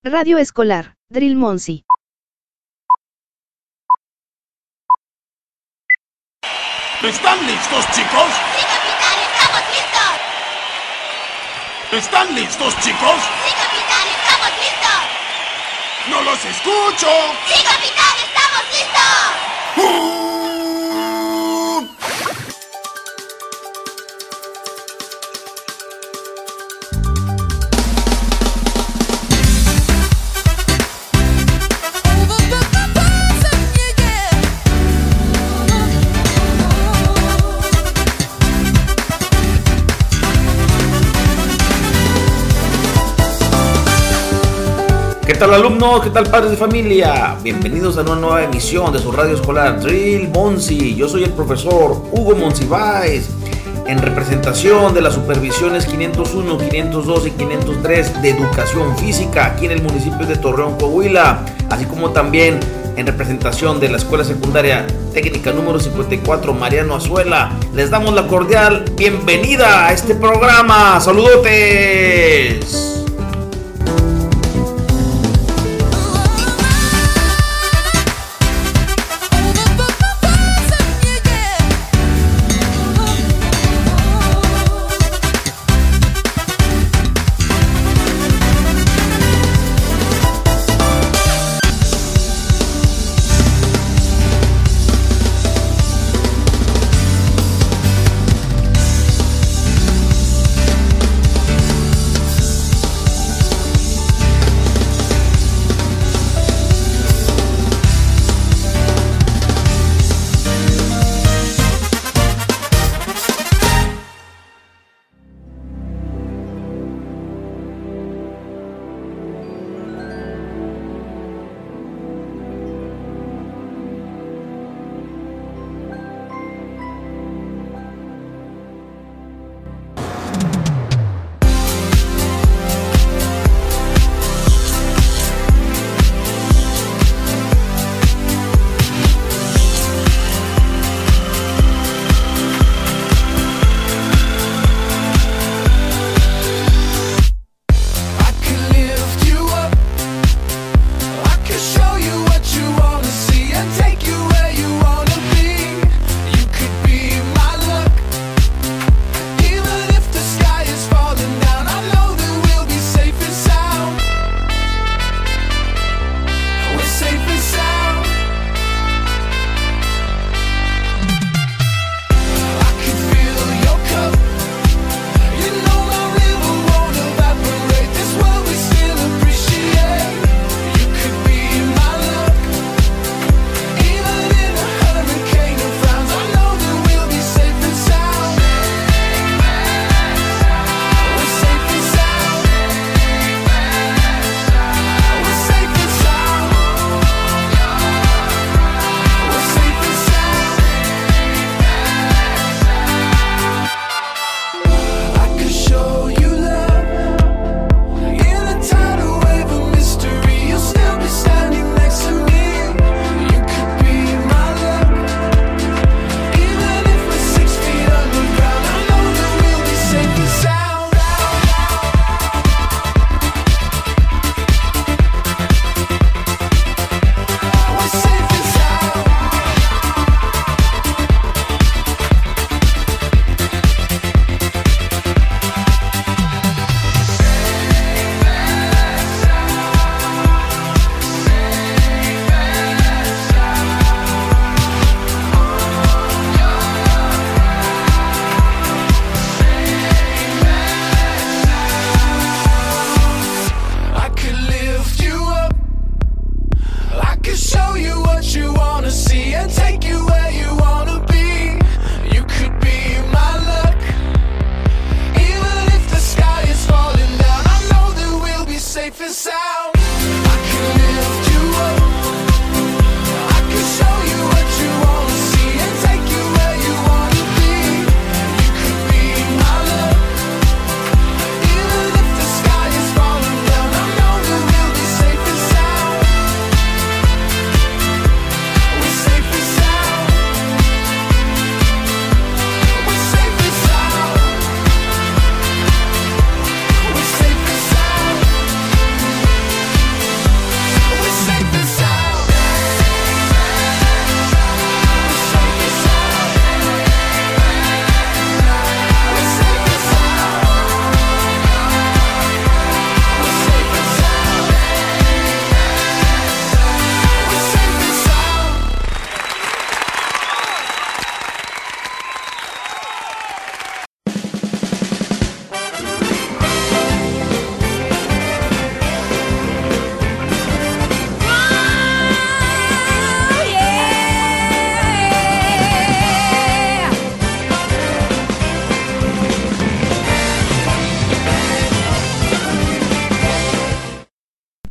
Radio Escolar, Drill Monsi. ¿Están listos, chicos? ¡Sí, capitán! ¡Estamos listos! ¿Están listos, chicos? ¡Sí, capitán! ¡Estamos listos! ¡No los escucho! ¡Sí, capitán! ¡Estamos listos! ¿Qué tal, alumnos? ¿Qué tal, padres de familia? Bienvenidos a una nueva emisión de su radio escolar Drill Monsi. Yo soy el profesor Hugo Monsiváis, en representación de las supervisiones 501, 502 y 503 de Educación Física aquí en el municipio de Torreón, Coahuila, así como también en representación de la Escuela Secundaria Técnica número 54 Mariano Azuela. Les damos la cordial bienvenida a este programa. ¡Saludotes!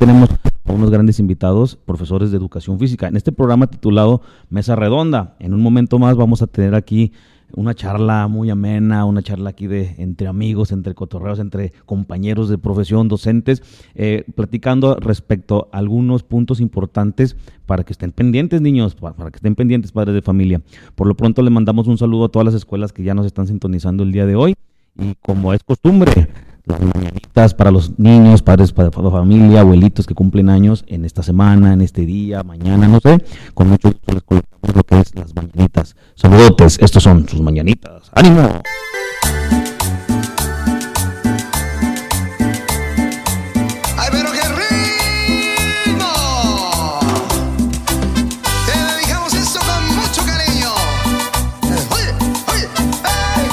tenemos a unos grandes invitados, profesores de educación física, en este programa titulado Mesa Redonda. En un momento más vamos a tener aquí una charla muy amena, una charla aquí entre amigos, entre cotorreos, entre compañeros de profesión, docentes, platicando respecto a algunos puntos importantes para que estén pendientes, niños, para que estén pendientes, padres de familia. Por lo pronto le mandamos un saludo a todas las escuelas que ya nos están sintonizando el día de hoy, y como es costumbre, las mañanitas para los niños, padres para familia, abuelitos que cumplen años en esta semana, en este día, mañana, no sé, con mucho gusto les colocamos lo que es las mañanitas. Saludotes, estos son sus mañanitas. ¡Ánimo! ¡Ay, pero qué ritmo! Te dedicamos esto con mucho cariño. Oye, oye, ¡hey!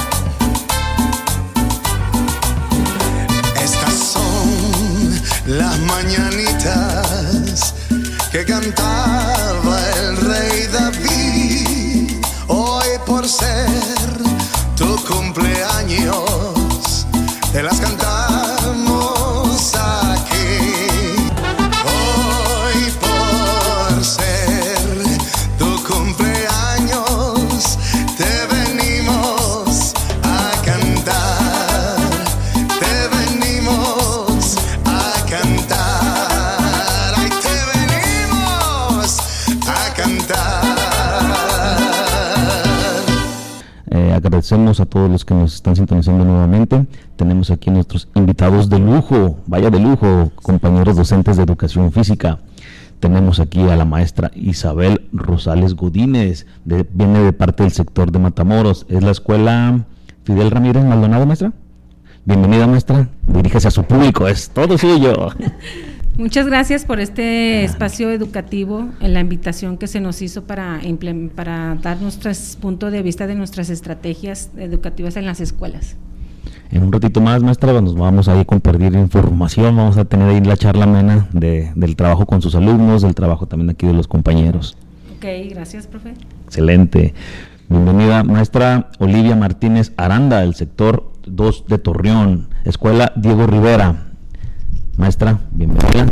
Estas son las mañanitas que cantaba el rey David. Hoy por ser tu cumpleaños te las cantamos aquí. Hoy por ser tu cumpleaños te venimos a cantar. Te venimos a cantar. Ay, te venimos a cantar. Agradecemos a todos los que nos están sintonizando nuevamente. Tenemos aquí nuestros invitados de lujo, vaya de lujo, compañeros docentes de educación física. Tenemos aquí a la maestra Isabel Rosales Godínez, viene de parte del sector de Matamoros. Es la escuela Fidel Ramírez Maldonado, maestra. Bienvenida, maestra. Diríjase a su público, es todo suyo. Muchas gracias por este espacio educativo, en la invitación que se nos hizo para dar nuestro punto de vista de nuestras estrategias educativas en las escuelas. En un ratito más, maestra, nos vamos a ir a compartir información, vamos a tener ahí la charla amena del trabajo con sus alumnos, del trabajo también aquí de los compañeros. Ok, gracias, profe. Excelente. Bienvenida, maestra Olivia Martínez Aranda, del sector 2 de Torreón, Escuela Diego Rivera. Maestra, bienvenida.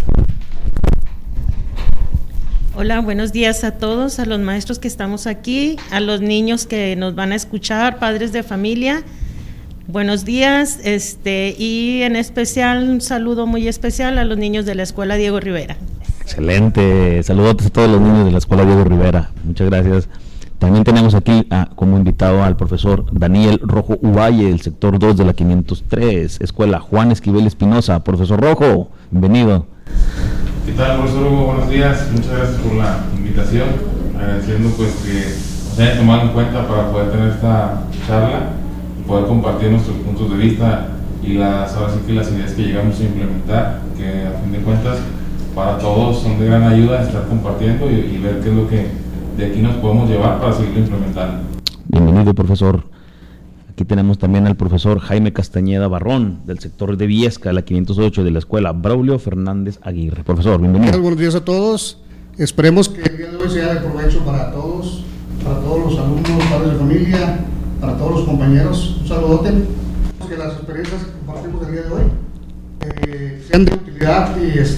Hola, buenos días a todos, a los maestros que estamos aquí, a los niños que nos van a escuchar, padres de familia. Buenos días, y en especial un saludo muy especial a los niños de la Escuela Diego Rivera. Excelente, saludos a todos los niños de la Escuela Diego Rivera, muchas gracias. También tenemos aquí como invitado al profesor Daniel Rojo Uvalle, del sector 2 de la 503, Escuela Juan Esquivel Espinosa. Profesor Rojo, bienvenido. ¿Qué tal, profesor Hugo? Buenos días, muchas gracias por la invitación, agradeciendo pues que nos hayan tomado en cuenta para poder tener esta charla y poder compartir nuestros puntos de vista y ahora sí que las ideas que llegamos a implementar, que a fin de cuentas para todos son de gran ayuda estar compartiendo y ver qué es lo que de aquí nos podemos llevar para seguirlo implementando. Bienvenido, profesor. Aquí tenemos también al profesor Jaime Castañeda Barrón, del sector de Viesca, la 508 de la Escuela Braulio Fernández Aguirre. Profesor, bienvenido. Buenos días a todos. Esperemos que el día de hoy sea de provecho para todos los alumnos, padres de familia, para todos los compañeros. Un saludote. Que las experiencias que compartimos el día de hoy sean de utilidad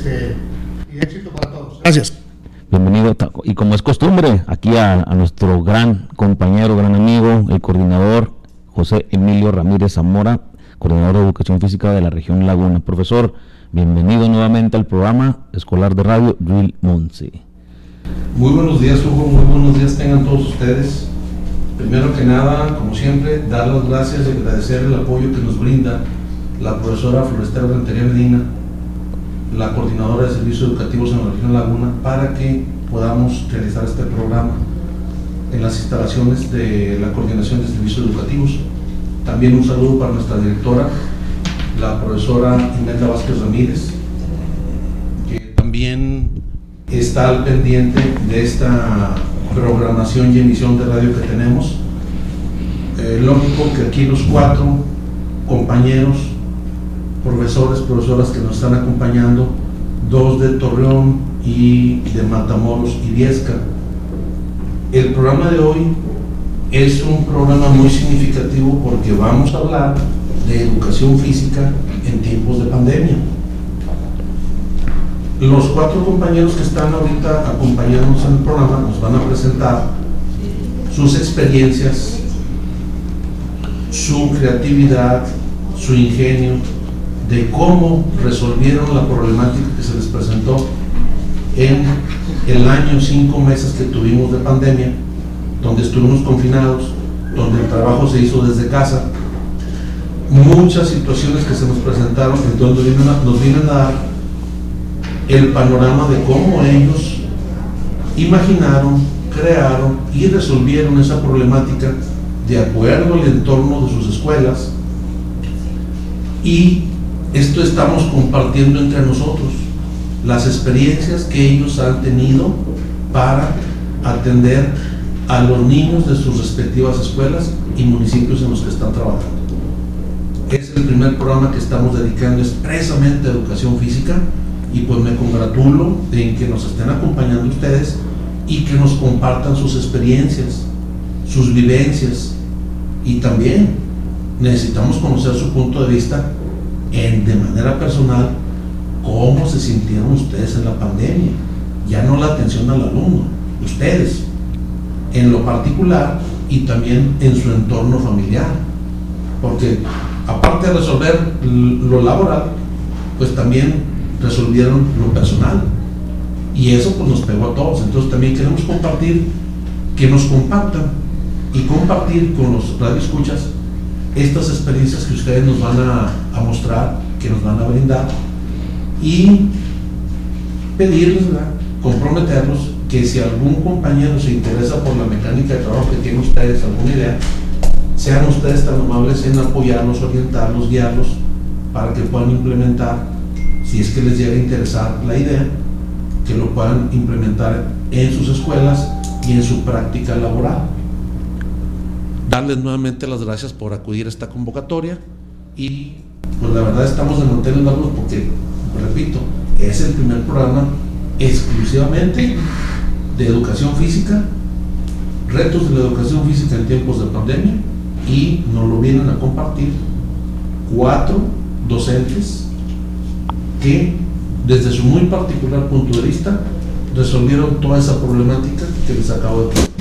y éxito para todos. Gracias. Bienvenido, y como es costumbre, aquí a nuestro gran compañero, gran amigo, el coordinador José Emilio Ramírez Zamora, coordinador de Educación Física de la región Laguna. Profesor, bienvenido nuevamente al programa escolar de radio Drill Monsi. Muy buenos días, Hugo, muy buenos días tengan todos ustedes. Primero que nada, como siempre, dar las gracias y agradecer el apoyo que nos brinda la profesora Florestel Rentería Medina, la coordinadora de servicios educativos en la región Laguna, para que podamos realizar este programa en las instalaciones de la coordinación de servicios educativos. También un saludo para nuestra directora, la profesora Imelda Vázquez Ramírez, que también está al pendiente de esta programación y emisión de radio que tenemos. Lógico que aquí los 4 compañeros, profesores, profesoras que nos están acompañando, 2 de Torreón y de Matamoros y Viesca. El programa de hoy es un programa muy significativo porque vamos a hablar de educación física en tiempos de pandemia. Los 4 compañeros que están ahorita acompañándonos en el programa nos van a presentar sus experiencias, su creatividad, su ingenio, de cómo resolvieron la problemática que se les presentó en el año, 5 meses que tuvimos de pandemia, donde estuvimos confinados, donde el trabajo se hizo desde casa, muchas situaciones que se nos presentaron, entonces nos vienen a dar el panorama de cómo ellos imaginaron, crearon y resolvieron esa problemática de acuerdo al entorno de sus escuelas, y esto estamos compartiendo entre nosotros, las experiencias que ellos han tenido para atender a los niños de sus respectivas escuelas y municipios en los que están trabajando. Es el primer programa que estamos dedicando expresamente a educación física, y pues me congratulo en que nos estén acompañando ustedes y que nos compartan sus experiencias, sus vivencias, y también necesitamos conocer su punto de vista de manera personal, cómo se sintieron ustedes en la pandemia, ya no la atención al alumno, ustedes en lo particular y también en su entorno familiar, porque aparte de resolver lo laboral, pues también resolvieron lo personal, y eso pues nos pegó a todos. Entonces también queremos compartir, que nos compartan y compartir con los radioescuchas estas experiencias que ustedes nos van a mostrar, que nos van a brindar, y pedirles, comprometerlos, que si algún compañero se interesa por la mecánica de trabajo que tienen ustedes, alguna idea, sean ustedes tan amables en apoyarlos, orientarlos, guiarlos, para que puedan implementar, si es que les llega a interesar la idea, que lo puedan implementar en sus escuelas y en su práctica laboral. Darles nuevamente las gracias por acudir a esta convocatoria, y pues la verdad estamos de mantener la luz porque, repito, es el primer programa exclusivamente de educación física, retos de la educación física en tiempos de pandemia, y nos lo vienen a compartir 4 docentes que desde su muy particular punto de vista resolvieron toda esa problemática que les acabo de contar.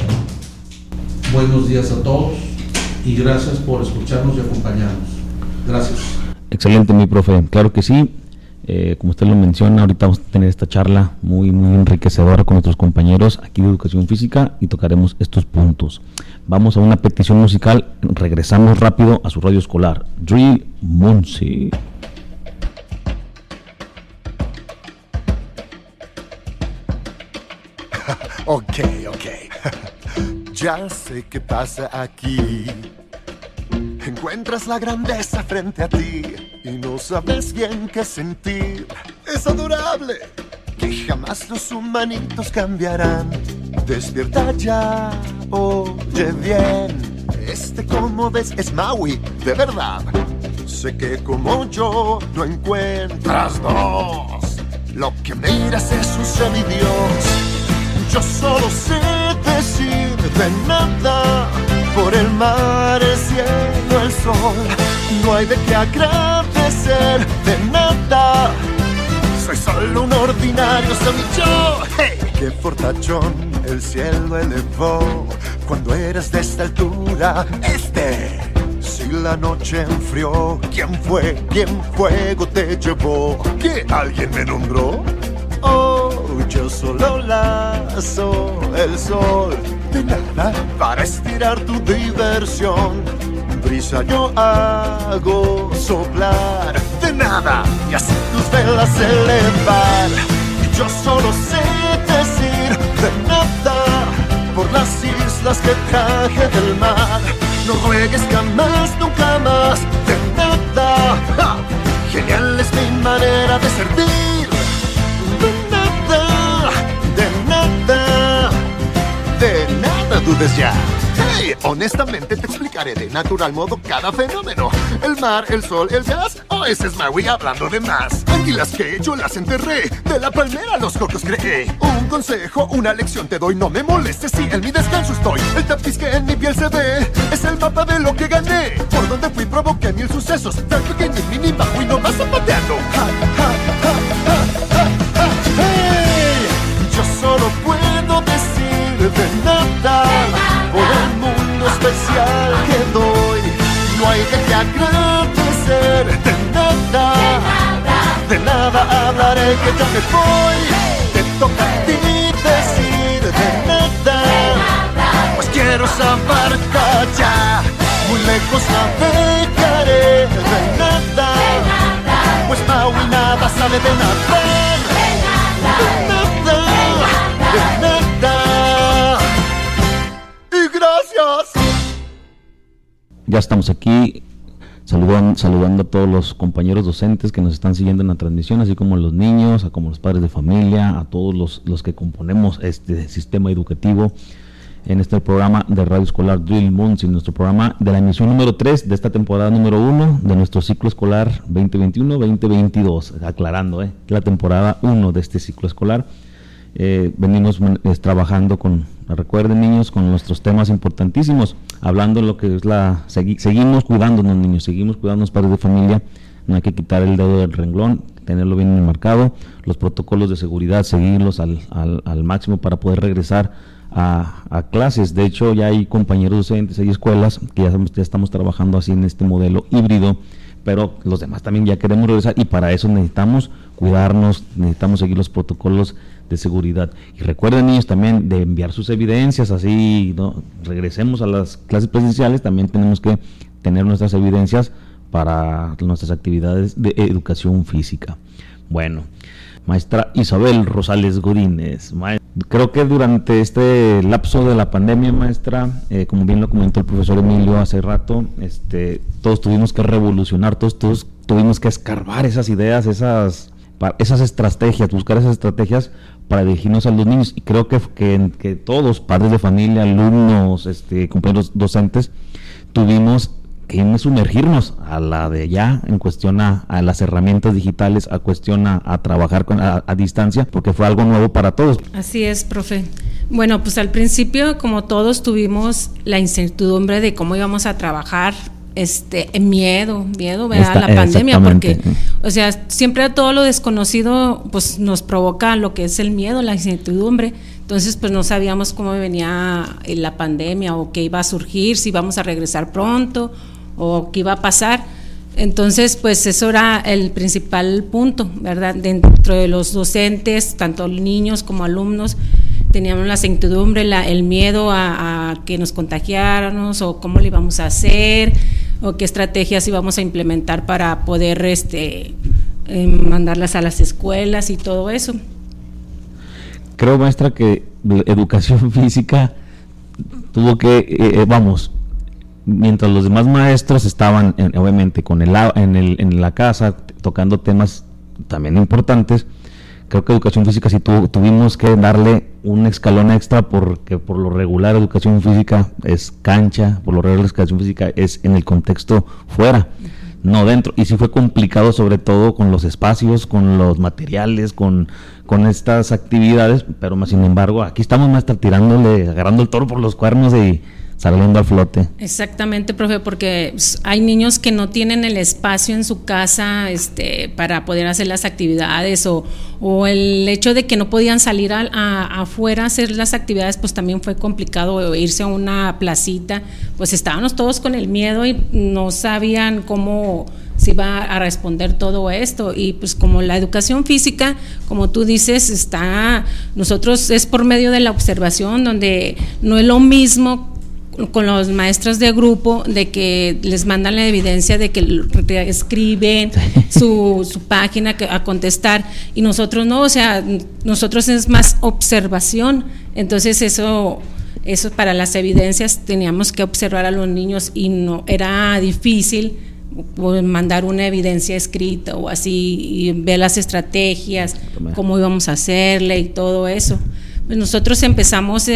Buenos días a todos y gracias por escucharnos y acompañarnos. Gracias. Excelente, mi profe, claro que sí. Como usted lo menciona, ahorita vamos a tener esta charla muy enriquecedora con nuestros compañeros aquí de educación física, y tocaremos estos puntos. Vamos a una petición musical, regresamos rápido a su radio escolar, Drill Monsi. Ok. Ya sé qué pasa aquí. Encuentras la grandeza frente a ti y no sabes bien qué sentir. Es adorable que jamás los humanitos cambiarán. Despierta ya, oye bien. Como ves es Maui, de verdad. Sé que como yo no encuentras dos. Lo que miras es un semidios. Yo solo sé decir de nada. Por el mar, el cielo, el sol, no hay de qué agradecer de nada. Soy solo un ordinario semiyo. ¡Hey! ¡Qué fortachón el cielo elevó cuando eras de esta altura! Si la noche enfrió, ¿quién fue? ¿Quién fuego te llevó? ¿Que alguien me nombró? Oh, yo solo lazo el sol. De nada, para estirar tu diversión. Brisa yo hago soplar. De nada, y así tus velas elevar. Y yo solo sé decir de nada. Por las islas que traje del mar. No ruegues jamás, nunca más. De nada, ¡ja! Genial es mi manera de servir. De nada dudes ya. Hey, honestamente te explicaré de natural modo cada fenómeno. El mar, el sol, el gas. Ese es Maui hablando de más. Anguilas que yo las enterré. De la palmera los cocos creé. Un consejo, una lección te doy. No me molestes si en mi descanso estoy. El tapiz que en mi piel se ve es el mapa de lo que gané. Por donde fui provoqué 1000 sucesos. Tan pequeño y mini bajo y no vas zapateando. Ja, ja, ja, ja, ja, ja. agradecer. De nada hablaré, que ya me voy. Te toca a ti decir de nada. Pues quiero esa barca ya, muy lejos navegaré. De nada, pues Maui nada sabe de nadar. De nada. Y gracias. Ya estamos aquí saludando a todos los compañeros docentes que nos están siguiendo en la transmisión, así como a los niños, a como los padres de familia, a todos los que componemos este sistema educativo en este programa de Radio Escolar Drill Monsi, nuestro programa de la emisión número 3 de esta temporada número 1 de nuestro ciclo escolar 2021-2022, aclarando, la temporada 1 de este ciclo escolar. Venimos trabajando recuerden niños, con nuestros temas importantísimos, hablando de lo que es seguimos cuidándonos niños, seguimos cuidándonos padres de familia, no hay que quitar el dedo del renglón, tenerlo bien enmarcado, los protocolos de seguridad, seguirlos al máximo para poder regresar a clases. De hecho, ya hay compañeros docentes, hay escuelas que ya estamos trabajando así en este modelo híbrido, pero los demás también ya queremos regresar y para eso necesitamos cuidarnos, necesitamos seguir los protocolos de seguridad. Y recuerden niños también de enviar sus evidencias, así no regresemos a las clases presenciales, también tenemos que tener nuestras evidencias para nuestras actividades de educación física. Bueno, maestra Isabel Rosales Godínez, creo que durante este lapso de la pandemia, maestra, como bien lo comentó el profesor Emilio hace rato, todos tuvimos que revolucionar, todos tuvimos que escarbar esas ideas, esas estrategias, buscar esas estrategias para dirigirnos a los niños, y creo que todos, padres de familia, alumnos, compañeros docentes, tuvimos que sumergirnos a la de ya en cuestión a las herramientas digitales, a cuestión a trabajar a distancia, porque fue algo nuevo para todos. Así es, profe. Bueno, pues al principio, como todos, tuvimos la incertidumbre de cómo íbamos a trabajar, miedo, ¿verdad? La pandemia, porque, o sea, siempre todo lo desconocido, pues nos provoca lo que es el miedo, la incertidumbre. Entonces, pues no sabíamos cómo venía la pandemia o qué iba a surgir, si íbamos a regresar pronto o qué iba a pasar. Entonces, pues eso era el principal punto, ¿verdad? Dentro de los docentes, tanto niños como alumnos, teníamos la incertidumbre, el miedo a que nos contagiáramos o cómo le íbamos a hacer o qué estrategias íbamos a implementar para poder mandarlas a las escuelas y todo eso. Creo, maestra, que la educación física tuvo que, mientras los demás maestros estaban obviamente en la casa tocando temas también importantes, creo que educación física sí tuvimos que darle un escalón extra, porque por lo regular educación física es cancha, por lo regular educación física es en el contexto fuera, no dentro, y sí fue complicado, sobre todo con los espacios, con los materiales, con estas actividades, pero más sin embargo aquí estamos, maestra, agarrando el toro por los cuernos y saliendo a flote. Exactamente, profe, porque hay niños que no tienen el espacio en su casa para poder hacer las actividades, o el hecho de que no podían salir afuera a hacer las actividades, pues también fue complicado, irse a una placita, pues estábamos todos con el miedo y no sabían cómo se iba a responder todo esto. Y pues como la educación física, como tú dices, nosotros es por medio de la observación, donde no es lo mismo con los maestros de grupo, de que les mandan la evidencia de que escriben su página a contestar, y nosotros no, o sea, nosotros es más observación. Entonces eso para las evidencias teníamos que observar a los niños, y no era difícil mandar una evidencia escrita o así, y ver las estrategias, cómo íbamos a hacerle y todo eso. Pues nosotros empezamos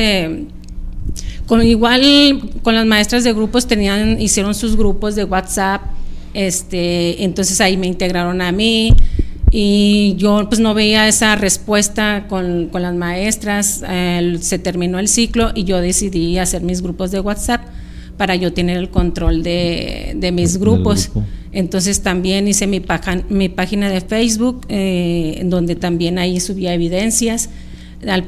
con las maestras de grupos, hicieron sus grupos de WhatsApp, entonces ahí me integraron a mí, y yo pues no veía esa respuesta con las maestras. Se terminó el ciclo y yo decidí hacer mis grupos de WhatsApp para yo tener el control de mis grupos. Entonces también hice mi página de Facebook, en donde también ahí subía evidencias. Al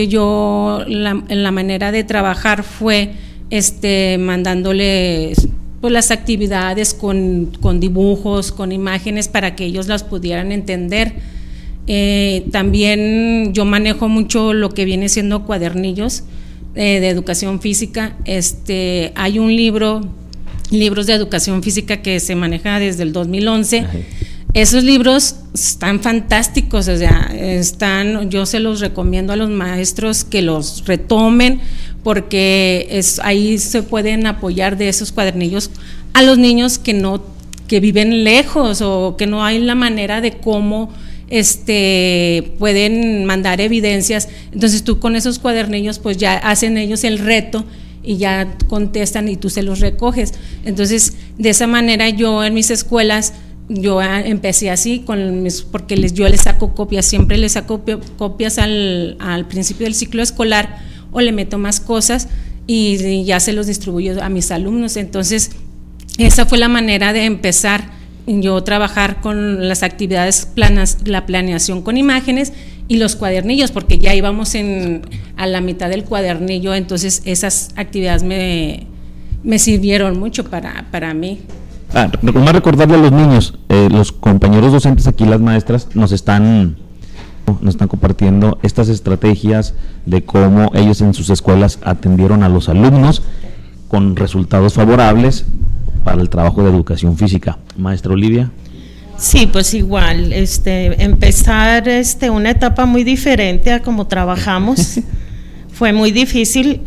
principio la manera de trabajar fue mandándole pues las actividades con dibujos, con imágenes para que ellos las pudieran entender. También yo manejo mucho lo que viene siendo cuadernillos de educación física. Hay un libros de educación física que se maneja desde el 2011. Ajá. Esos libros están fantásticos, o sea, yo se los recomiendo a los maestros que los retomen, porque ahí se pueden apoyar de esos cuadernillos a los niños que viven lejos o que no hay la manera de cómo pueden mandar evidencias. Entonces tú con esos cuadernillos pues ya hacen ellos el reto y ya contestan y tú se los recoges. Entonces de esa manera yo en mis escuelas yo empecé así porque yo les saco copias, siempre les saco copias al principio del ciclo escolar, o le meto más cosas y ya se los distribuyo a mis alumnos. Entonces esa fue la manera de empezar yo trabajar con las actividades la planeación con imágenes y los cuadernillos, porque ya íbamos a la mitad del cuadernillo. Entonces esas actividades me sirvieron mucho para mí. Nomás recordarle a los niños, los compañeros docentes aquí, las maestras, nos están compartiendo estas estrategias de cómo ellos en sus escuelas atendieron a los alumnos con resultados favorables para el trabajo de educación física. Maestra Olivia. Sí, pues igual, empezar una etapa muy diferente a como trabajamos. Fue muy difícil,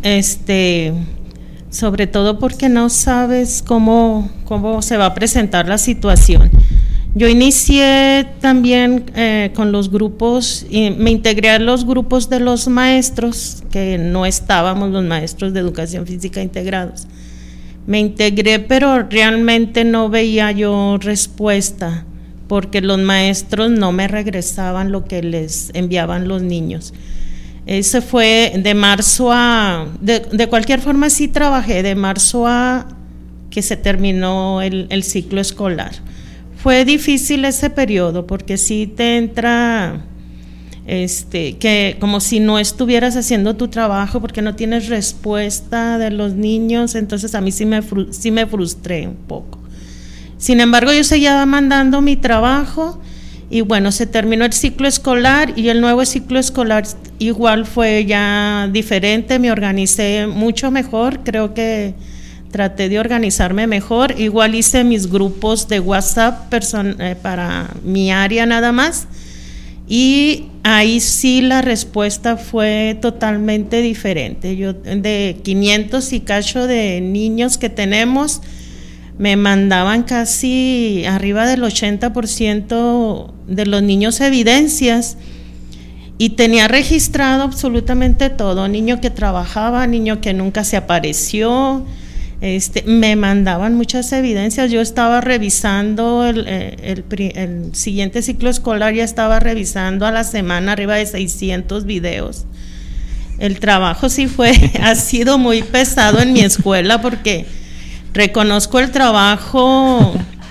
sobre todo porque no sabes cómo se va a presentar la situación. Yo inicié también con los grupos, y me integré a los grupos de los maestros, que no estábamos los maestros de educación física integrados. Me integré, pero realmente no veía yo respuesta, porque los maestros no me regresaban lo que les enviaban los niños. Ese fue de marzo de cualquier forma sí trabajé de marzo a que se terminó el ciclo escolar. Fue difícil ese periodo porque sí te entra que como si no estuvieras haciendo tu trabajo porque no tienes respuesta de los niños. Entonces a mí sí me frustré un poco. Sin embargo, yo seguía mandando mi trabajo y bueno, se terminó el ciclo escolar y el nuevo ciclo escolar igual fue ya diferente. Me organicé mucho mejor, creo que traté de organizarme mejor. Igual hice mis grupos de WhatsApp para mi área nada más, y ahí sí la respuesta fue totalmente diferente. Yo de 500 y cacho de niños que tenemos, me mandaban casi arriba del 80% de los niños evidencias, y tenía registrado absolutamente todo: niño que trabajaba, niño que nunca se apareció. Me mandaban muchas evidencias. Yo estaba revisando el siguiente ciclo escolar, ya estaba revisando a la semana arriba de 600 videos. El trabajo sí ha sido muy pesado en mi escuela, porque reconozco el trabajo,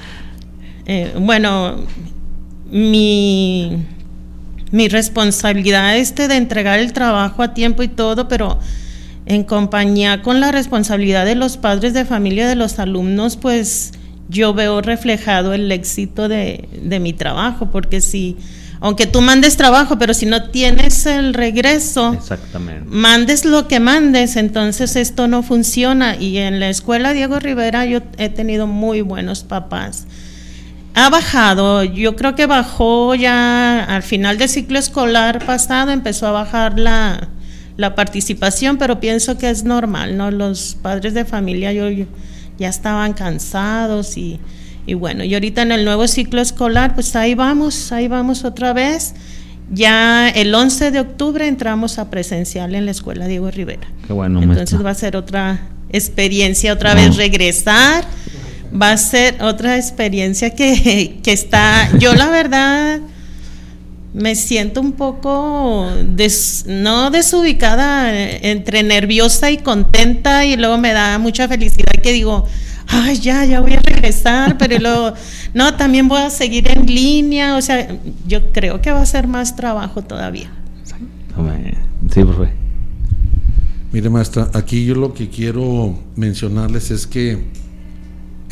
mi responsabilidad de entregar el trabajo a tiempo y todo, pero en compañía con la responsabilidad de los padres de familia, de los alumnos, pues yo veo reflejado el éxito de mi trabajo, porque aunque tú mandes trabajo, pero si no tienes el regreso, exactamente, mandes lo que mandes, entonces esto no funciona. Y en la escuela Diego Rivera yo he tenido muy buenos papás. Ha bajado, yo creo que bajó ya al final del ciclo escolar pasado, empezó a bajar la participación, pero pienso que es normal, ¿no? Los padres de familia ya estaban cansados y bueno, y ahorita en el nuevo ciclo escolar, pues ahí vamos otra vez. Ya el 11 de octubre entramos a presencial en la escuela Diego Rivera. Qué bueno, entonces maestra, va a ser otra experiencia, otra vez regresar. Va a ser otra experiencia que está, yo la verdad me siento un poco no desubicada, entre nerviosa y contenta, y luego me da mucha felicidad que digo, ay, ya voy a regresar, pero luego, no, también voy a seguir en línea. O sea, yo creo que va a ser más trabajo todavía. Sí, por favor. Mire, maestra, aquí yo lo que quiero mencionarles es que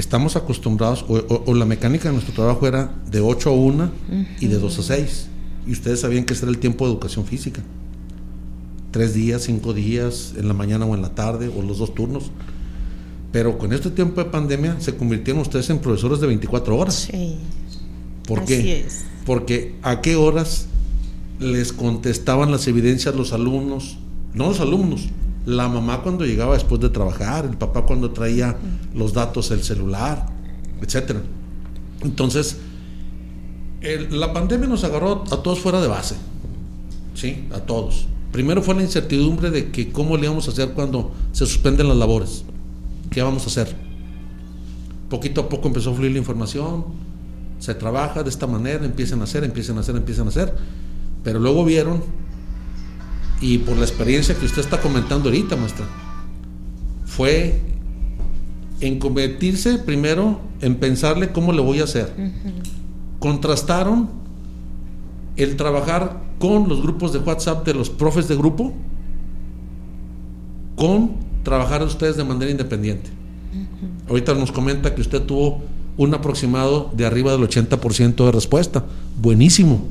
estamos acostumbrados, o la mecánica de nuestro trabajo era de 8 a 1 y de 2 a 6. Y ustedes sabían que ese era el tiempo de educación física. 3 días, 5 días, en la mañana o en la tarde, o los 2 turnos. Pero con este tiempo de pandemia se convirtieron ustedes en profesores de 24 horas. Sí. ¿Por qué? Así es. Porque ¿a qué horas les contestaban las evidencias los alumnos? No los alumnos, la mamá cuando llegaba después de trabajar, el papá cuando traía los datos del celular, etcétera. Entonces, la pandemia nos agarró a todos fuera de base, ¿sí? A todos. Primero fue la incertidumbre de que cómo le íbamos a hacer cuando se suspenden las labores. ¿Qué vamos a hacer? Poquito a poco empezó a fluir la información, se trabaja de esta manera, empiezan a hacer, pero luego vieron, y por la experiencia que usted está comentando ahorita, maestra, fue en convertirse primero en pensarle cómo le voy a hacer. Contrastaron el trabajar con los grupos de WhatsApp de los profes de grupo con trabajar ustedes de manera independiente. Ahorita nos comenta que usted tuvo un aproximado de arriba del 80% de respuesta. Buenísimo.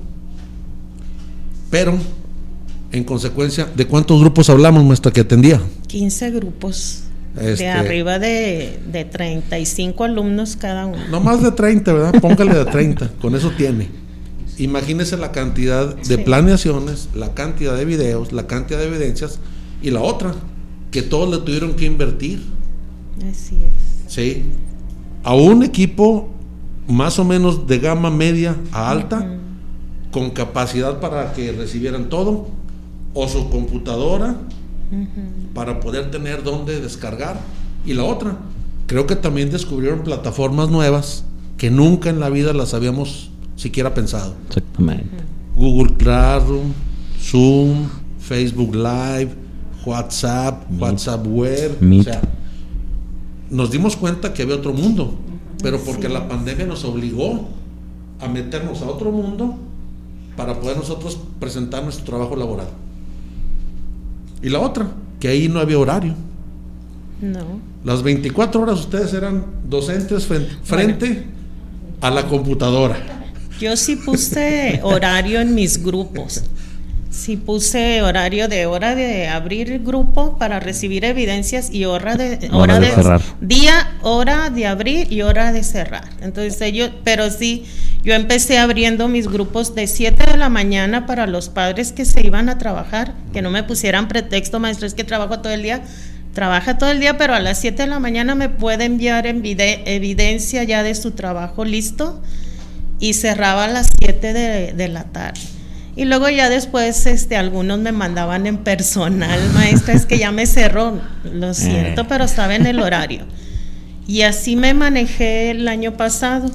Pero, en consecuencia, ¿de cuántos grupos hablamos, maestra, que atendía? 15 grupos. De arriba de 35 alumnos cada uno. No más de 30, ¿verdad? Póngale de 30, con eso tiene. Imagínese la cantidad de planeaciones, la cantidad de videos, la cantidad de evidencias, y la otra, que todos le tuvieron que invertir. Así es. Sí. A un equipo más o menos de gama media a alta, con capacidad para que recibieran todo, o su computadora, para poder tener dónde descargar. Y la otra, creo que también descubrieron plataformas nuevas que nunca en la vida las habíamos siquiera pensado. Exactamente. Google Classroom, Zoom, Facebook Live, WhatsApp, WhatsApp Web. O sea, nos dimos cuenta que había otro mundo, pero porque la pandemia nos obligó a meternos a otro mundo para poder nosotros presentar nuestro trabajo laboral. Y la otra, que ahí no había horario. No. Las 24 horas ustedes eran docentes frente a la computadora. Yo sí puse horario en mis grupos. Sí puse horario de hora de abrir el grupo para recibir evidencias y hora de cerrar. Hora de abrir y hora de cerrar. Entonces yo empecé abriendo mis grupos de 7 de la mañana para los padres que se iban a trabajar, que no me pusieran pretexto, maestra, es que trabajo todo el día. Trabaja todo el día, pero a las 7 de la mañana me puede enviar evidencia ya de su trabajo listo, y cerraba a las 7 de la tarde. Y luego ya después algunos me mandaban en personal, maestra, es que ya me cerró, lo siento, pero estaba en el horario. Y así me manejé el año pasado.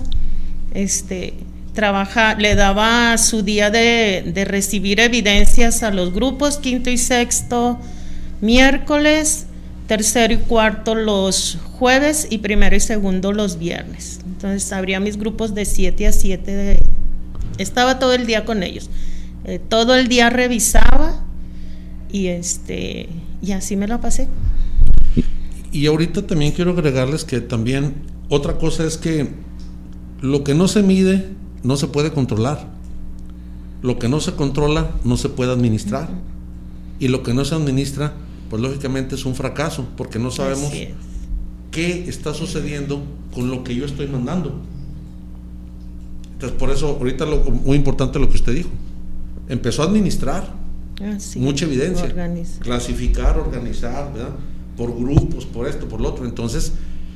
Le daba su día de recibir evidencias a los grupos, quinto y sexto miércoles, tercero y cuarto los jueves, y primero y segundo los viernes. Entonces abría mis grupos de 7 a 7, estaba todo el día con ellos. Todo el día revisaba y así me la pasé. Y ahorita también quiero agregarles que también otra cosa es que lo que no se mide no se puede controlar, lo que no se controla no se puede administrar, y lo que no se administra pues lógicamente es un fracaso, porque no sabemos qué está sucediendo con lo que yo estoy mandando. Entonces por eso ahorita muy importante lo que usted dijo. Empezó a administrar mucha evidencia, clasificar, organizar, ¿verdad? Por grupos, por esto, por lo otro. Entonces,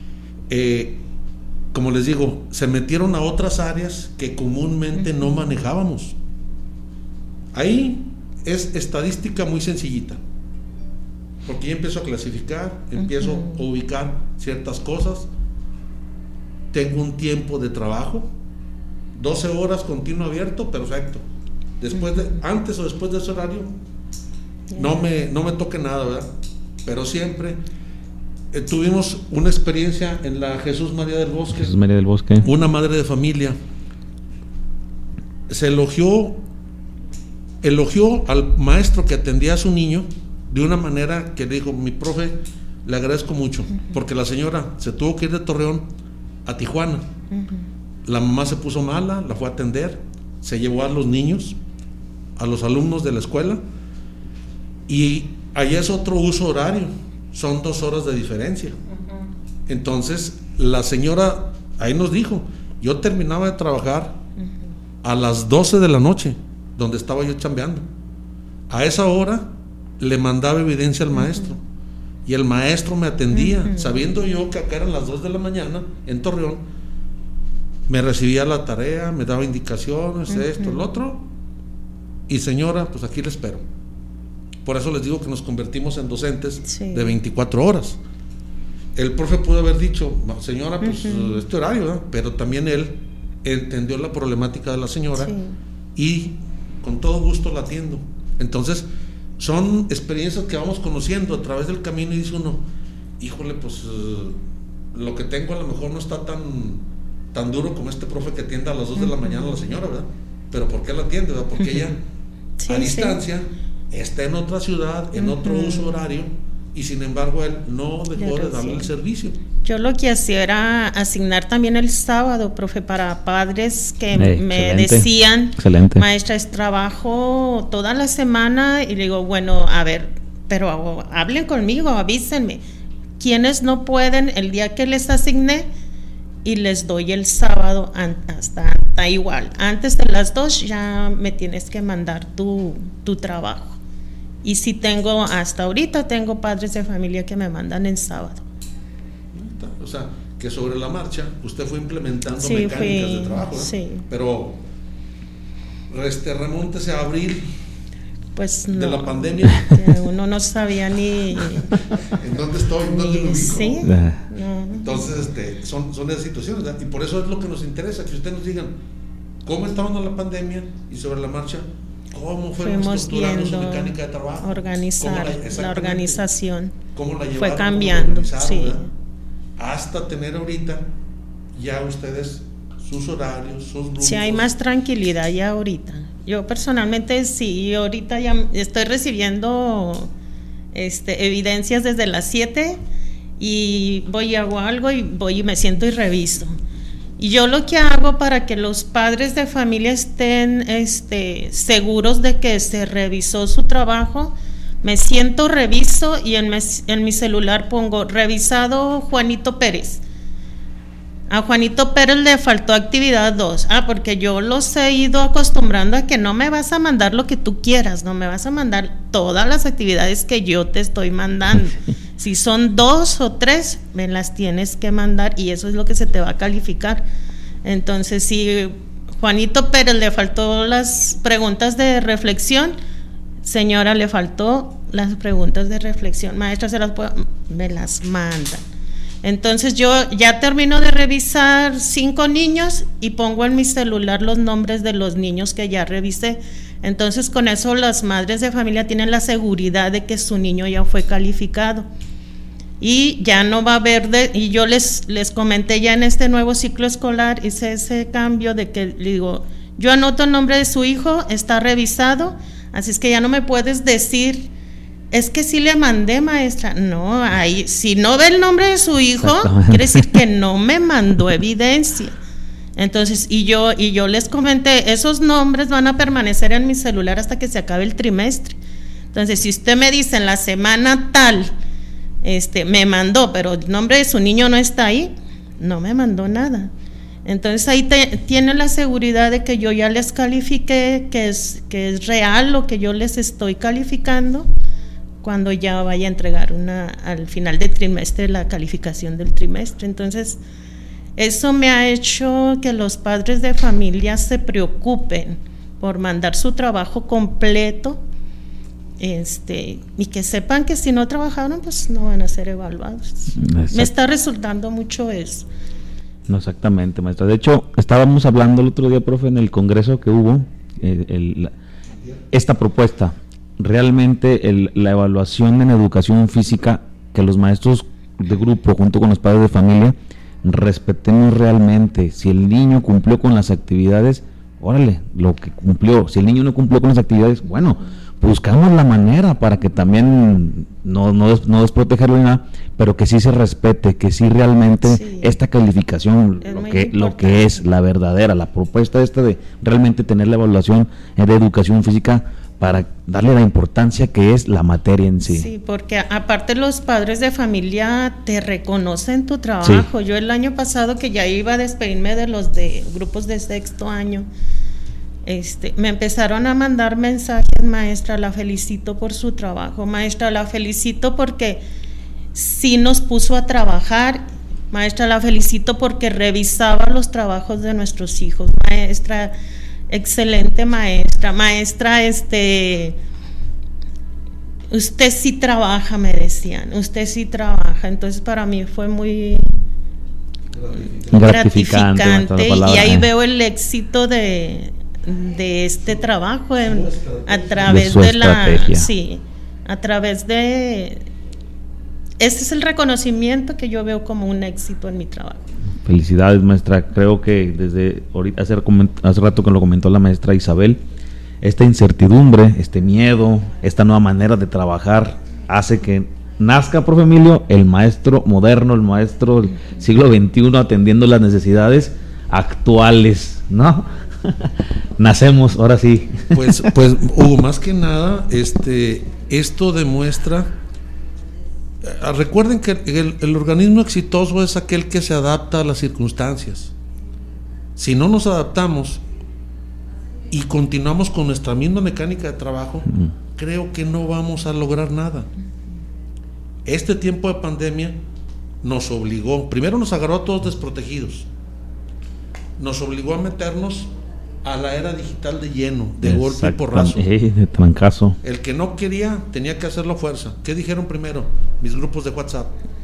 como les digo, se metieron a otras áreas que comúnmente no manejábamos. Ahí es estadística muy sencillita, porque ya empiezo a clasificar, empiezo a ubicar ciertas cosas. Tengo un tiempo de trabajo, 12 horas continuo abierto, perfecto. Antes o después de ese horario no me toque nada, ¿verdad? Pero siempre tuvimos una experiencia en la Jesús María del Bosque. Una madre de familia se elogió al maestro que atendía a su niño de una manera que le dijo: mi profe, le agradezco mucho, porque la señora se tuvo que ir de Torreón a Tijuana. La mamá se puso mala, la fue a atender, se llevó a los niños, a los alumnos de la escuela, y allá es otro uso horario, son 2 horas de diferencia. Entonces la señora ahí nos dijo, yo terminaba de trabajar a las 12 de la noche, donde estaba yo chambeando. A esa hora le mandaba evidencia al maestro, y el maestro me atendía, sabiendo yo que acá eran las 2 de la mañana en Torreón. Me recibía la tarea, me daba indicaciones, esto, el otro, y señora, pues aquí le espero. Por eso les digo que nos convertimos en docentes de 24 horas. El profe pudo haber dicho, señora, pues este horario, ¿verdad? Pero también él entendió la problemática de la señora y con todo gusto la atiendo. Entonces, son experiencias que vamos conociendo a través del camino, y dice uno, híjole, pues lo que tengo a lo mejor no está tan duro como este profe que atiende a las 2 de la mañana a la señora, ¿verdad? Pero ¿por qué la atiende, verdad? Porque ella a distancia está en otra ciudad, en otro uso horario, y sin embargo él no dejó de darle el servicio. Yo lo que hacía era asignar también el sábado, profe, para padres que me decían, maestra, es trabajo toda la semana, y le digo, bueno, a ver, pero hablen conmigo, avísenme, quienes no pueden el día que les asigné, y les doy el sábado hasta igual, antes de las 2 ya me tienes que mandar tu trabajo. Y si tengo, hasta ahorita tengo padres de familia que me mandan en sábado. O sea, que sobre la marcha usted fue implementando mecánicas de trabajo, ¿no? Pero remóntese a abril, pues no, de la pandemia. Uno no sabía ni en dónde estoy, en dónde me ubico. No. Entonces, son esas situaciones, ¿verdad? Y por eso es lo que nos interesa, que ustedes nos digan cómo estaban la pandemia y sobre la marcha, cómo fuimos estructurando su mecánica de trabajo, la organización, cómo la fue cambiando, hasta tener ahorita ya ustedes sus horarios, sus grupos. Sí, hay más tranquilidad ya ahorita. Yo personalmente sí, ahorita ya estoy recibiendo evidencias desde las 7, y voy y hago algo, y voy y me siento y reviso. Y yo lo que hago para que los padres de familia estén seguros de que se revisó su trabajo, me siento, reviso, y en mi celular pongo revisado Juanito Pérez. A Juanito Pérez le faltó actividad 2. Porque yo los he ido acostumbrando a que no me vas a mandar lo que tú quieras, no me vas a mandar todas las actividades que yo te estoy mandando. Si son 2 o 3, me las tienes que mandar, y eso es lo que se te va a calificar. Entonces, si Juanito Pérez le faltó las preguntas de reflexión, señora, le faltó las preguntas de reflexión, maestra, me las mandan. Entonces yo ya termino de revisar 5 niños y pongo en mi celular los nombres de los niños que ya revisé. Entonces con eso las madres de familia tienen la seguridad de que su niño ya fue calificado, y ya no va a haber y yo les comenté ya en este nuevo ciclo escolar, hice ese cambio de que le digo, yo anoto el nombre de su hijo, está revisado, así es que ya no me puedes decir, es que sí le mandé, maestra. No, ahí, si no ve el nombre de su hijo, quiere decir que no me mandó evidencia. Entonces, y yo les comenté, esos nombres van a permanecer en mi celular hasta que se acabe el trimestre. Entonces, si usted me dice en la semana tal, me mandó, pero el nombre de su niño no está ahí, no me mandó nada. Entonces ahí tiene la seguridad de que yo ya les califiqué, que es real lo que yo les estoy calificando, cuando ya vaya a entregar al final del trimestre la calificación del trimestre. Entonces eso me ha hecho que los padres de familia se preocupen por mandar su trabajo completo, y que sepan que si no trabajaron, pues no van a ser evaluados. Me está resultando mucho eso. No, exactamente, maestra. De hecho, estábamos hablando el otro día, profe, en el congreso que hubo, esta propuesta. Realmente la evaluación en educación física, que los maestros de grupo junto con los padres de familia respetemos realmente. Si el niño cumplió con las actividades, órale, lo que cumplió. Si el niño no cumplió con las actividades, bueno, buscamos la manera para que también no desprotegerlo ni nada, pero que sí se respete, que sí realmente esta calificación, lo que es la verdadera, la propuesta esta de realmente tener la evaluación de educación física para darle la importancia que es la materia en sí. Sí, porque aparte los padres de familia te reconocen tu trabajo. Sí. Yo el año pasado, que ya iba a despedirme de los de grupos de sexto año, me empezaron a mandar mensajes: maestra, la felicito por su trabajo, maestra, la felicito porque sí nos puso a trabajar, maestra, la felicito porque revisaba los trabajos de nuestros hijos, maestra, excelente maestra, usted sí trabaja, me decían, usted sí trabaja. Entonces para mí fue muy gratificante y ahí veo el éxito de este trabajo a través de la a través de ese es el reconocimiento que yo veo como un éxito en mi trabajo. Felicidades, maestra. Creo que desde ahorita, hace rato que lo comentó la maestra Isabel, esta incertidumbre, este miedo, esta nueva manera de trabajar hace que nazca, profe Emilio, el maestro moderno, el maestro del siglo XXI atendiendo las necesidades actuales, ¿no? Nacemos, ahora sí. Pues Hugo, más que nada, esto demuestra. Recuerden que el organismo exitoso es aquel que se adapta a las circunstancias. Si no nos adaptamos y continuamos con nuestra misma mecánica de trabajo, creo que no vamos a lograr nada. Este tiempo de pandemia nos obligó, primero nos agarró a todos desprotegidos, nos obligó a meternos a la era digital de lleno, de golpe y porrazo. De trancazo. El que no quería tenía que hacerlo a fuerza. ¿Qué dijeron primero? Mis grupos de WhatsApp.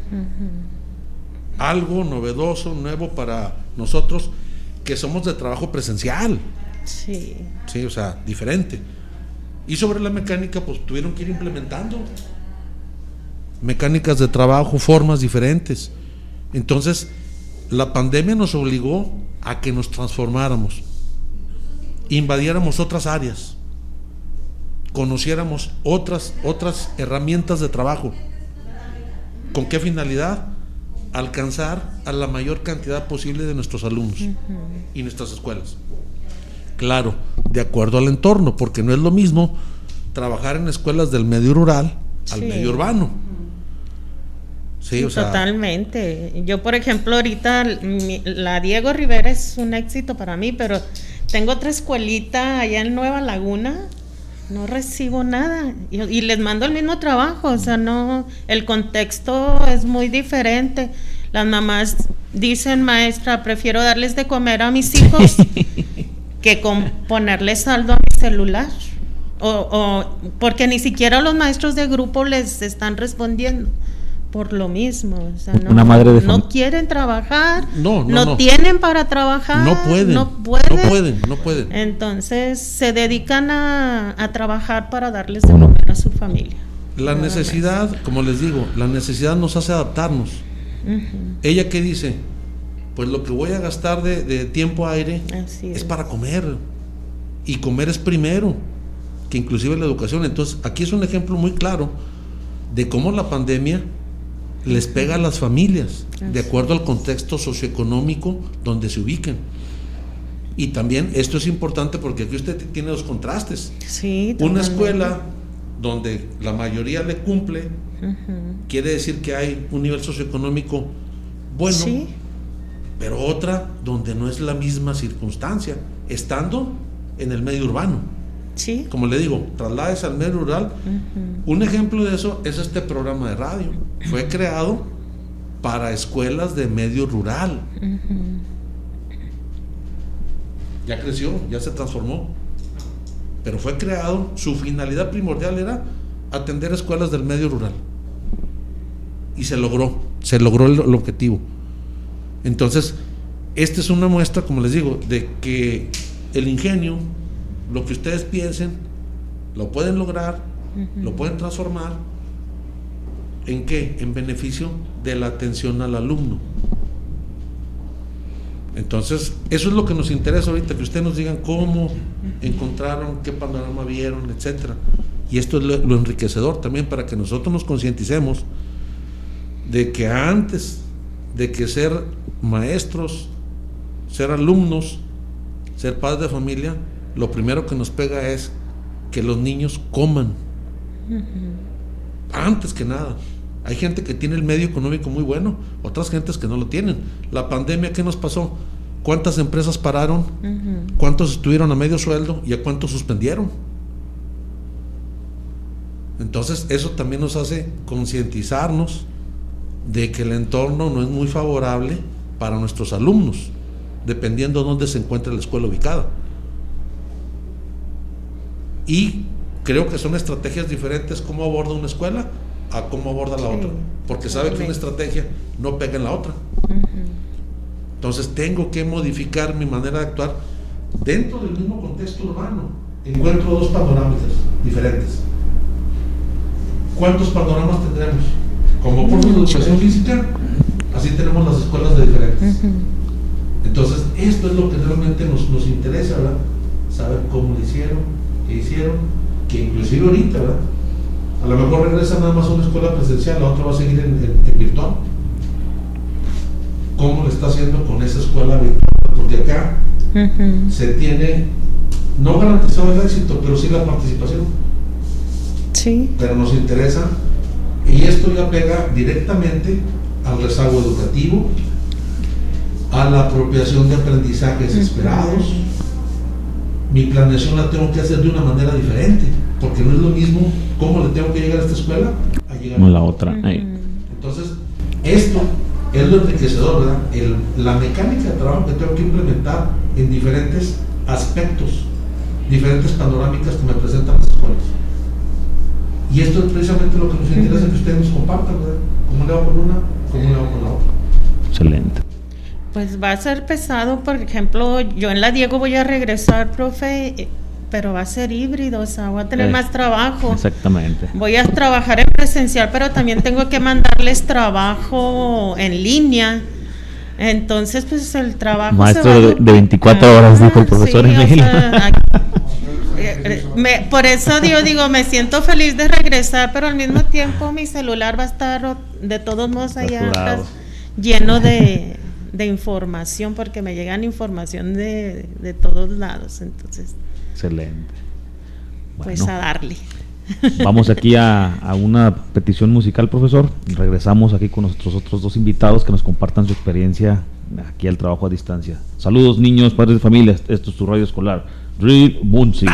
Algo novedoso, nuevo para nosotros que somos de trabajo presencial. Sí, o sea, diferente. Y sobre la mecánica, pues tuvieron que ir implementando mecánicas de trabajo, formas diferentes. Entonces, la pandemia nos obligó a que nos transformáramos, invadiéramos otras áreas, conociéramos otras herramientas de trabajo. ¿Con qué finalidad? Alcanzar a la mayor cantidad posible de nuestros alumnos y nuestras escuelas. Claro, de acuerdo al entorno, porque no es lo mismo trabajar en escuelas del medio rural al medio urbano. Totalmente. Yo, por ejemplo, ahorita la Diego Rivera es un éxito para mí, pero tengo otra escuelita allá en Nueva Laguna, no recibo nada y les mando el mismo trabajo, o sea, no, el contexto es muy diferente. Las mamás dicen: maestra, prefiero darles de comer a mis hijos que ponerles saldo a mi celular, o porque ni siquiera los maestros de grupo les están respondiendo por lo mismo, o sea, no quieren trabajar, no tienen para trabajar, no pueden. Entonces se dedican a trabajar para darles de comer a su familia. La necesidad, como les digo, la necesidad nos hace adaptarnos. Ella, ¿qué dice? Pues lo que voy a gastar de tiempo aire es para comer, y comer es primero que inclusive la educación. Entonces aquí es un ejemplo muy claro de cómo la pandemia les pega a las familias de acuerdo al contexto socioeconómico donde se ubiquen. Y también esto es importante porque aquí usted tiene dos contrastes. Una escuela donde la mayoría le cumple, quiere decir que hay un nivel socioeconómico bueno, pero otra donde no es la misma circunstancia, estando en el medio urbano. Como le digo, traslades al medio rural. Un ejemplo de eso es este programa de radio. Fue creado para escuelas de medio rural. Ya creció, ya se transformó, pero fue creado, su finalidad primordial era atender escuelas del medio rural, y se logró el objetivo. Entonces, esta es una muestra, como les digo, de que el ingenio, lo que ustedes piensen, lo pueden lograr, lo pueden transformar. ¿En qué? En beneficio de la atención al alumno. Entonces, eso es lo que nos interesa ahorita, que ustedes nos digan cómo encontraron, qué panorama vieron, etcétera. Y esto es lo enriquecedor también, para que nosotros nos concienticemos de que antes de que ser maestros, ser alumnos, ser padres de familia, lo primero que nos pega es que los niños coman. Antes que nada. Hay gente que tiene el medio económico muy bueno, otras gentes que no lo tienen. La pandemia, ¿qué nos pasó? ¿Cuántas empresas pararon? ¿Cuántos estuvieron a medio sueldo? ¿Y a cuántos suspendieron? Entonces eso también nos hace concientizarnos de que el entorno no es muy favorable para nuestros alumnos, dependiendo de dónde se encuentre la escuela ubicada. Y creo que son estrategias diferentes cómo aborda una escuela a cómo aborda la otra, porque sabe que una estrategia no pega en la otra. Entonces tengo que modificar mi manera de actuar dentro del mismo contexto urbano. Encuentro dos panoramas diferentes. ¿Cuántos panoramas tendremos? Como por la educación física, así tenemos las escuelas de diferentes. Entonces esto es lo que realmente nos interesa, ¿verdad? Saber cómo lo hicieron, qué hicieron, que inclusive ahorita, ¿verdad? A lo mejor regresa nada más a una escuela presencial, la otra va a seguir en virtual. ¿Cómo lo está haciendo con esa escuela virtual? Porque acá se tiene, no garantizado el éxito, pero sí la participación. Sí. Pero nos interesa, y esto ya pega directamente al rezago educativo, a la apropiación de aprendizajes esperados. Mi planeación la tengo que hacer de una manera diferente, porque no es lo mismo cómo le tengo que llegar a esta escuela a llegar a la otra. Entonces, esto es lo enriquecedor, ¿verdad? La mecánica de trabajo que tengo que implementar en diferentes aspectos, diferentes panorámicas que me presentan las escuelas. Y esto es precisamente lo que nos interesa que ustedes nos compartan, ¿verdad? ¿Cómo le va con una? ¿Cómo le va con la otra? Excelente. Pues va a ser pesado, por ejemplo, yo en la Diego voy a regresar, profe, pero va a ser híbrido, o sea, voy a tener más trabajo. Exactamente. Voy a trabajar en presencial, pero también tengo que mandarles trabajo en línea. Entonces, pues el trabajo maestro de 24 horas, dijo el profesor Emilio. Por eso digo, me siento feliz de regresar, pero al mismo tiempo mi celular va a estar de todos modos allá atrás, lleno de información, porque me llegan información de todos lados. Entonces, excelente. Pues a darle. Vamos aquí a una petición musical, profesor. Regresamos aquí con nuestros otros dos invitados que nos compartan su experiencia aquí al trabajo a distancia. Saludos, niños, padres de familia. Esto es tu radio escolar, Drill Monsi.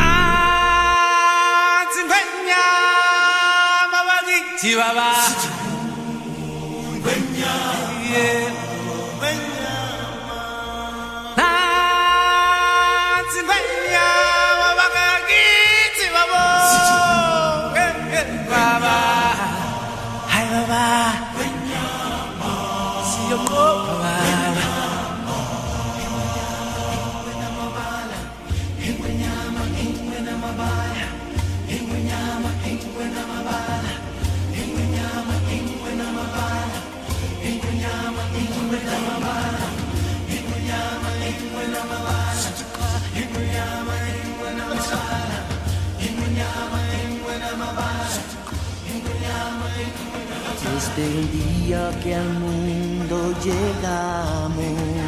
Desde el día que al mundo llegamos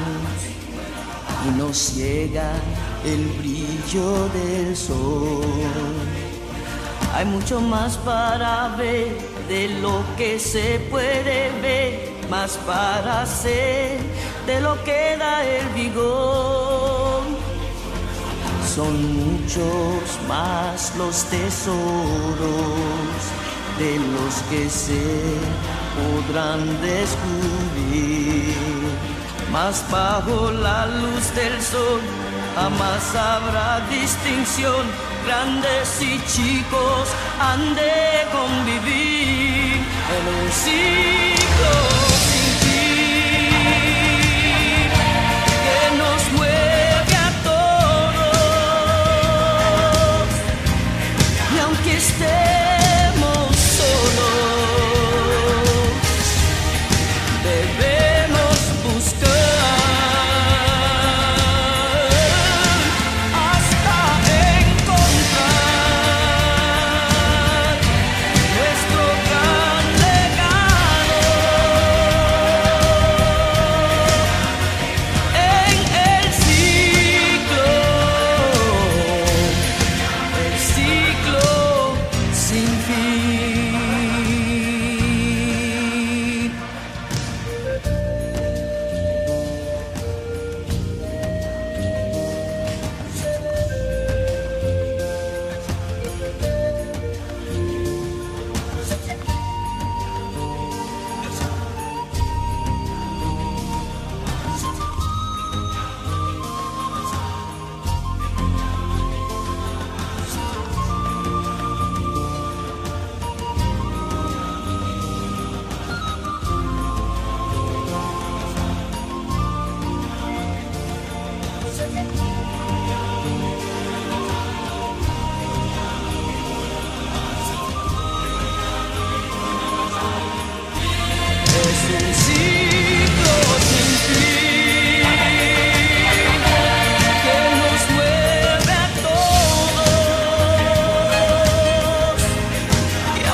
y nos llega el brillo del sol, hay mucho más para ver de lo que se puede ver, más para hacer de lo que da el vigor. Son muchos más los tesoros de los que se podrán descubrir, mas bajo la luz del sol jamás habrá distinción, grandes y chicos han de convivir en un ciclo sin fin que nos mueve a todos, y aunque estemos nuestro gran legado.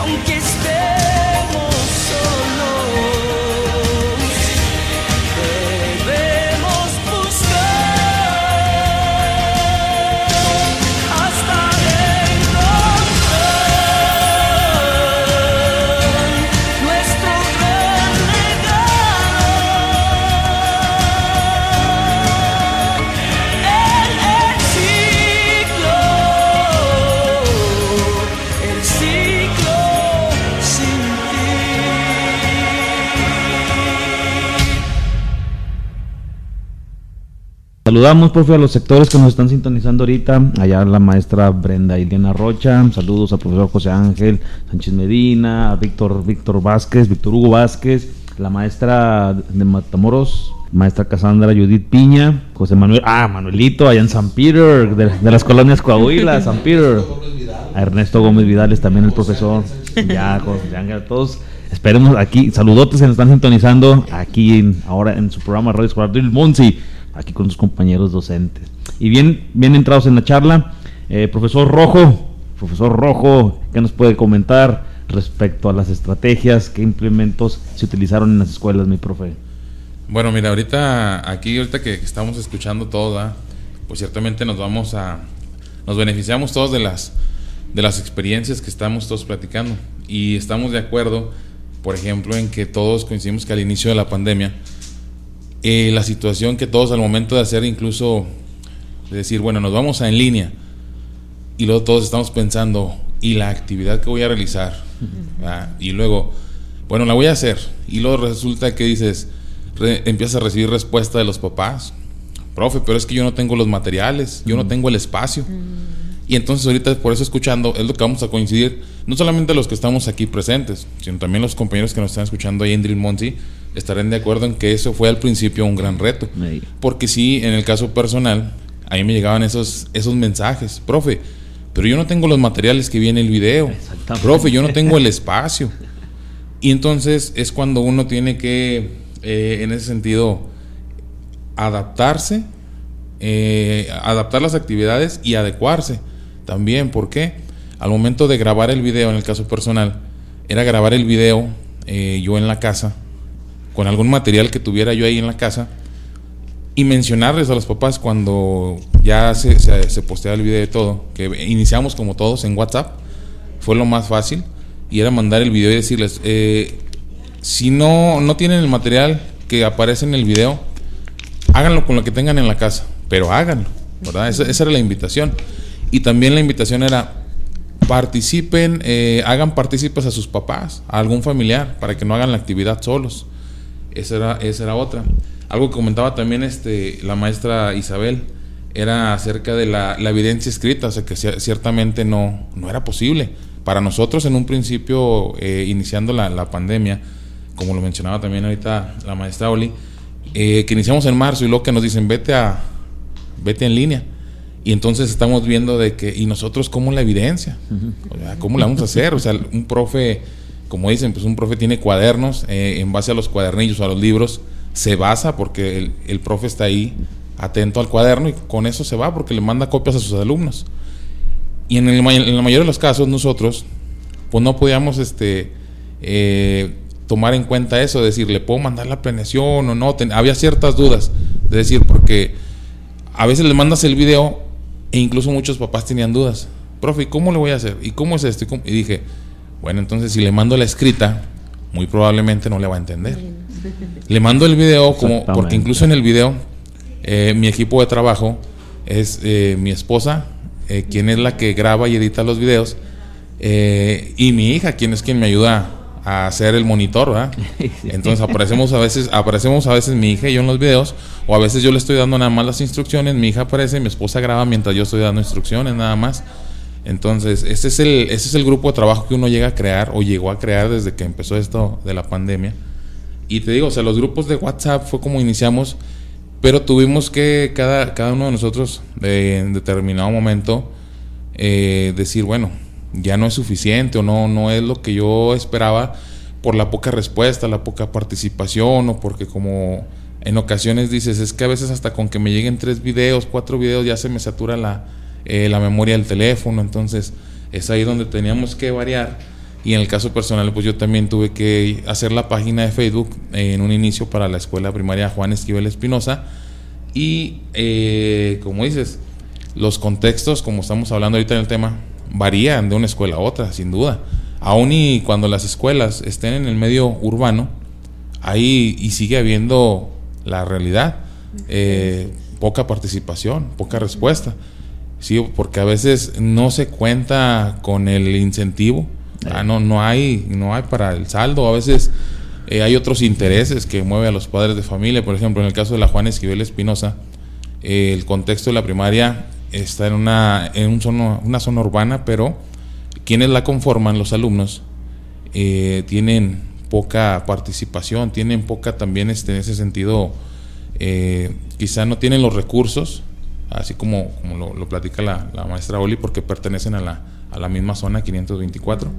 aunque estemos solos, debemos buscar hasta encontrar nuestro gran legado. El ciclo sin ti. Saludamos, profe, a los sectores que nos están sintonizando ahorita. Allá la maestra Brenda Iliana Rocha. Saludos al profesor José Ángel Sánchez Medina, a Víctor Hugo Vázquez, la maestra de Matamoros, maestra Cassandra Judith Piña, José Manuel, Manuelito, allá en San Peter, de las colonias Coahuila, San Peter. A Ernesto Gómez Vidales, también el profesor. Ya, todos. Esperemos aquí, saludotes, se nos están sintonizando aquí ahora en su programa Radio Escolar Drill Monsi, aquí con sus compañeros docentes. Y bien entrados en la charla, profesor Rojo, ¿qué nos puede comentar respecto a las estrategias, qué implementos se utilizaron en las escuelas, mi profe? Bueno, mira, ahorita que estamos escuchando todo, ¿verdad? Pues ciertamente nos beneficiamos todos de las experiencias que estamos todos platicando, y estamos de acuerdo, por ejemplo, en que todos coincidimos que al inicio de la pandemia, la situación que todos al momento de hacer, incluso de decir, bueno, nos vamos en línea, y luego todos estamos pensando, ¿y la actividad que voy a realizar? Y luego, bueno, la voy a hacer, y luego resulta que dices, empiezas a recibir respuesta de los papás, profe, pero es que yo no tengo los materiales, yo no tengo el espacio. Y entonces ahorita, por eso escuchando, es lo que vamos a coincidir, no solamente los que estamos aquí presentes, sino también los compañeros que nos están escuchando ahí en Drill Monsi, estarán de acuerdo en que eso fue al principio un gran reto. Porque sí, en el caso personal, a mí me llegaban esos mensajes, profe, pero yo no tengo los materiales que viene el video, profe, yo no tengo el espacio. Y entonces es cuando uno tiene que, en ese sentido, adaptar las actividades y adecuarse también. ¿Por qué? Al momento de grabar el video, en el caso personal, era grabar el video yo en la casa, con algún material que tuviera yo ahí en la casa, y mencionarles a los papás cuando ya se postea el video y todo, que iniciamos como todos en WhatsApp, fue lo más fácil, y era mandar el video y decirles, si no tienen el material que aparece en el video, háganlo con lo que tengan en la casa, pero háganlo, ¿verdad? Esa era la invitación. Y también la invitación era, participen, hagan partícipes a sus papás, a algún familiar, para que no hagan la actividad solos. Esa era otra. Algo que comentaba también la maestra Isabel, era acerca de la evidencia escrita, o sea que ciertamente no era posible. Para nosotros en un principio, iniciando la pandemia, como lo mencionaba también ahorita la maestra Oli, que iniciamos en marzo y luego que nos dicen vete en línea, y entonces estamos viendo de que, y nosotros cómo la evidencia, o sea, cómo la vamos a hacer, o sea, un profe, como dicen, pues un profe tiene cuadernos, en base a los cuadernillos o a los libros se basa, porque el profe está ahí atento al cuaderno y con eso se va, porque le manda copias a sus alumnos. Y en la mayoría de los casos nosotros pues no podíamos tomar en cuenta eso, decir, ¿le puedo mandar la planeación o no? Había ciertas dudas, de decir, porque a veces le mandas el video e incluso muchos papás tenían dudas. Profe, ¿y cómo le voy a hacer? ¿Y cómo es esto? Y dije, bueno, entonces si le mando la escrita, muy probablemente no le va a entender. Le mando el video, porque incluso en el video, mi equipo de trabajo es mi esposa, quien es la que graba y edita los videos, y mi hija, quien me ayuda a hacer el monitor, ¿verdad? Entonces aparecemos a veces mi hija y yo en los videos, o a veces yo le estoy dando nada más las instrucciones, mi hija aparece y mi esposa graba mientras yo estoy dando instrucciones nada más. Entonces ese es el grupo de trabajo que uno llega a crear, o llegó a crear desde que empezó esto de la pandemia. Y te digo, o sea, los grupos de WhatsApp fue como iniciamos, pero tuvimos que cada uno de nosotros en determinado momento decir, bueno, ya no es suficiente, o no es lo que yo esperaba, por la poca respuesta, la poca participación, o porque como en ocasiones dices, es que a veces hasta con que me lleguen 3 videos, 4 videos ya se me satura la memoria del teléfono. Entonces es ahí donde teníamos que variar Y en el caso personal, pues yo también tuve que hacer la página de Facebook en un inicio para la escuela primaria Juan Esquivel Espinosa. Y como dices, los contextos, como estamos hablando ahorita en el tema, varían de una escuela a otra, sin duda. Aún y cuando las escuelas estén en el medio urbano, ahí y sigue habiendo la realidad, poca participación, poca respuesta. Sí, porque a veces no se cuenta con el incentivo. No hay para el saldo. A veces hay otros intereses que mueven a los padres de familia. Por ejemplo, en el caso de la Juan Esquivel Espinosa, el contexto de la primaria está en una zona urbana, pero quienes la conforman, los alumnos, tienen poca participación, tienen poca también en ese sentido, quizá no tienen los recursos, así como lo platica la maestra Oli, porque pertenecen a la misma zona 524.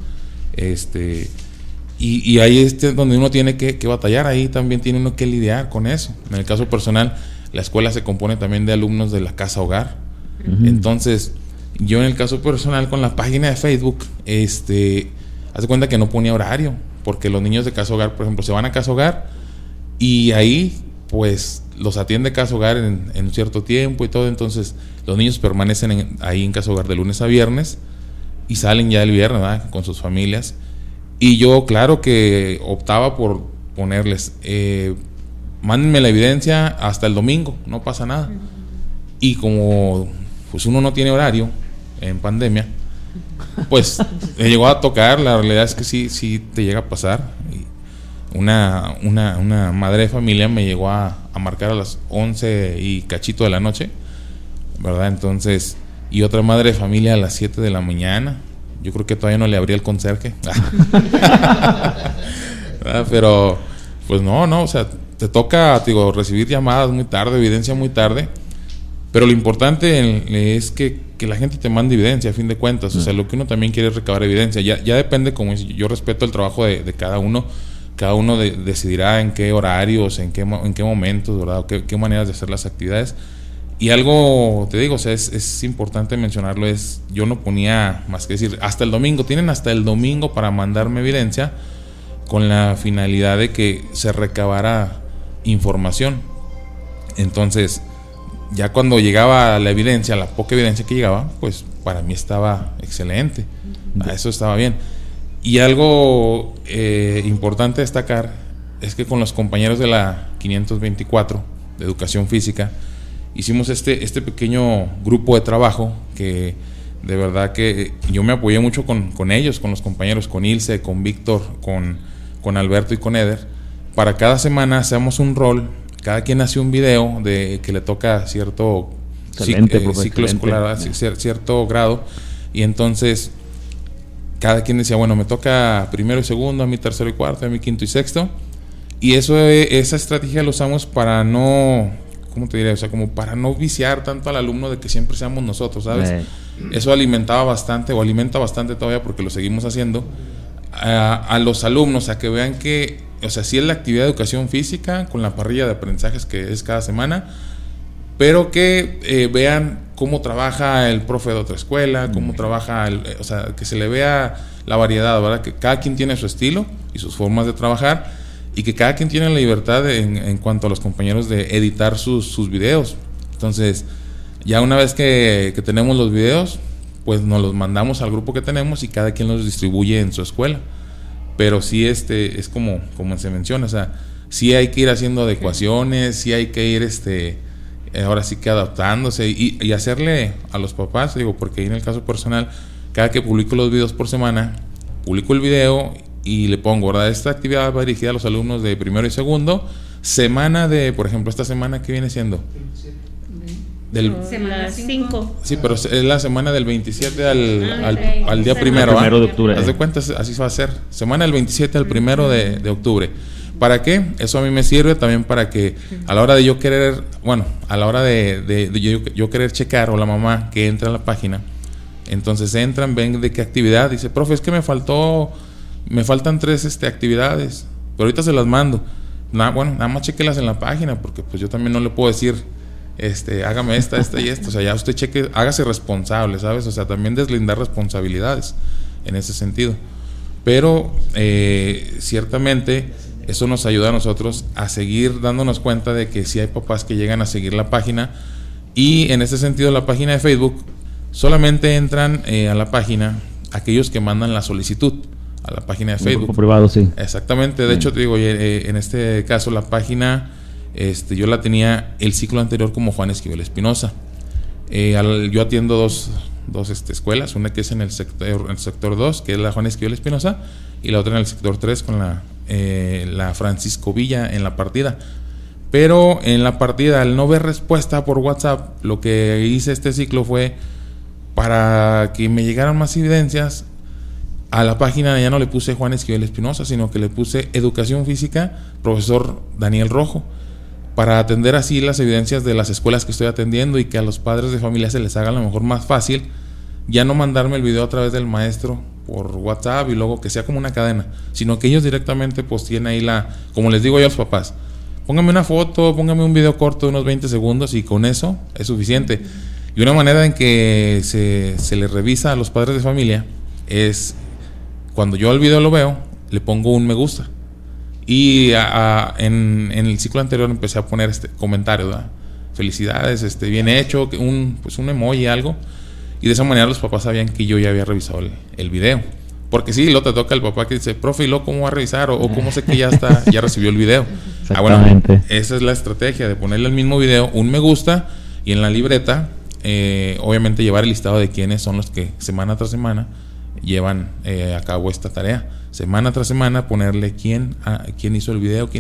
Y ahí es donde uno tiene que batallar, ahí también tiene uno que lidiar con eso. En el caso personal, la escuela se compone también de alumnos de la casa hogar. Entonces, yo en el caso personal con la página de Facebook, haz de cuenta que no ponía horario, porque los niños de casa hogar, por ejemplo, se van a casa hogar y ahí pues los atiende casa hogar en un cierto tiempo y todo. Entonces los niños permanecen ahí en casa hogar de lunes a viernes y salen ya el viernes, ¿verdad?, con sus familias. Y yo, claro que optaba por ponerles, mándenme la evidencia hasta el domingo, no pasa nada. Y como pues uno no tiene horario en pandemia, pues me llegó a tocar. La realidad es que sí te llega a pasar. Una madre de familia me llegó a marcar a las 11 y cachito de la noche, ¿verdad? Entonces, y otra madre de familia a las 7 de la mañana. Yo creo que todavía no le abría el conserje. Pero pues no, o sea, te toca, digo, recibir llamadas muy tarde, evidencia muy tarde. Pero lo importante es que la gente te mande evidencia, a fin de cuentas. O sea, lo que uno también quiere es recabar evidencia. Ya depende, como yo respeto el trabajo de cada uno. Cada uno decidirá en qué horarios, en qué momentos, ¿verdad? Qué maneras de hacer las actividades. Y algo, te digo, o sea, es importante mencionarlo, yo no ponía más que decir, hasta el domingo, tienen hasta el domingo para mandarme evidencia, con la finalidad de que se recabara información. Entonces, ya cuando llegaba la evidencia, la poca evidencia que llegaba, pues para mí estaba excelente, eso estaba bien. Y algo importante destacar es que con los compañeros de la 524 de Educación Física hicimos este pequeño grupo de trabajo que de verdad que yo me apoyé mucho con ellos, con los compañeros, con Ilse, con Víctor, con Alberto y con Eder. Para cada semana hacemos un rol, cada quien hace un video de que le toca cierto ciclo escolar, cierto grado, y entonces cada quien decía, bueno, me toca primero y segundo, a mí tercero y cuarto, a mí quinto y sexto. Y esa estrategia la usamos para no, ¿cómo te diré? O sea, como para no viciar tanto al alumno de que siempre seamos nosotros, ¿sabes? Eso alimentaba bastante, o alimenta bastante todavía, porque lo seguimos haciendo, a los alumnos, a que vean que, o sea, sí es la actividad de educación física con la parrilla de aprendizajes que es cada semana, pero que vean cómo trabaja el profe de otra escuela, cómo trabaja, o sea, que se le vea la variedad, ¿verdad? Que cada quien tiene su estilo y sus formas de trabajar, y que cada quien tiene la libertad en cuanto a los compañeros de editar sus videos. Entonces, ya una vez que tenemos los videos, pues nos los mandamos al grupo que tenemos y cada quien los distribuye en su escuela. Pero sí, es como se menciona, o sea, sí hay que ir haciendo adecuaciones, sí hay que ir ahora sí que adaptándose y hacerle a los papás, digo, porque en el caso personal, cada que publico los videos por semana, publico el video y le pongo, ¿verdad? Esta actividad va dirigida a los alumnos de primero y segundo, semana de, por ejemplo, esta semana que viene siendo semana 5. Sí, pero es la semana del 27 al día primero, primero de octubre. Haz de cuenta, así va a ser, semana del 27 al primero de octubre. ¿Para qué? Eso a mí me sirve también para que a la hora de yo querer, bueno, a la hora de yo querer checar, o la mamá que entra a la página, entonces entran, ven de qué actividad, dice, profe, es que me faltan 3 actividades, pero ahorita se las mando. Bueno, nada más chequelas en la página, porque pues yo también no le puedo decir, hágame esta y esta, o sea, ya usted hágase responsable, ¿sabes? O sea, también deslindar responsabilidades en ese sentido. pero ciertamente eso nos ayuda a nosotros a seguir dándonos cuenta de que sí hay papás que llegan a seguir la página, y en ese sentido la página de Facebook solamente entran a la página aquellos que mandan la solicitud a la página de Facebook. Grupo privado, sí. Exactamente, de hecho te digo, en este caso la página yo la tenía el ciclo anterior como Juan Esquivel Espinosa. Yo atiendo dos escuelas, una que es en el sector 2, que es la Juan Esquivel Espinosa, y la otra en el sector 3 con la Francisco Villa en La Partida. Pero en La Partida, al no ver respuesta por WhatsApp, lo que hice este ciclo fue, para que me llegaran más evidencias, a la página ya no le puse Juan Esquivel Espinosa, sino que le puse Educación Física, profesor Daniel Rojo, para atender así las evidencias de las escuelas que estoy atendiendo, y que a los padres de familia se les haga a lo mejor más fácil ya no mandarme el video a través del maestro por WhatsApp y luego que sea como una cadena, sino que ellos directamente pues tienen ahí como les digo yo a los papás, póngame una foto, póngame un video corto de unos 20 segundos y con eso es suficiente. Y una manera en que se le revisa a los padres de familia es cuando yo el video lo veo, le pongo un me gusta. Y en el ciclo anterior empecé a poner comentario, ¿verdad? Felicidades, bien hecho, un emoji, algo. Y de esa manera los papás sabían que yo ya había revisado el video. Porque sí, luego te toca el papá que dice, profe, ¿y luego cómo va a revisar? O cómo sé que ya recibió el video. Bueno, esa es la estrategia de ponerle al mismo video un me gusta, y en la libreta, obviamente llevar el listado de quiénes son los que semana tras semana llevan a cabo esta tarea. Semana tras semana ponerle quién hizo el video,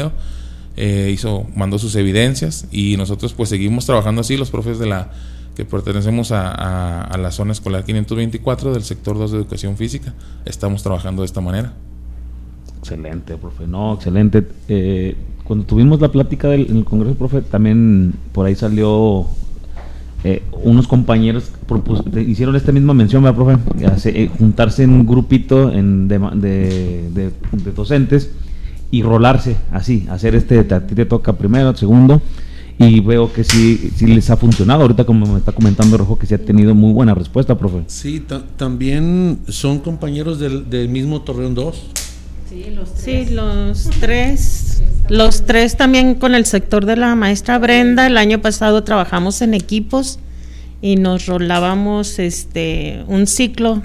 mandó sus evidencias, y nosotros pues seguimos trabajando así, los profes que pertenecemos a la zona escolar 524 del sector 2 de Educación Física, estamos trabajando de esta manera. Excelente, profe, excelente. Cuando tuvimos la plática en el Congreso, profe, también por ahí salió unos compañeros hicieron esta misma mención, ¿verdad, profe? Juntarse en un grupito de docentes y rolarse así, hacer a ti te toca primero, segundo, y veo que sí les ha funcionado. Ahorita, como me está comentando Rojo, que sí ha tenido muy buena respuesta, profe. Sí, también son compañeros del mismo Torreón 2. Sí, los tres. Los tres también con el sector de la maestra Brenda. El año pasado trabajamos en equipos y nos rolábamos un ciclo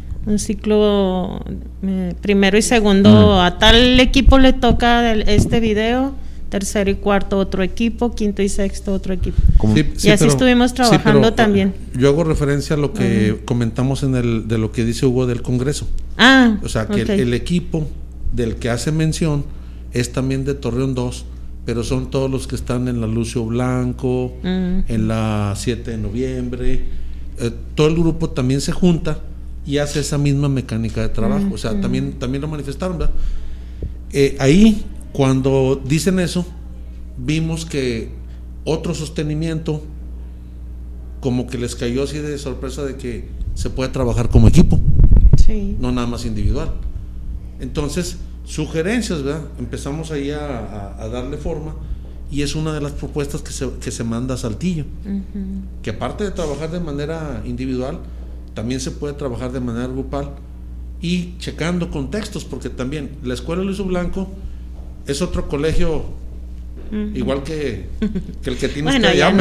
primero y segundo. A tal equipo le toca este video, tercero y cuarto otro equipo, quinto y sexto otro equipo. Y así estuvimos trabajando también. Yo hago referencia a lo que comentamos de lo que dice Hugo del Congreso. O sea, que el equipo del que hace mención es también de Torreón 2, pero son todos los que están en la Lucio Blanco, en la 7 de noviembre. Todo el grupo también se junta y hace esa misma mecánica de trabajo. O sea, también lo manifestaron, ¿verdad? Ahí, cuando dicen eso, vimos que otro sostenimiento como que les cayó así de sorpresa de que se puede trabajar como equipo, no nada más individual. Entonces, sugerencias, ¿verdad? Empezamos ahí a darle forma, y es una de las propuestas que se manda a Saltillo, que aparte de trabajar de manera individual, también se puede trabajar de manera grupal y checando contextos, porque también la Escuela Luis Blanco es otro colegio igual que el que tiene usted allá,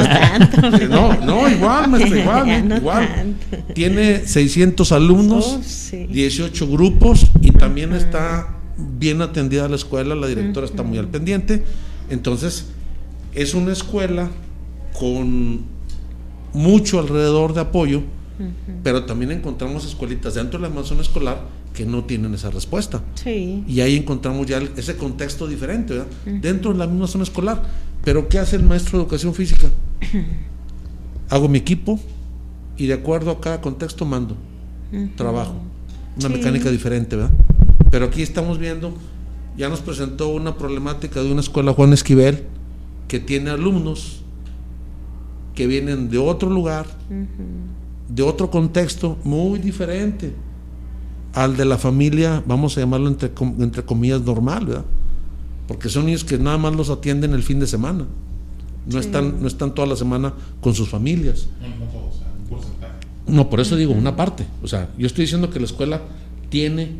igual. Tiene 600 alumnos, 18 grupos, y también está bien atendida la escuela, la directora está muy al pendiente. Entonces es una escuela con mucho alrededor de apoyo, pero también encontramos escuelitas dentro de la manzana escolar que no tienen esa respuesta. Y ahí encontramos ya ese contexto diferente, ¿verdad? Dentro de la misma zona escolar. Pero ¿qué hace el maestro de educación física? Hago mi equipo y de acuerdo a cada contexto mando trabajo, una mecánica diferente, ¿verdad? Pero aquí estamos viendo, ya nos presentó una problemática de una escuela Juan Esquivel que tiene alumnos que vienen de otro lugar, de otro contexto muy diferente al de la familia, vamos a llamarlo entre comillas normal, ¿verdad? Porque son niños que nada más los atienden el fin de semana, no están toda la semana con sus familias. No, por eso digo una parte. O sea, yo estoy diciendo que la escuela tiene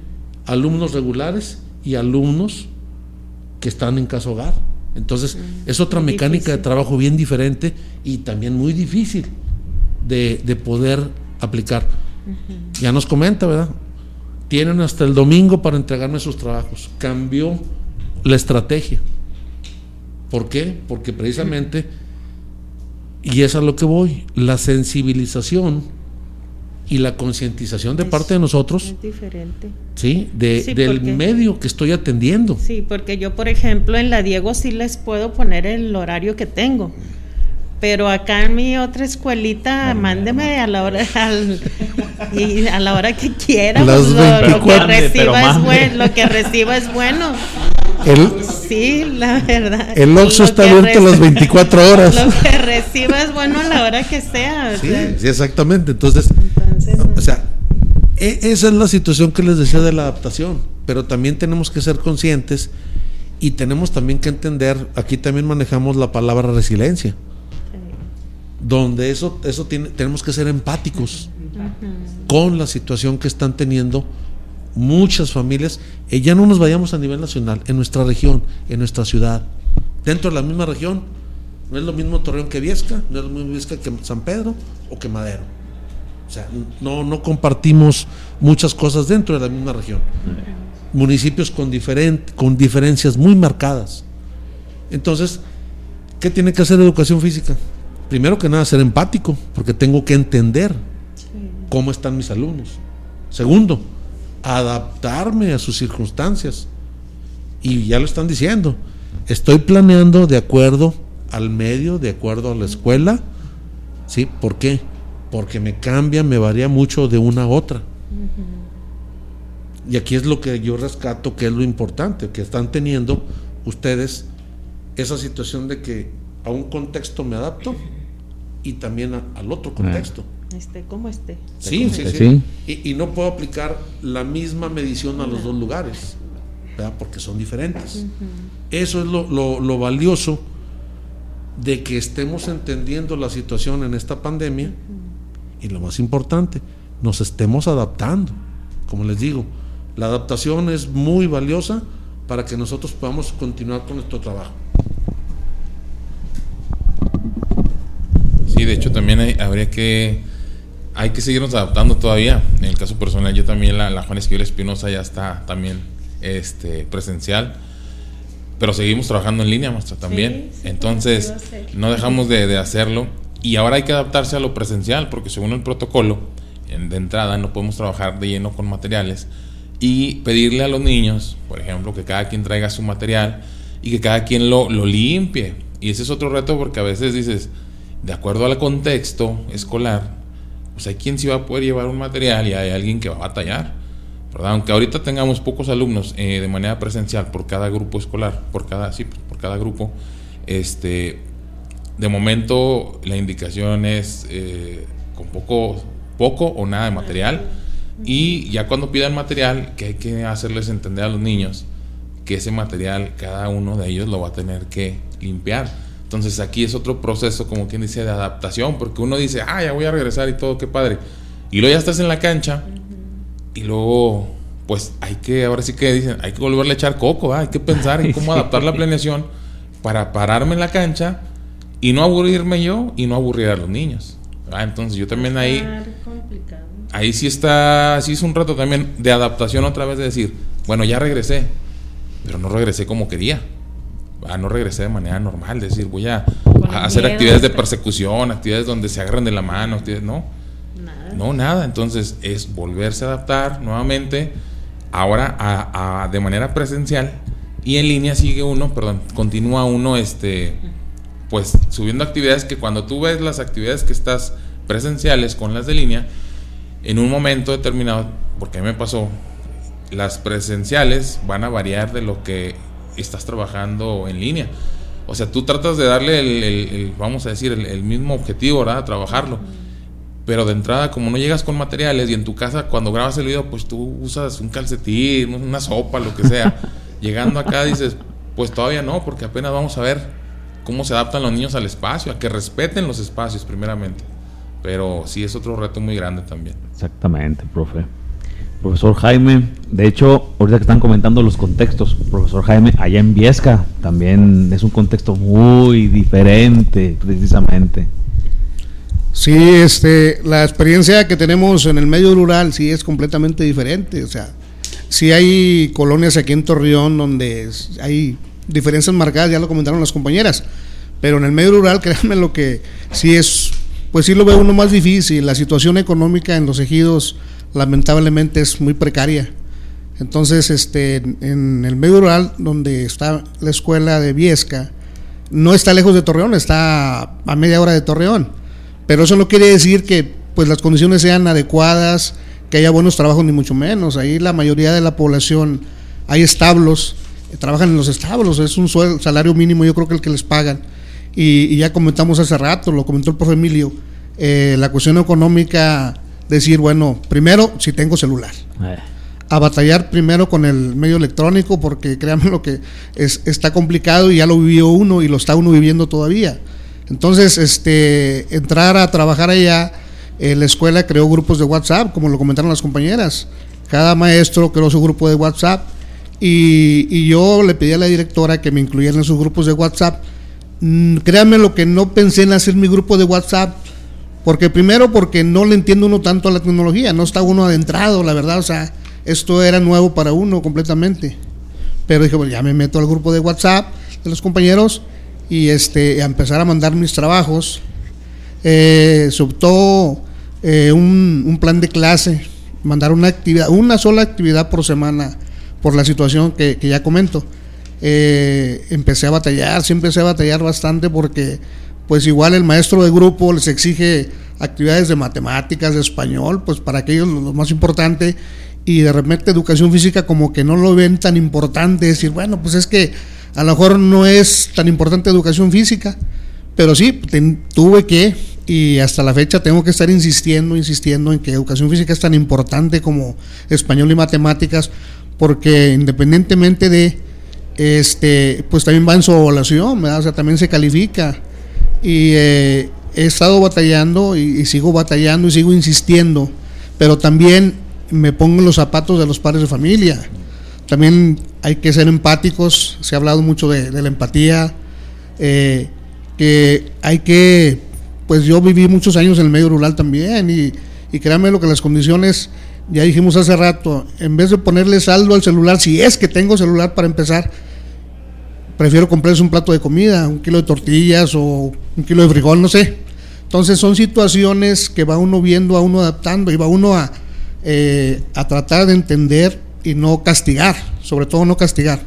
alumnos regulares y alumnos que están en casa hogar. Entonces es otra mecánica de trabajo bien diferente y también muy difícil de poder aplicar. Ya nos comenta, ¿verdad? Tienen hasta el domingo para entregarme sus trabajos. Cambió la estrategia. ¿Por qué? Porque precisamente, y es a lo que voy, la sensibilización y la concientización de parte de nosotros es diferente. ¿sí? Del medio que estoy atendiendo. Sí, porque yo, por ejemplo, en la Diego sí les puedo poner el horario que tengo, pero acá en mi otra escuelita, mándeme a la hora y a la hora que quiera. Las Pues, lo que reciba es bueno, lo que reciba es bueno. Sí, la verdad. El Oxxo está abierto las 24 horas. Lo que reciba es bueno a la hora que sea. Sí, sí, exactamente. Entonces, o sea, esa es la situación que les decía de la adaptación, pero también tenemos que ser conscientes y tenemos también que entender, aquí también manejamos la palabra resiliencia, donde tenemos que ser empáticos con la situación que están teniendo muchas familias. Ya no nos vayamos a nivel nacional, en nuestra región, en nuestra ciudad, dentro de la misma región. No es lo mismo Torreón que Viesca, no es lo mismo Viesca que San Pedro o que Madero. O sea, no compartimos muchas cosas dentro de la misma región. Municipios con diferencias muy marcadas. Entonces, ¿qué tiene que hacer educación física? Primero que nada, ser empático, porque tengo que entender cómo están mis alumnos. Segundo, adaptarme a sus circunstancias. Y ya lo están diciendo, estoy planeando de acuerdo al medio, de acuerdo a la escuela. ¿Sí? ¿Por qué? Porque me cambia, me varía mucho de una a otra. Y aquí es lo que yo rescato, que es lo importante, que están teniendo ustedes esa situación de que a un contexto me adapto y también al otro contexto. Esté como esté. Sí. Y no puedo aplicar la misma medición a los dos lugares, ¿verdad? Porque son diferentes. Eso es lo valioso de que estemos entendiendo la situación en esta pandemia y lo más importante, nos estemos adaptando. Como les digo, la adaptación es muy valiosa para que nosotros podamos continuar con nuestro trabajo. Sí, de hecho también hay que seguirnos adaptando todavía. En el caso personal, yo también la Juan Esquivel Espinosa ya está también presencial, pero seguimos trabajando en línea, maestra, también. Sí, entonces no dejamos de hacerlo, y ahora hay que adaptarse a lo presencial, porque según el protocolo de entrada no podemos trabajar de lleno con materiales, y pedirle a los niños, por ejemplo, que cada quien traiga su material y que cada quien lo limpie. Y ese es otro reto, porque a veces dices, de acuerdo al contexto escolar, pues hay quien sí va a poder llevar un material y hay alguien que va a batallar, ¿verdad? Aunque ahorita tengamos pocos alumnos de manera presencial por cada grupo escolar, por cada grupo, de momento la indicación es con poco o nada de material, y ya cuando pidan material, que hay que hacerles entender a los niños que ese material cada uno de ellos lo va a tener que limpiar. Entonces aquí es otro proceso, como quien dice, de adaptación, porque uno dice, ya voy a regresar y todo, qué padre, y luego ya estás en la cancha y luego pues ahora sí que dicen, hay que volverle a echar coco, hay que pensar en cómo adaptar la planeación para pararme en la cancha y no aburrirme yo y no aburrir a los niños, ¿verdad? Entonces yo también ahí sí es un reto también de adaptación, otra vez, de decir, bueno, ya regresé, pero no regresé como quería, no regresé de manera normal, decir, voy a hacer actividades de persecución, actividades donde se agarran de la mano, nada. Entonces es volverse a adaptar nuevamente, ahora de manera presencial, y en línea continúa uno pues subiendo actividades que cuando tú ves las actividades que estás presenciales con las de línea, en un momento determinado, porque a mí me pasó, las presenciales van a variar de lo que estás trabajando en línea. O sea, tú tratas de darle vamos a decir, el mismo objetivo, ¿verdad? Trabajarlo. Pero de entrada, como no llegas con materiales, y en tu casa cuando grabas el video, pues tú usas un calcetín, una sopa, lo que sea. Llegando acá dices, pues todavía no, porque apenas vamos a ver cómo se adaptan los niños al espacio, a que respeten los espacios primeramente. Pero sí es otro reto muy grande también. Exactamente, profe. profesor Jaime. De hecho, ahorita que están comentando los contextos, profesor Jaime, allá en Viesca también es un contexto muy diferente, precisamente. Sí, la experiencia que tenemos en el medio rural sí es completamente diferente. O sea, sí hay colonias aquí en Torreón donde hay diferencias marcadas, ya lo comentaron las compañeras, pero en el medio rural, créanme lo que sí es, pues sí lo ve uno más difícil. La situación económica en los ejidos lamentablemente es muy precaria. Entonces, en el medio rural, donde está la escuela de Viesca, no está lejos de Torreón, está a media hora de Torreón, pero eso no quiere decir que pues las condiciones sean adecuadas, que haya buenos trabajos, ni mucho menos. Ahí la mayoría de la población, hay establos, trabajan en los establos, es un salario mínimo, yo creo que el que les pagan, y ya comentamos hace rato, lo comentó el profe Emilio, la cuestión económica, decir, bueno, primero, si tengo celular, a batallar primero con el medio electrónico, porque créanme lo que está complicado, y ya lo vivió uno y lo está uno viviendo todavía. Entonces, entrar a trabajar allá, la escuela creó grupos de WhatsApp, como lo comentaron las compañeras, cada maestro creó su grupo de WhatsApp, y yo le pedí a la directora que me incluyeran en sus grupos de WhatsApp. Créanme lo que no pensé en hacer mi grupo de WhatsApp, porque primero, porque no le entiendo uno tanto a la tecnología, no está uno adentrado, la verdad, o sea, esto era nuevo para uno completamente, pero dije, bueno, ya me meto al grupo de WhatsApp de los compañeros, y a empezar a mandar mis trabajos. Se optó un plan de clase, mandar una sola actividad por semana, por la situación que ya comento. Empecé a batallar bastante, porque pues igual el maestro de grupo les exige actividades de matemáticas, de español, pues para aquellos lo más importante, y de repente educación física como que no lo ven tan importante, decir, bueno, pues es que a lo mejor no es tan importante educación física, pero sí, tuve que, y hasta la fecha tengo que estar insistiendo en que educación física es tan importante como español y matemáticas, porque independientemente de, pues también va en su evaluación, ¿verdad? O sea, también se califica, y he estado batallando y sigo batallando y sigo insistiendo, pero también me pongo en los zapatos de los padres de familia. También hay que ser empáticos, se ha hablado mucho de la empatía, que hay que, pues yo viví muchos años en el medio rural también, y créanme lo que las condiciones, ya dijimos hace rato, en vez de ponerle saldo al celular, si es que tengo celular para empezar, prefiero comprarles un plato de comida, 1 kilo de tortillas o 1 kilo de frijol, no sé. Entonces son situaciones que va uno viendo, a uno adaptando, y va uno a tratar de entender y no castigar, sobre todo no castigar.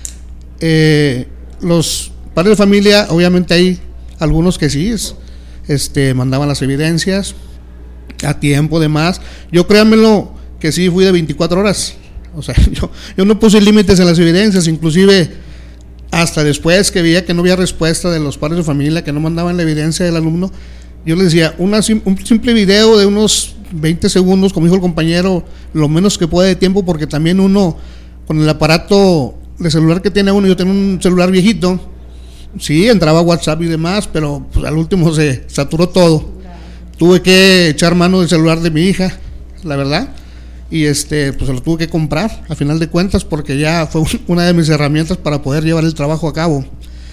Los padres de familia, obviamente hay algunos que sí, mandaban las evidencias a tiempo de más. Yo créanmelo que sí fui de 24 horas, o sea, yo no puse límites en las evidencias, inclusive hasta después que veía que no había respuesta de los padres de familia, que no mandaban la evidencia del alumno, yo les decía, un simple video de unos 20 segundos, como dijo el compañero, lo menos que pueda de tiempo, porque también uno, con el aparato de celular que tiene uno, yo tengo un celular viejito, sí, entraba WhatsApp y demás, pero pues, al último se saturó todo. Tuve que echar mano del celular de mi hija, la verdad, y pues se lo tuve que comprar, a final de cuentas, porque ya fue una de mis herramientas para poder llevar el trabajo a cabo.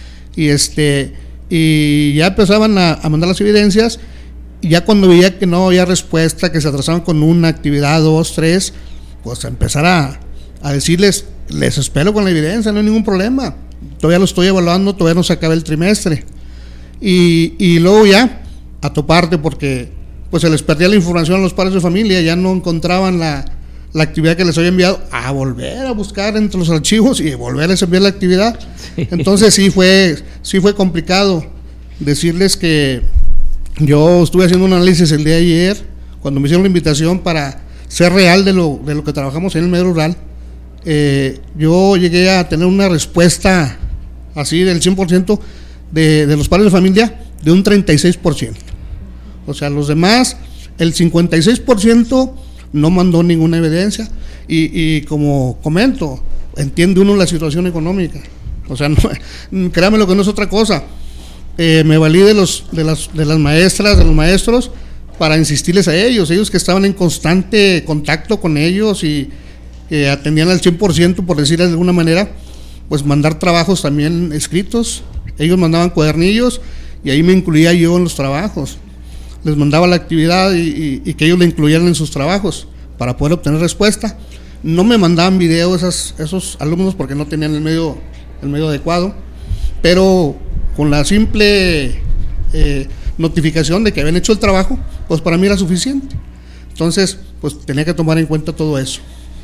Y ya empezaban a mandar las evidencias, y ya cuando veía que no había respuesta, que se atrasaban con una actividad, 2, 3, pues a empezar a decirles, les espero con la evidencia, no hay ningún problema, todavía lo estoy evaluando, todavía no se acaba el trimestre, y luego ya a toparte, porque pues se les perdía la información a los padres de familia, ya no encontraban la actividad que les había enviado, a volver a buscar entre los archivos y volverles a enviar la actividad. Sí. Entonces sí fue complicado decirles que yo estuve haciendo un análisis el día de ayer, cuando me hicieron la invitación para ser real de lo que trabajamos en el medio rural. Yo llegué a tener una respuesta así del 100% de los padres de familia, de un 36%. O sea, los demás, el 56% no mandó ninguna evidencia, y como comento, entiende uno la situación económica, o sea, no, créame lo que no es otra cosa. Me valí de las maestras, de los maestros, para insistirles a ellos que estaban en constante contacto con ellos y atendían al 100%, por decir de alguna manera, pues mandar trabajos también escritos. Ellos mandaban cuadernillos y ahí me incluía yo en los trabajos. Les mandaba la actividad y que ellos la incluyeran en sus trabajos para poder obtener respuesta. No me mandaban video esos alumnos porque no tenían el medio adecuado, pero con la simple notificación de que habían hecho el trabajo, pues para mí era suficiente. Entonces, pues tenía que tomar en cuenta todo eso.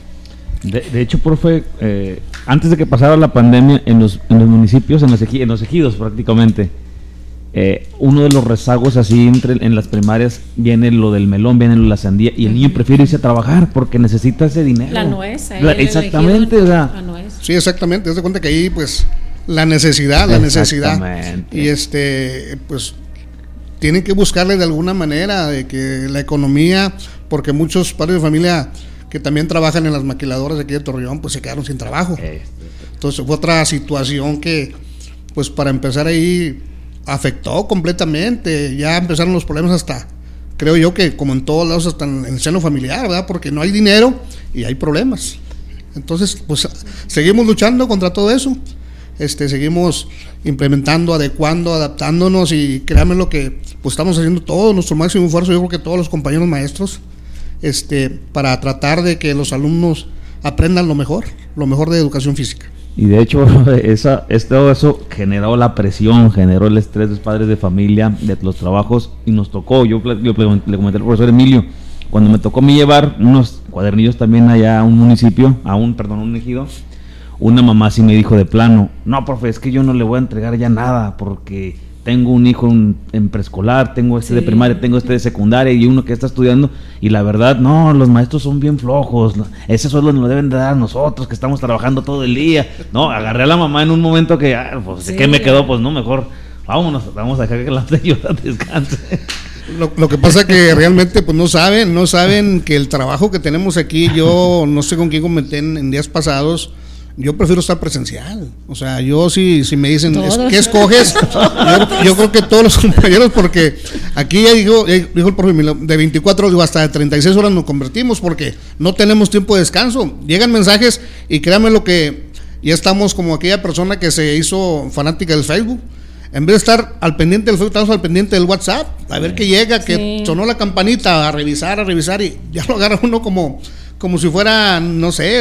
De hecho, profe, antes de que pasara la pandemia en los municipios, en los ejidos prácticamente, uno de los rezagos así en las primarias viene lo del melón, viene lo de la sandía, y el niño prefiere irse a trabajar porque necesita ese dinero. La nuez, exactamente, ¿verdad? La nuez. Sí, exactamente. Te das cuenta que ahí, pues, la necesidad, y pues tienen que buscarle de alguna manera de que la economía, porque muchos padres de familia que también trabajan en las maquiladoras de aquí de Torreón, pues se quedaron sin trabajo. Entonces fue otra situación que, pues para empezar ahí, afectó completamente. Ya empezaron los problemas hasta, creo yo que como en todos lados, hasta en el seno familiar, ¿verdad? Porque no hay dinero y hay problemas. Entonces, pues seguimos luchando contra todo eso. Seguimos implementando, adecuando, adaptándonos, y créanme lo que pues estamos haciendo todo nuestro máximo esfuerzo, yo creo que todos los compañeros maestros, para tratar de que los alumnos aprendan lo mejor de educación física. Y de hecho, todo eso generó la presión, generó el estrés de los padres de familia, de los trabajos, y nos tocó, yo le comenté al profesor Emilio, cuando me tocó a mí llevar unos cuadernillos también allá a un municipio, a un ejido, una mamá sí me dijo de plano, no, profe, es que yo no le voy a entregar ya nada, porque tengo un hijo en preescolar, tengo de primaria, tengo de secundaria y uno que está estudiando, y la verdad, no, los maestros son bien flojos, ese sueldo nos lo deben de dar a nosotros que estamos trabajando todo el día. No, agarré a la mamá en un momento que, pues, ¿qué me quedó? Pues no, mejor vámonos, vamos a dejar que la señora descanse. Lo que pasa que realmente pues no saben que el trabajo que tenemos aquí, yo no sé con quién comenté en días pasados, yo prefiero estar presencial. O sea, yo si me dicen, ¿qué escoges? Yo creo que todos los compañeros, porque aquí ya dijo el profe, de 24 hasta de 36 horas nos convertimos porque no tenemos tiempo de descanso. Llegan mensajes y créanme lo que ya estamos como aquella persona que se hizo fanática del Facebook. En vez de estar al pendiente del Facebook, estamos al pendiente del WhatsApp, a ver qué llega, que sonó la campanita, a revisar, y ya lo agarra uno como si fuera, no sé,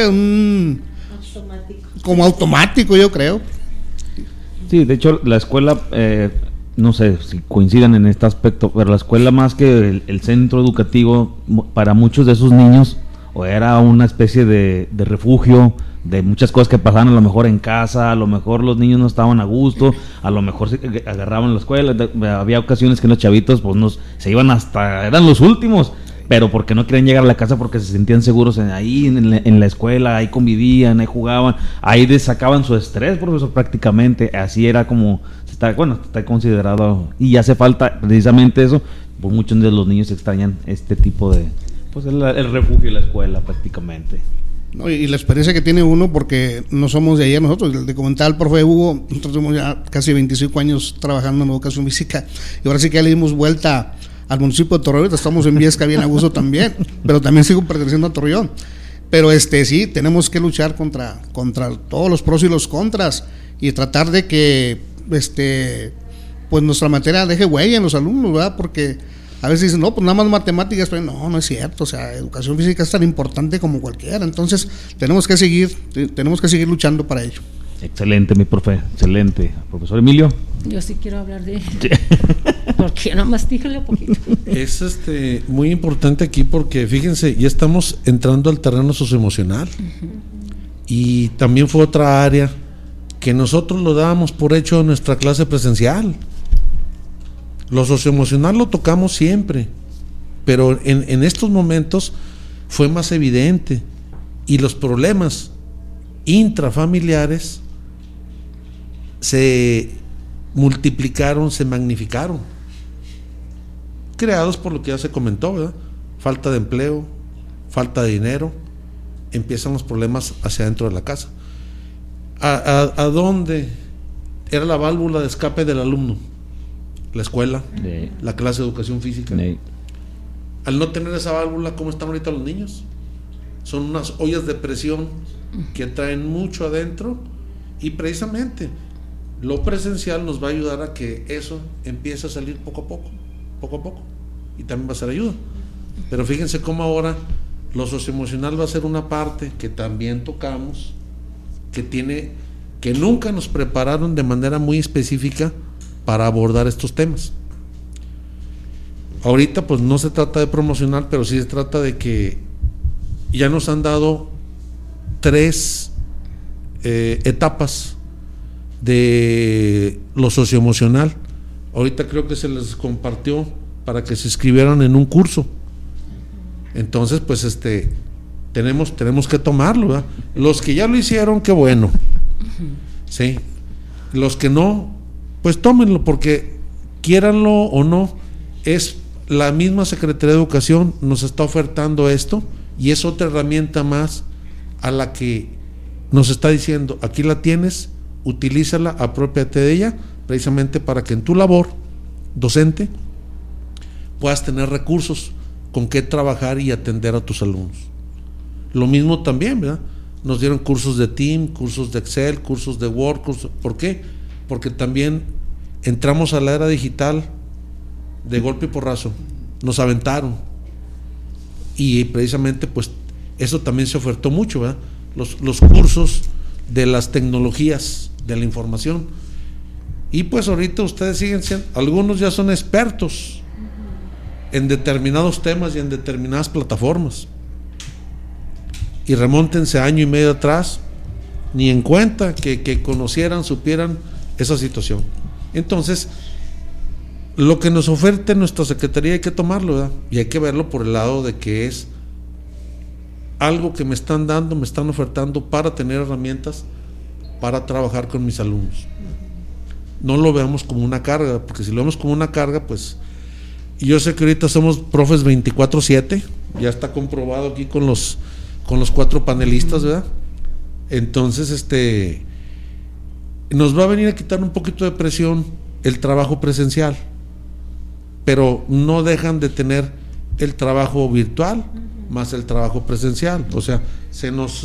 como automático, yo creo. Sí, de hecho la escuela, no sé si coincidan en este aspecto, pero la escuela, más que el centro educativo, para muchos de esos niños, o era una especie de refugio de muchas cosas que pasaban a lo mejor en casa, a lo mejor los niños no estaban a gusto, a lo mejor se agarraban la escuela, había ocasiones que los chavitos pues se iban eran los últimos, pero porque no querían llegar a la casa porque se sentían seguros ahí en la escuela, ahí convivían, ahí jugaban, ahí sacaban su estrés, profesor, prácticamente. Así era como está considerado, y hace falta precisamente eso, pues muchos de los niños extrañan este tipo de, pues el refugio y la escuela prácticamente. No, y la experiencia que tiene uno, porque no somos de ayer nosotros, de comentar al profe Hugo, nosotros tenemos ya casi 25 años trabajando en educación física, y ahora sí que ya le dimos vuelta al municipio de Torreón. Estamos en Viesca bien a gusto también, pero también sigo perteneciendo a Torreón. Pero sí, tenemos que luchar contra todos los pros y los contras, y tratar de que pues nuestra materia deje huella en los alumnos, ¿verdad? Porque a veces dicen, no, pues nada más matemáticas, pero no es cierto. O sea, educación física es tan importante como cualquiera. Entonces tenemos que seguir luchando para ello. Excelente, mi profe, excelente. Profesor Emilio. Yo sí quiero hablar de porque nada más dígale un poquito. Es muy importante aquí porque fíjense, ya estamos entrando al terreno socioemocional. Y también fue otra área que nosotros lo dábamos por hecho en nuestra clase presencial. Lo socioemocional lo tocamos siempre, pero en estos momentos fue más evidente, y los problemas intrafamiliares se multiplicaron, se magnificaron, creados por lo que ya se comentó, ¿verdad? Falta de empleo, falta de dinero, empiezan los problemas hacia adentro de la casa. ¿A dónde era la válvula de escape del alumno? La escuela, la clase de educación física. al no tener esa válvula, ¿cómo están ahorita los niños? Son unas ollas de presión que traen mucho adentro, y precisamente lo presencial nos va a ayudar a que eso empiece a salir poco a poco, y también va a ser ayuda. Pero fíjense cómo ahora lo socioemocional va a ser una parte que también tocamos, que nunca nos prepararon de manera muy específica para abordar estos temas. Ahorita pues no se trata de promocionar, pero sí se trata de que ya nos han dado 3 etapas de lo socioemocional. Ahorita creo que se les compartió para que se inscribieran en un curso. Entonces pues tenemos que tomarlo, ¿verdad? Los que ya lo hicieron, qué bueno. Sí. Los que no, pues tómenlo, porque quiéranlo o no, es la misma Secretaría de Educación nos está ofertando esto, y es otra herramienta más a la que nos está diciendo, aquí la tienes, utilízala, apropiate de ella, precisamente para que en tu labor docente puedas tener recursos con qué trabajar y atender a tus alumnos. Lo mismo también, ¿verdad? Nos dieron cursos de Team, cursos de Excel, cursos de Word, ¿por qué? Porque también entramos a la era digital de golpe y porrazo, nos aventaron, y precisamente pues eso también se ofertó mucho, ¿verdad? Los cursos de las tecnologías de la información, y pues ahorita ustedes siguen siendo, algunos ya son expertos en determinados temas y en determinadas plataformas, y remóntense año y medio atrás, ni en cuenta que conocieran, supieran esa situación. Entonces lo que nos oferte nuestra secretaría hay que tomarlo, ¿verdad? Y hay que verlo por el lado de que es algo que me están dando, me están ofertando para tener herramientas para trabajar con mis alumnos. No lo veamos como una carga, porque si lo vemos como una carga, pues yo sé que ahorita somos profes 24/7, ya está comprobado aquí con los 4 panelistas, ¿verdad? Entonces nos va a venir a quitar un poquito de presión el trabajo presencial, pero no dejan de tener el trabajo virtual más el trabajo presencial, o sea, se nos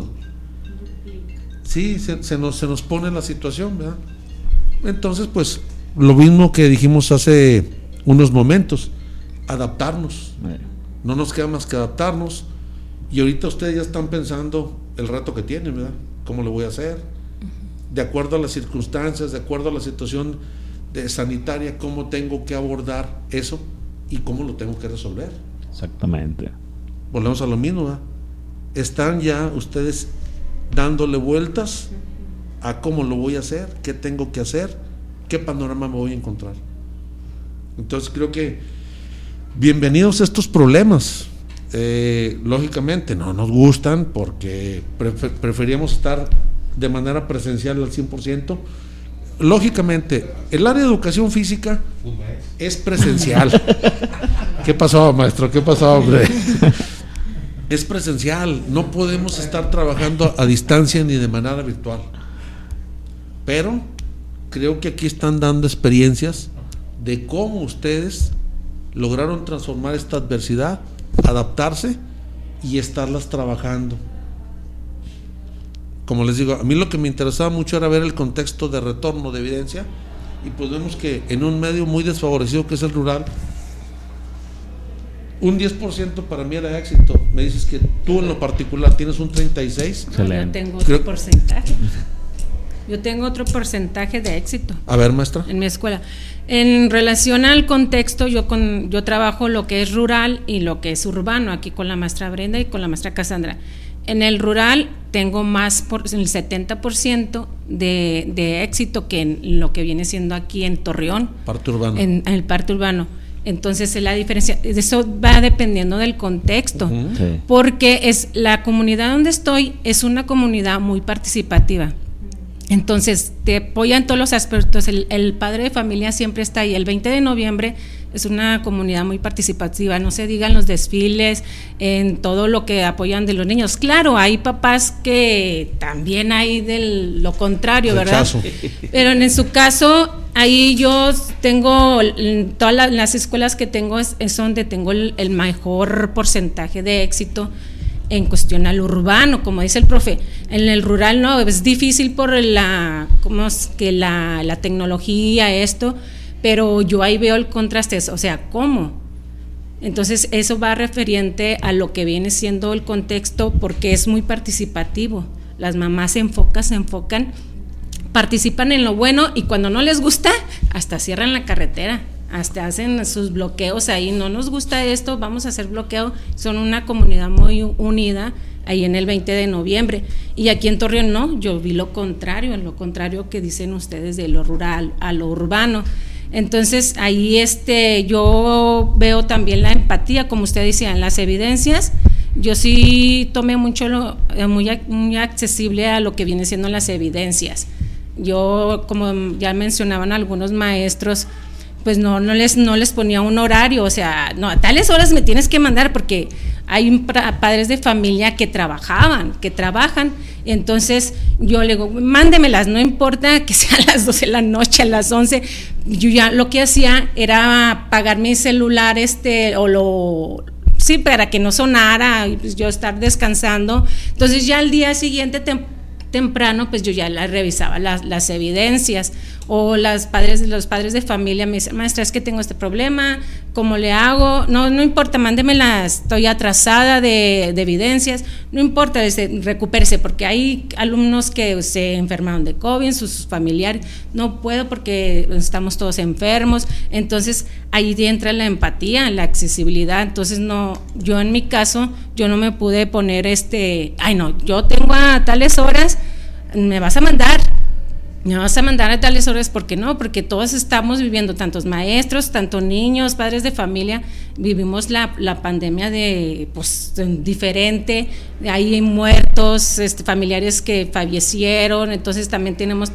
pone la situación, ¿verdad? Entonces pues lo mismo que dijimos hace unos momentos, adaptarnos, no nos queda más que adaptarnos, y ahorita ustedes ya están pensando el reto que tienen, ¿verdad? ¿Cómo lo voy a hacer? De acuerdo a las circunstancias, de acuerdo a la situación sanitaria, cómo tengo que abordar eso y cómo lo tengo que resolver. Exactamente. Volvemos a lo mismo, ¿verdad? Están ya ustedes dándole vueltas a cómo lo voy a hacer, qué tengo que hacer, qué panorama me voy a encontrar. Entonces creo que bienvenidos a estos problemas. Lógicamente no nos gustan porque preferíamos estar de manera presencial al 100%. Lógicamente, el área de educación física es presencial. ¿Qué pasó, maestro? ¿Qué pasó, hombre? Es presencial, no podemos estar trabajando a distancia ni de manera virtual. Pero creo que aquí están dando experiencias de cómo ustedes lograron transformar esta adversidad, adaptarse y estarlas trabajando. Como les digo, a mí lo que me interesaba mucho era ver el contexto de retorno de evidencia, y pues vemos que en un medio muy desfavorecido que es el rural, un 10% para mí era éxito. Me dices que tú en lo particular tienes un 36%. Yo tengo otro porcentaje. Yo tengo otro porcentaje de éxito. A ver, maestra. En mi escuela. En relación al contexto, yo trabajo lo que es rural y lo que es urbano, aquí con la maestra Brenda y con la maestra Cassandra. En el rural tengo más por el 70% de éxito que en lo que viene siendo aquí en Torreón. Parte urbano. En el parte urbano. Entonces la diferencia, eso va dependiendo del contexto, sí. Porque es la comunidad donde estoy es una comunidad muy participativa. Entonces te apoya en todos los aspectos, el padre de familia siempre está ahí. El 20 de noviembre es una comunidad muy participativa, no se digan los desfiles, en todo lo que apoyan de los niños. Claro, hay papás que también hay de lo contrario, ¿verdad? Pero en su caso ahí yo tengo, todas las escuelas que tengo es donde tengo el mejor porcentaje de éxito en cuestión al urbano, como dice el profe. En el rural no, es difícil por la tecnología, esto, pero yo ahí veo el contraste, o sea, ¿cómo? Entonces eso va referente a lo que viene siendo el contexto, porque es muy participativo. Las mamás se enfocan, participan en lo bueno, y cuando no les gusta, hasta cierran la carretera, hasta hacen sus bloqueos ahí. No nos gusta esto, vamos a hacer bloqueo. Son una comunidad muy unida ahí en el 20 de noviembre. Y aquí en Torreón no, yo vi lo contrario que dicen ustedes, de lo rural a lo urbano. Entonces ahí yo veo también la empatía, como usted decía, en las evidencias. Yo sí tomé mucho muy accesible a lo que viene siendo las evidencias. Yo, como ya mencionaban algunos maestros, pues no les ponía un horario, o sea, no, a tales horas me tienes que mandar, porque hay padres de familia que trabajan, entonces yo le digo, mándemelas, no importa que sea a las 12 de la noche, a las 11, yo ya lo que hacía era apagar mi celular, sí, para que no sonara, y pues yo estar descansando. Entonces ya al día siguiente temprano, pues yo ya revisaba las evidencias, o los padres de familia me dicen, maestra, es que tengo este problema, ¿cómo le hago? No importa, mándemelas, estoy atrasada de evidencias, no importa, recupérese, porque hay alumnos que se enfermaron de COVID, sus familiares, no puedo porque estamos todos enfermos. Entonces ahí entra la empatía, la accesibilidad. Entonces yo en mi caso, yo no me pude poner yo tengo a tales horas, me vas a mandar a tales horas, porque todos estamos viviendo, tantos maestros, tantos niños, padres de familia, vivimos la pandemia diferente, hay muertos, familiares que fallecieron. Entonces también tenemos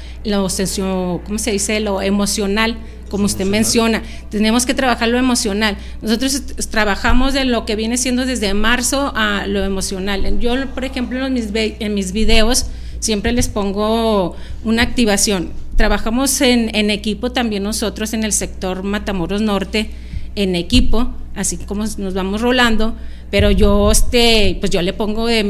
¿cómo se dice? Lo emocional, como usted menciona, tenemos que trabajar lo emocional. Nosotros trabajamos de lo que viene siendo desde marzo a lo emocional. Yo, por ejemplo, en mis videos siempre les pongo una activación. Trabajamos en equipo también nosotros en el sector Matamoros Norte, en equipo, así como nos vamos rolando, pero yo pues yo le pongo de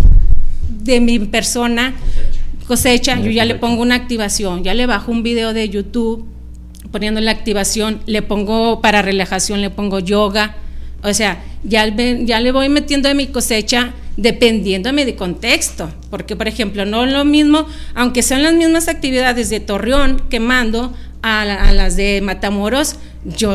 mi persona cosecha, yo ya le pongo una activación, ya le bajo un video de YouTube poniendo la activación, le pongo para relajación, le pongo yoga, o sea, ya le voy metiendo de mi cosecha dependiendo de mi contexto, porque por ejemplo no es lo mismo, aunque sean las mismas actividades de Torreón que mando a las de Matamoros, yo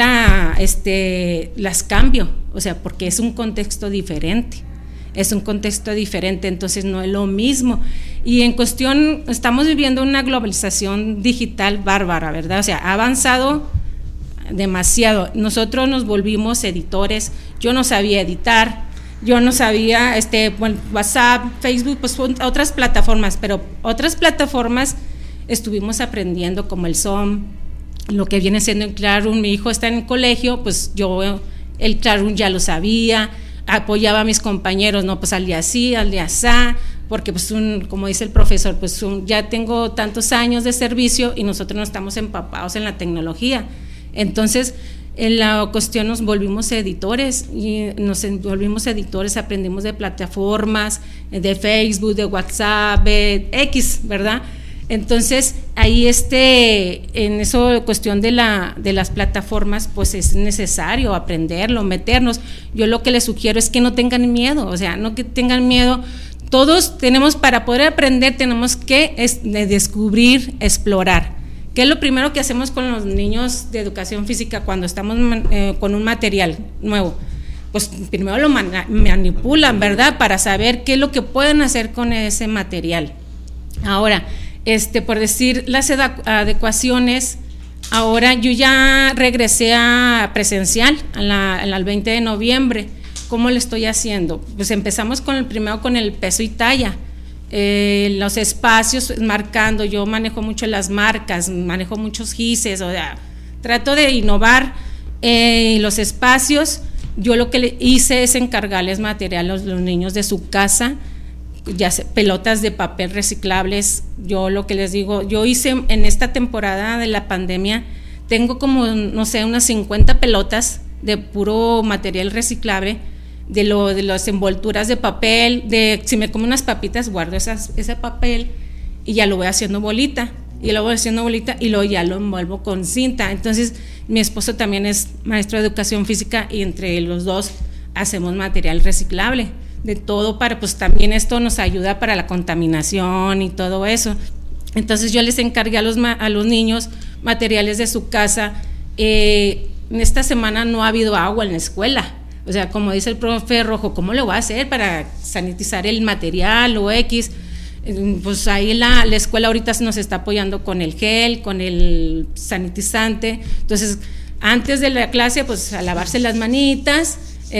las cambio, o sea, porque es un contexto diferente, entonces no es lo mismo. Y en cuestión, estamos viviendo una globalización digital bárbara, ¿verdad? O sea, ha avanzado demasiado. Nosotros nos volvimos editores, yo no sabía editar, yo no sabía, WhatsApp, Facebook, pues otras plataformas, pero otras plataformas estuvimos aprendiendo, como el Zoom, lo que viene siendo el Classroom. Mi hijo está en el colegio, pues yo el Classroom ya lo sabía, apoyaba a mis compañeros, no, pues al día sí, al día asá, porque pues como dice el profesor, pues ya tengo tantos años de servicio y nosotros no estamos empapados en la tecnología. Entonces, en la cuestión nos volvimos editores, aprendimos de plataformas, de Facebook, de WhatsApp, de X, ¿verdad? Entonces, ahí en eso, cuestión de las plataformas, pues es necesario aprenderlo, meternos. Yo lo que les sugiero es que no tengan miedo, o sea, no que tengan miedo. Todos tenemos, para poder aprender, tenemos que descubrir, explorar. ¿Qué es lo primero que hacemos con los niños de educación física cuando estamos con un material nuevo? Pues primero lo manipulan, ¿verdad? Para saber qué es lo que pueden hacer con ese material. Ahora, por decir las adecuaciones, ahora yo ya regresé a presencial al 20 de noviembre. ¿Cómo lo estoy haciendo? Pues empezamos primero con el peso y talla. Los espacios marcando, yo manejo mucho las marcas, manejo muchos gises, o sea, trato de innovar los espacios. Yo lo que le hice es encargarles material a los niños de su casa, ya pelotas de papel reciclables. Yo lo que les digo, yo hice en esta temporada de la pandemia, tengo como, no sé, unas 50 pelotas de puro material reciclable, de las envolturas de papel, si me como unas papitas, guardo ese papel y ya lo voy haciendo bolita, y luego ya lo envuelvo con cinta. Entonces mi esposo también es maestro de educación física y entre los dos hacemos material reciclable de todo, para pues también esto nos ayuda para la contaminación y todo eso. Entonces yo les encargué a los niños materiales de su casa. En esta semana no ha habido agua en la escuela, o sea, como dice el profe Rojo, ¿cómo lo va a hacer para sanitizar el material o X? Pues ahí la escuela ahorita nos está apoyando con el gel, con el sanitizante. Entonces antes de la clase pues a lavarse las manitas,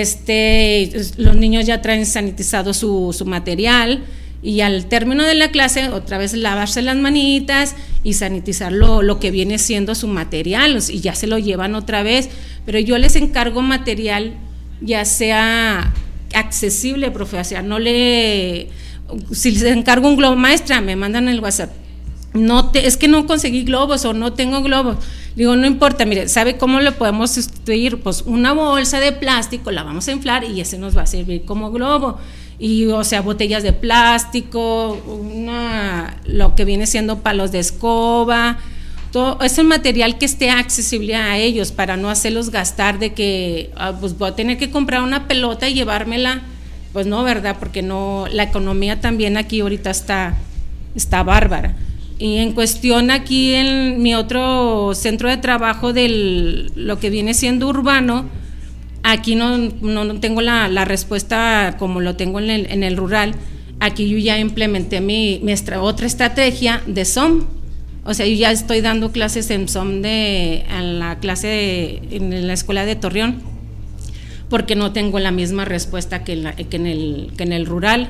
los niños ya traen sanitizado su material, y al término de la clase otra vez lavarse las manitas y sanitizar lo que viene siendo su material, y ya se lo llevan otra vez. Pero yo les encargo material ya sea accesible, profe, o sea, si les encargo un globo, maestra, me mandan el WhatsApp, es que no conseguí globos o no tengo globos. Digo, no importa, mire, ¿sabe cómo lo podemos sustituir? Pues una bolsa de plástico la vamos a inflar y ese nos va a servir como globo. Y, o sea, botellas de plástico, lo que viene siendo palos de escoba, todo es un material que esté accesible a ellos, para no hacerlos gastar de que pues voy a tener que comprar una pelota y llevármela. Pues no, ¿verdad? Porque no, la economía también aquí ahorita está bárbara. Y en cuestión aquí en mi otro centro de trabajo de lo que viene siendo urbano, aquí no tengo la respuesta como lo tengo en el rural. Aquí yo ya implementé mi otra estrategia de SOM. O sea, yo ya estoy dando clases en SOM en la escuela de Torreón, porque no tengo la misma respuesta que en el rural.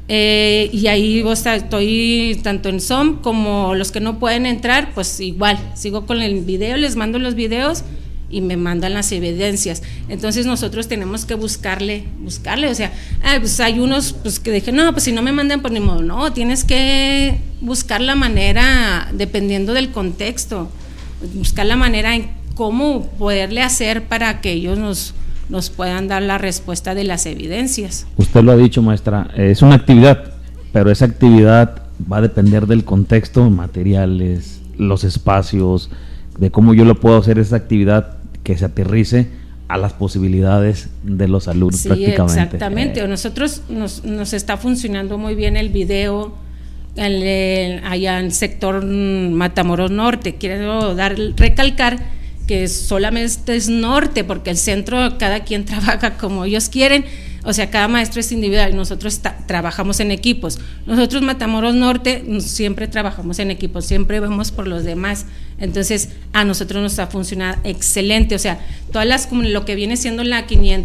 Y ahí estoy tanto en SOM como los que no pueden entrar, pues igual, sigo con el video, les mando los videos y me mandan las evidencias. Entonces nosotros tenemos que buscarle, o sea, pues hay unos pues que dije, no, pues si no me mandan, pues ni modo, no, tienes que buscar la manera, dependiendo del contexto, buscar la manera en cómo poderle hacer para que ellos nos puedan dar la respuesta de las evidencias. Usted lo ha dicho, maestra, es una actividad, pero esa actividad va a depender del contexto, materiales, los espacios, de cómo yo lo puedo hacer esa actividad que se aterrice a las posibilidades de los alumnos. Sí, prácticamente. Exactamente. Nosotros nos está funcionando muy bien el video allá en el sector Matamoros Norte. Quiero recalcar que solamente es norte, porque el centro cada quien trabaja como ellos quieren, o sea, cada maestro es individual, nosotros trabajamos en equipos. Nosotros Matamoros Norte siempre trabajamos en equipos, siempre vemos por los demás. Entonces a nosotros nos ha funcionado excelente, o sea, como lo que viene siendo la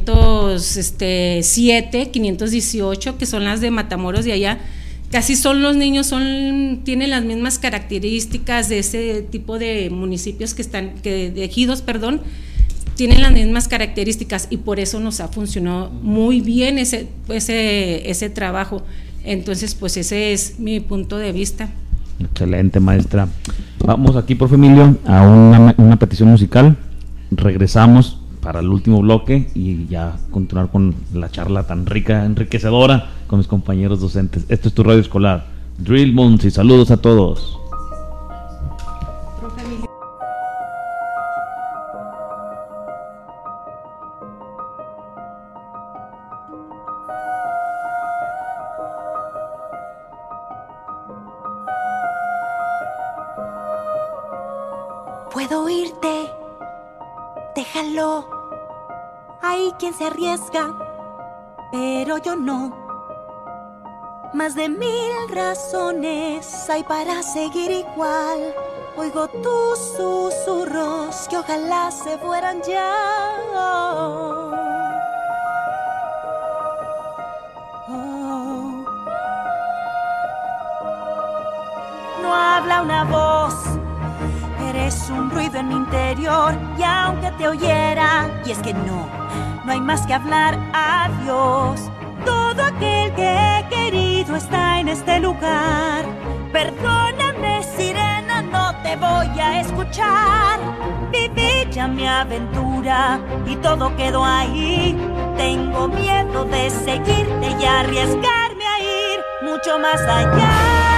507, 518, que son las de Matamoros de allá, casi son los niños, tienen las mismas características de ese tipo de municipios de ejidos, tienen las mismas características, y por eso nos ha funcionado muy bien ese trabajo. Entonces, pues ese es mi punto de vista. Excelente, maestra. Vamos aquí, profe Emilio, a una petición musical. Regresamos para el último bloque y ya continuar con la charla tan rica, enriquecedora con mis compañeros docentes. Esto es tu radio escolar, Drill Monsi. Saludos a todos. Puedo oírte, déjalo. Hay quien se arriesga, pero yo no. Más de 1000 razones hay para seguir igual. Oigo tus susurros que ojalá se fueran ya. Oh. No habla una voz, eres un ruido en mi interior, y aunque te oyera, y es que no hay más que hablar, adiós. Todo aquel que he querido no está en este lugar. Perdóname, sirena, no te voy a escuchar. Viví ya mi aventura y todo quedó ahí. Tengo miedo de seguirte y arriesgarme a ir mucho más allá.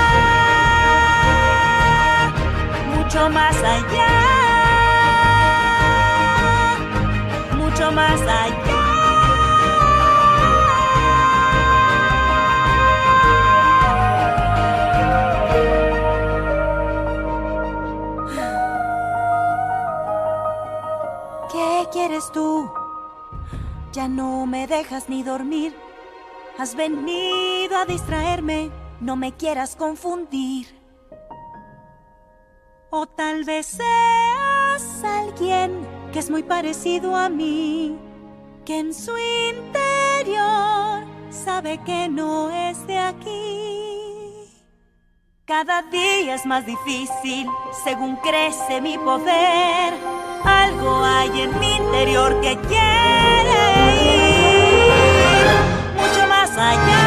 Mucho más allá. Mucho más allá. ¿Qué quieres tú? Ya no me dejas ni dormir. Has venido a distraerme, no me quieras confundir. O tal vez seas alguien que es muy parecido a mí, que en su interior sabe que no es de aquí. Cada día es más difícil según crece mi poder. Algo hay en mi interior que quiere ir mucho más allá,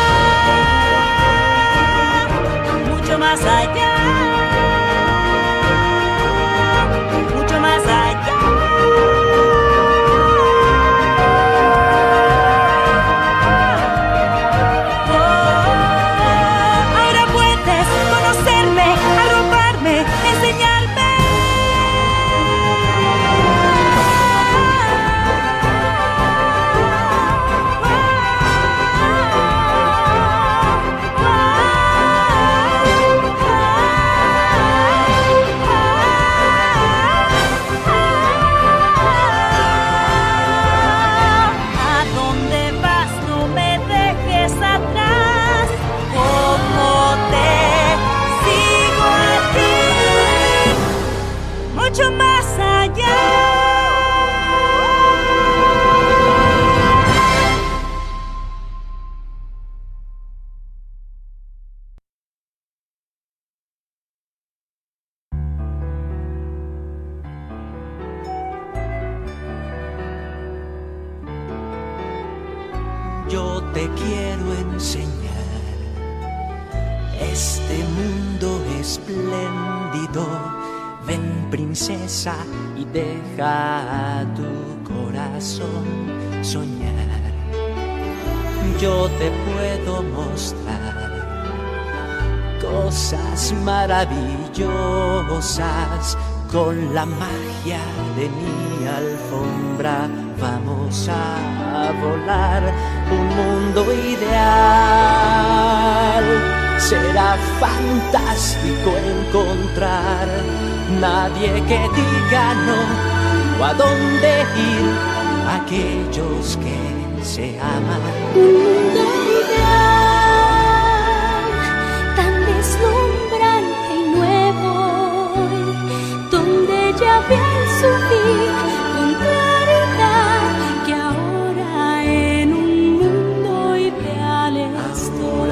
mucho más allá, mucho más allá. Ahora puedes conocerme, arroparme, enseñarme. Mucho más allá. Yo te quiero enseñar este mundo espléndido. Ven, princesa, y deja a tu corazón soñar. Yo te puedo mostrar cosas maravillosas. Con la magia de mi alfombra vamos a volar un mundo ideal. Será fantástico encontrar nadie que diga no o a dónde ir. Aquellos que se aman. Un mundo ideal, tan deslumbrante y nuevo, donde ya vean subir con claridad que ahora en un mundo ideal estoy.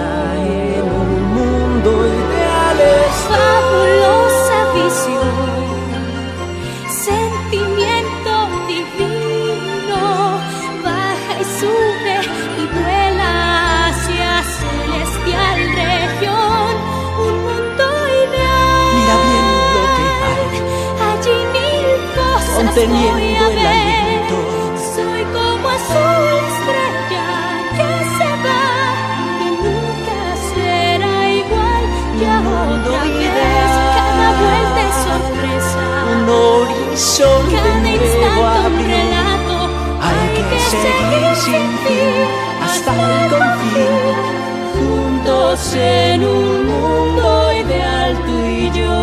Fabulosa visión, sentimiento divino, baja y sube y vuela hacia celestial región, un mundo ideal. Mira bien lo que hay, allí mil cosas conteniendo voy a el ver. aliento. Soy como azul estrella que se va, que nunca será igual. Y otra vez, cada vuelta es sorpresa, un horizonte cada nuevo instante un abrió. relato. Hay que seguir sin fin hasta el confín, juntos en un mundo ideal, tú y yo.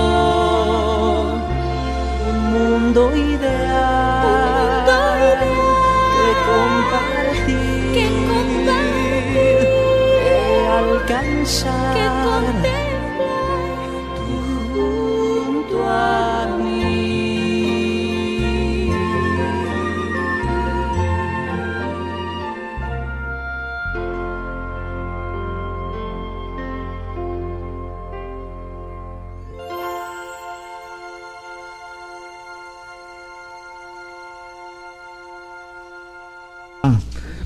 Un mundo ideal, que compartir, que alcanzar, que junto a mí.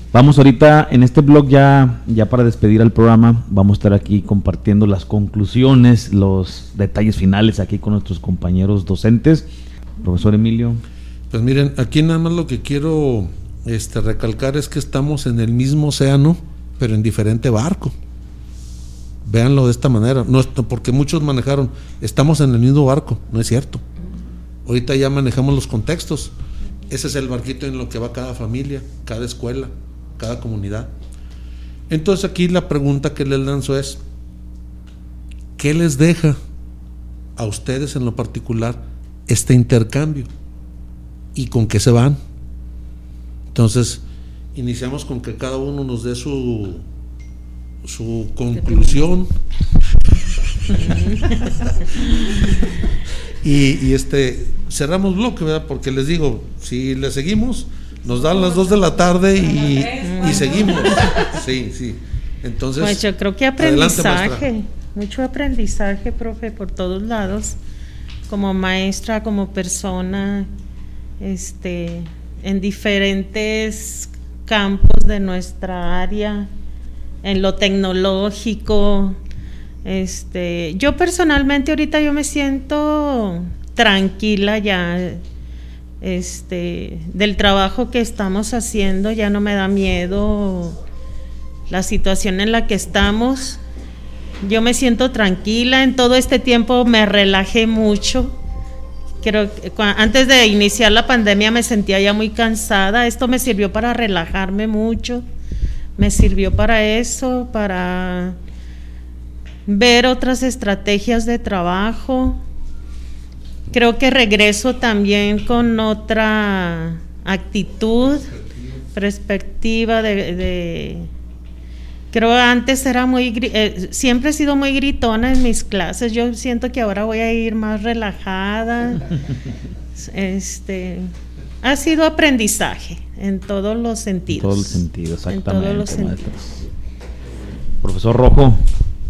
Vamos ahorita en este blog ya para despedir al programa, vamos a estar aquí compartiendo las conclusiones, los detalles finales aquí con nuestros compañeros docentes. Profesor Emilio. Pues miren, aquí nada más lo que quiero recalcar es que estamos en el mismo océano, pero en diferente barco. Véanlo de esta manera, no, porque muchos manejaron, estamos en el mismo barco, no es cierto. Ahorita ya manejamos los contextos. Ese es el barquito en lo que va cada familia, cada escuela, cada comunidad. Entonces aquí la pregunta que les lanzo es, ¿qué les deja a ustedes en lo particular este intercambio? ¿Y con qué se van? Entonces, iniciamos con que cada uno nos dé su conclusión. y cerramos bloque, ¿verdad? Porque les digo, si le seguimos, nos dan las 2 de la tarde y seguimos. Sí. Entonces, pues yo creo que aprendizaje, mucho aprendizaje, profe, por todos lados, como maestra, como persona, en diferentes campos de nuestra área, en lo tecnológico. Yo personalmente ahorita yo me siento tranquila ya, del trabajo que estamos haciendo, ya no me da miedo la situación en la que estamos. Yo me siento tranquila, en todo este tiempo me relajé mucho. Creo que antes de iniciar la pandemia me sentía ya muy cansada. Esto me sirvió para relajarme mucho, me sirvió para eso, para ver otras estrategias de trabajo. Creo que regreso también con otra actitud, perspectiva creo antes era siempre he sido muy gritona en mis clases. Yo siento que ahora voy a ir más relajada. Ha sido aprendizaje en todos los sentidos. En todos los sentidos, exactamente. En todos los sentidos. Profesor Rojo.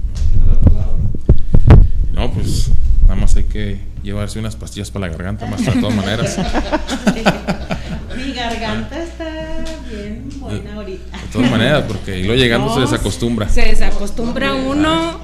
No, pues nada más hay que llevarse unas pastillas para la garganta, más de todas maneras. Mi garganta está bien buena ahorita. De todas maneras, porque luego llegando se desacostumbra. Se desacostumbra uno.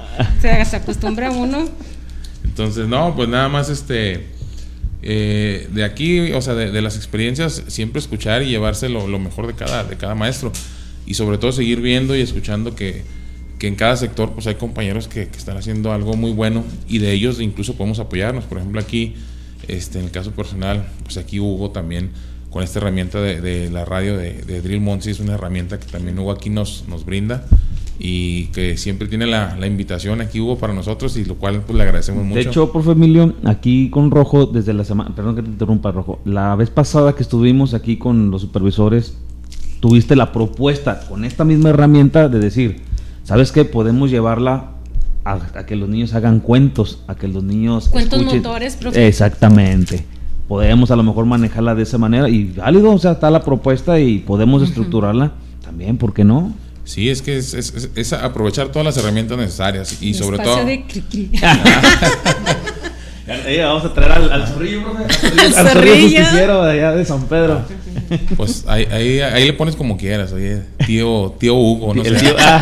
Entonces, no, pues nada más de aquí, o sea, de las experiencias, siempre escuchar y llevarse lo mejor de cada maestro. Y sobre todo seguir viendo y escuchando que en cada sector pues hay compañeros que están haciendo algo muy bueno y de ellos incluso podemos apoyarnos. Por ejemplo, aquí, en el caso personal, pues aquí Hugo también con esta herramienta de la radio de Drill Monsi, es una herramienta que también Hugo aquí nos brinda y que siempre tiene la invitación aquí Hugo para nosotros, y lo cual pues le agradecemos mucho. De hecho, profe Emilio, aquí con Rojo, desde la semana, perdón que te interrumpa, Rojo, la vez pasada que estuvimos aquí con los supervisores, tuviste la propuesta con esta misma herramienta de decir, ¿sabes qué? Podemos llevarla a que los niños hagan cuentos, a que los niños cuentos escuchen. Motores, profe. Exactamente. Podemos a lo mejor manejarla de esa manera y válido, o sea, está la propuesta y podemos estructurarla también, ¿por qué no? Sí, es que es aprovechar todas las herramientas necesarias y sobre todo... De cri-cri. Vamos a traer al zorrillo, al zorrillo justiciero de allá de San Pedro. Pues ahí le pones como quieras, oye, tío Hugo, no sé.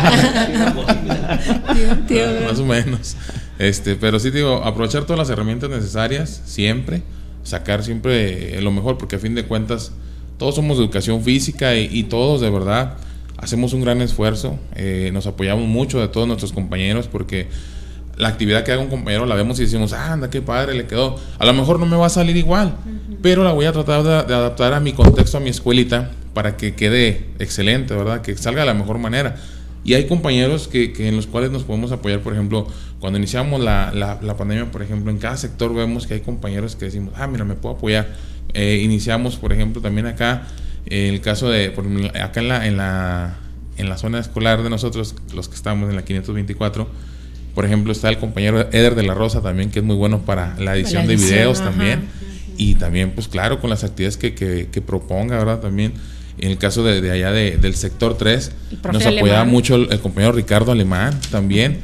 Tío, más o menos. Pero sí digo, aprovechar todas las herramientas necesarias siempre, sacar siempre lo mejor, porque a fin de cuentas todos somos de educación física y todos de verdad hacemos un gran esfuerzo, nos apoyamos mucho de todos nuestros compañeros, porque la actividad que haga un compañero la vemos y decimos, anda, qué padre le quedó. A lo mejor no me va a salir igual, pero la voy a tratar de adaptar a mi contexto, a mi escuelita, para que quede excelente, ¿verdad? Que salga de la mejor manera. Y hay compañeros que en los cuales nos podemos apoyar. Por ejemplo, cuando iniciamos la pandemia, por ejemplo, en cada sector vemos que hay compañeros que decimos, mira, me puedo apoyar. Iniciamos, por ejemplo, también acá, el caso de, por ejemplo, acá en la zona escolar de nosotros, los que estamos en la 524, por ejemplo, está el compañero Eder de la Rosa también, que es muy bueno para la edición de videos también. Y también, pues claro, con las actividades que proponga, ¿verdad? También, en el caso de allá del sector 3, nos apoyaba mucho el compañero Ricardo Alemán también.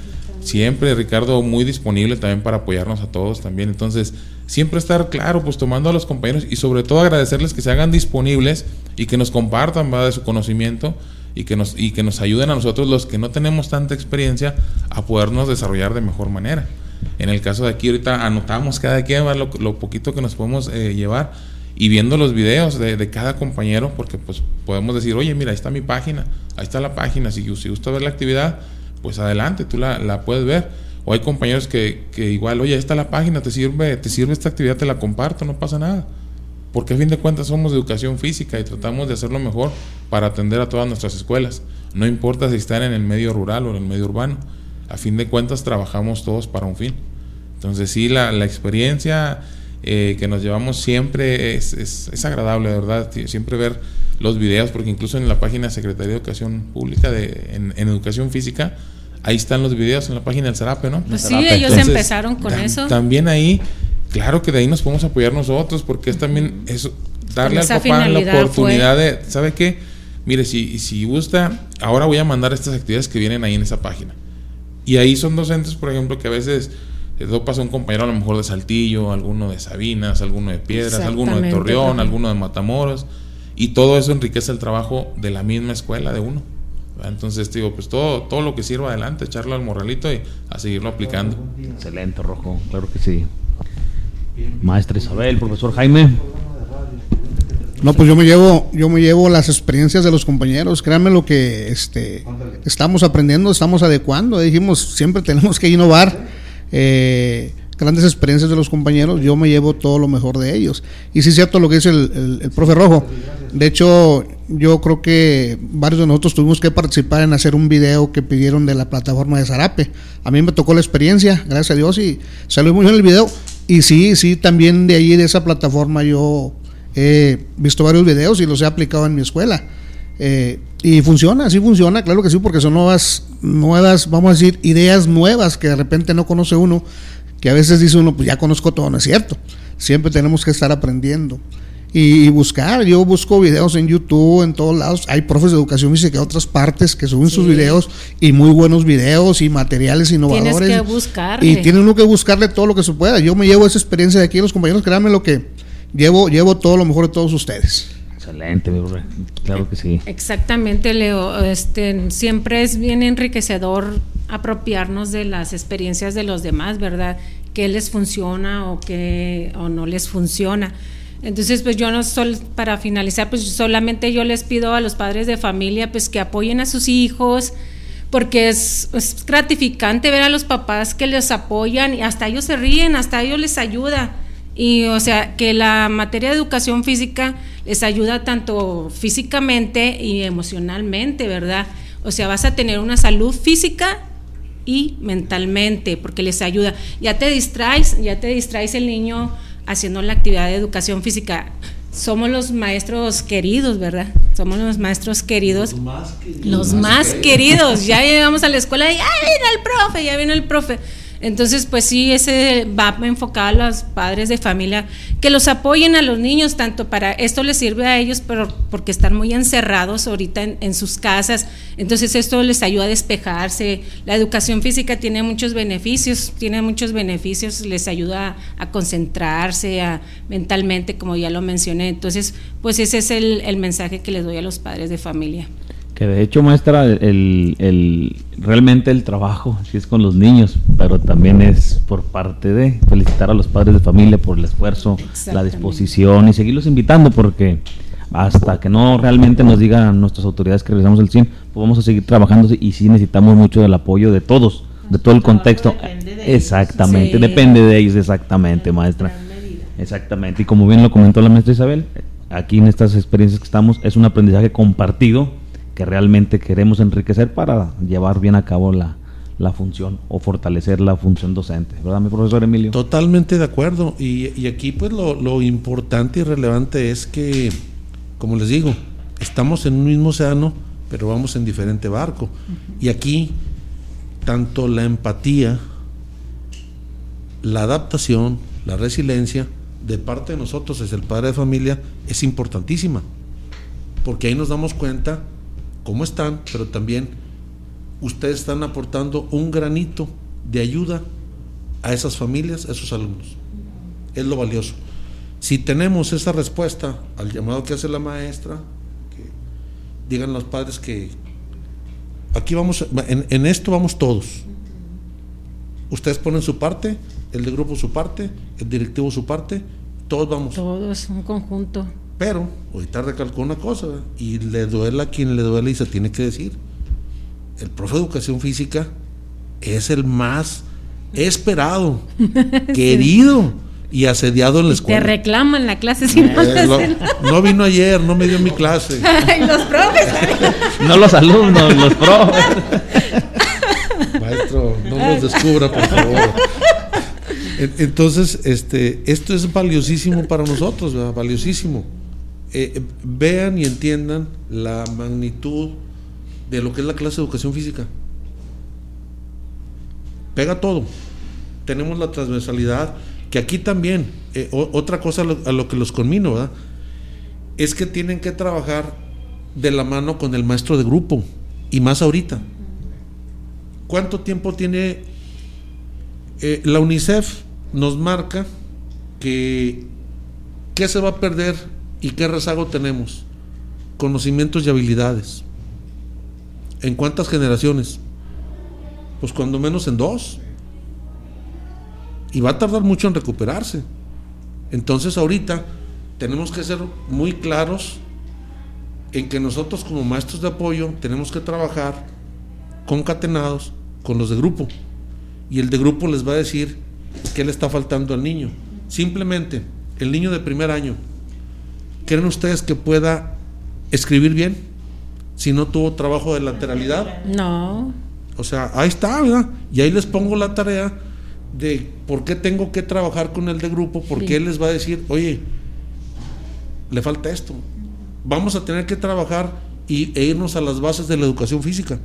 siempre Ricardo muy disponible también para apoyarnos a todos también. Entonces, siempre estar claro, pues tomando a los compañeros y sobre todo agradecerles que se hagan disponibles y que nos compartan, ¿verdad?, de su conocimiento y que nos ayuden a nosotros, los que no tenemos tanta experiencia, a podernos desarrollar de mejor manera. En el caso de aquí ahorita anotamos cada quien lo poquito que nos podemos llevar, y viendo los videos de cada compañero, porque pues podemos decir, oye, mira, ahí está mi página, ahí está la página, si gusta ver la actividad, pues adelante, tú la puedes ver. O hay compañeros que igual, oye, ahí está la página, te sirve esta actividad, te la comparto, no pasa nada. Porque a fin de cuentas somos de educación física y tratamos de hacerlo mejor para atender a todas nuestras escuelas. No importa si están en el medio rural o en el medio urbano, a fin de cuentas trabajamos todos para un fin. Entonces sí, la experiencia que nos llevamos siempre es agradable, de verdad, siempre ver los videos, porque incluso en la página de Secretaría de Educación Pública en Educación Física, ahí están los videos en la página del Zarape, ¿no? Pues sí, ellos empezaron con eso. También ahí, claro que de ahí nos podemos apoyar nosotros, porque es también eso, darle al papá la oportunidad de, ¿sabe qué? Mire, si gusta, ahora voy a mandar estas actividades que vienen ahí en esa página. Y ahí son docentes, por ejemplo, que a veces pasa un compañero a lo mejor de Saltillo, alguno de Sabinas, alguno de Piedras, alguno de Torreón, alguno de Matamoros, y todo eso enriquece el trabajo de la misma escuela de uno. Entonces digo, pues todo lo que sirva, adelante, echarlo al morralito y a seguirlo aplicando. Excelente, Rojo, claro que sí. Maestra Isabel, profesor Jaime. No, pues yo me llevo las experiencias de los compañeros. Créanme lo que estamos aprendiendo, estamos adecuando. Dijimos, siempre tenemos que innovar. Grandes experiencias de los compañeros, yo me llevo todo lo mejor de ellos. Y sí es cierto lo que dice el profe Rojo. De hecho, yo creo que varios de nosotros tuvimos que participar en hacer un video que pidieron de la plataforma de Zarape. A mí me tocó la experiencia, gracias a Dios, y salió muy bien el video. Y sí, también de ahí, de esa plataforma, yo he visto varios videos y los he aplicado en mi escuela. Y funciona, sí funciona, claro que sí, porque son nuevas, vamos a decir, ideas nuevas que de repente no conoce uno, que a veces dice uno, pues ya conozco todo, no es cierto. Siempre tenemos que estar aprendiendo y buscar. Yo busco videos en YouTube, en todos lados. Hay profes de educación física de otras partes que suben sus videos, y muy buenos videos y materiales innovadores. Tienes que buscarle. Y tiene uno que buscarle todo lo que se pueda. Yo me llevo esa experiencia de aquí, los compañeros, créanme lo que llevo todo lo mejor de todos ustedes. Excelente, claro que sí. Exactamente, Leo. Siempre es bien enriquecedor apropiarnos de las experiencias de los demás, ¿verdad? Qué les funciona o no les funciona. Entonces, pues yo para finalizar, pues solamente yo les pido a los padres de familia, pues que apoyen a sus hijos, porque es gratificante ver a los papás que les apoyan y hasta ellos se ríen, hasta ellos les ayuda. Y o sea, que la materia de educación física les ayuda tanto físicamente y emocionalmente, ¿verdad? O sea, vas a tener una salud física y mentalmente, porque les ayuda. Ya te distraes el niño haciendo la actividad de educación física. Somos los maestros queridos, ¿verdad? Somos los maestros queridos. Los más queridos. Ya llegamos a la escuela y ya vino el profe. Entonces, pues sí, ese va enfocado a los padres de familia, que los apoyen a los niños, tanto para esto les sirve a ellos, pero porque están muy encerrados ahorita en sus casas. Entonces esto les ayuda a despejarse. La educación física tiene muchos beneficios, les ayuda a concentrarse, mentalmente, como ya lo mencioné. Entonces, pues ese es el mensaje que les doy a los padres de familia. Que de hecho, maestra, realmente el trabajo sí es con los niños, pero también es por parte de felicitar a los padres de familia por el esfuerzo, la disposición, y seguirlos invitando, porque hasta que no realmente nos digan nuestras autoridades que realizamos el 100, pues vamos a seguir trabajando, y sí necesitamos mucho del apoyo de todos, de todo el contexto. Exactamente, depende de ellos, exactamente, maestra. Exactamente, y como bien lo comentó la maestra Isabel, aquí en estas experiencias que estamos, es un aprendizaje compartido que realmente queremos enriquecer para llevar bien a cabo la función o fortalecer la función docente, ¿verdad, mi profesor Emilio? Totalmente de acuerdo, y aquí pues lo importante y relevante es que, como les digo, estamos en un mismo océano, pero vamos en diferente barco. Y aquí, tanto la empatía, la adaptación, la resiliencia, de parte de nosotros, es el padre de familia, es importantísima, porque ahí nos damos cuenta cómo están, pero también ustedes están aportando un granito de ayuda a esas familias, a esos alumnos. Es lo valioso. Si tenemos esa respuesta al llamado que hace la maestra, que digan los padres que aquí vamos, en esto vamos todos. Ustedes ponen su parte, el de grupo su parte, el directivo su parte, todos vamos. Todos, un conjunto. Pero, ahorita recalcó una cosa, ¿verdad? Y le duela a quien le duele y se tiene que decir. El profe de educación física es el más esperado, querido y asediado en la escuela. Te reclaman la clase si no vino ayer, no me dio mi clase. Ay, los profes. No los alumnos, los profes. Maestro, no los descubra, por favor. Entonces, esto es valiosísimo para nosotros, ¿verdad? Valiosísimo. Vean y entiendan la magnitud de lo que es la clase de educación física. Pega todo. Tenemos la transversalidad, que aquí también, otra cosa a lo que los conmino, ¿verdad? Es que tienen que trabajar de la mano con el maestro de grupo, y más ahorita. ¿Cuánto tiempo tiene? La UNICEF nos marca que qué se va a perder y qué rezago tenemos. Conocimientos y habilidades. ¿En cuántas generaciones? Pues cuando menos en 2. Y va a tardar mucho en recuperarse. Entonces ahorita tenemos que ser muy claros en que nosotros como maestros de apoyo tenemos que trabajar concatenados con los de grupo, y el de grupo les va a decir qué le está faltando al niño. Simplemente el niño de primer año, ¿creen ustedes que pueda escribir bien si no tuvo trabajo de lateralidad? No. O sea, ahí está, ¿verdad? Y ahí les pongo la tarea de por qué tengo que trabajar con el de grupo, porque sí. Él les va a decir, oye, le falta esto. Vamos a tener que trabajar e irnos a las bases de la educación física.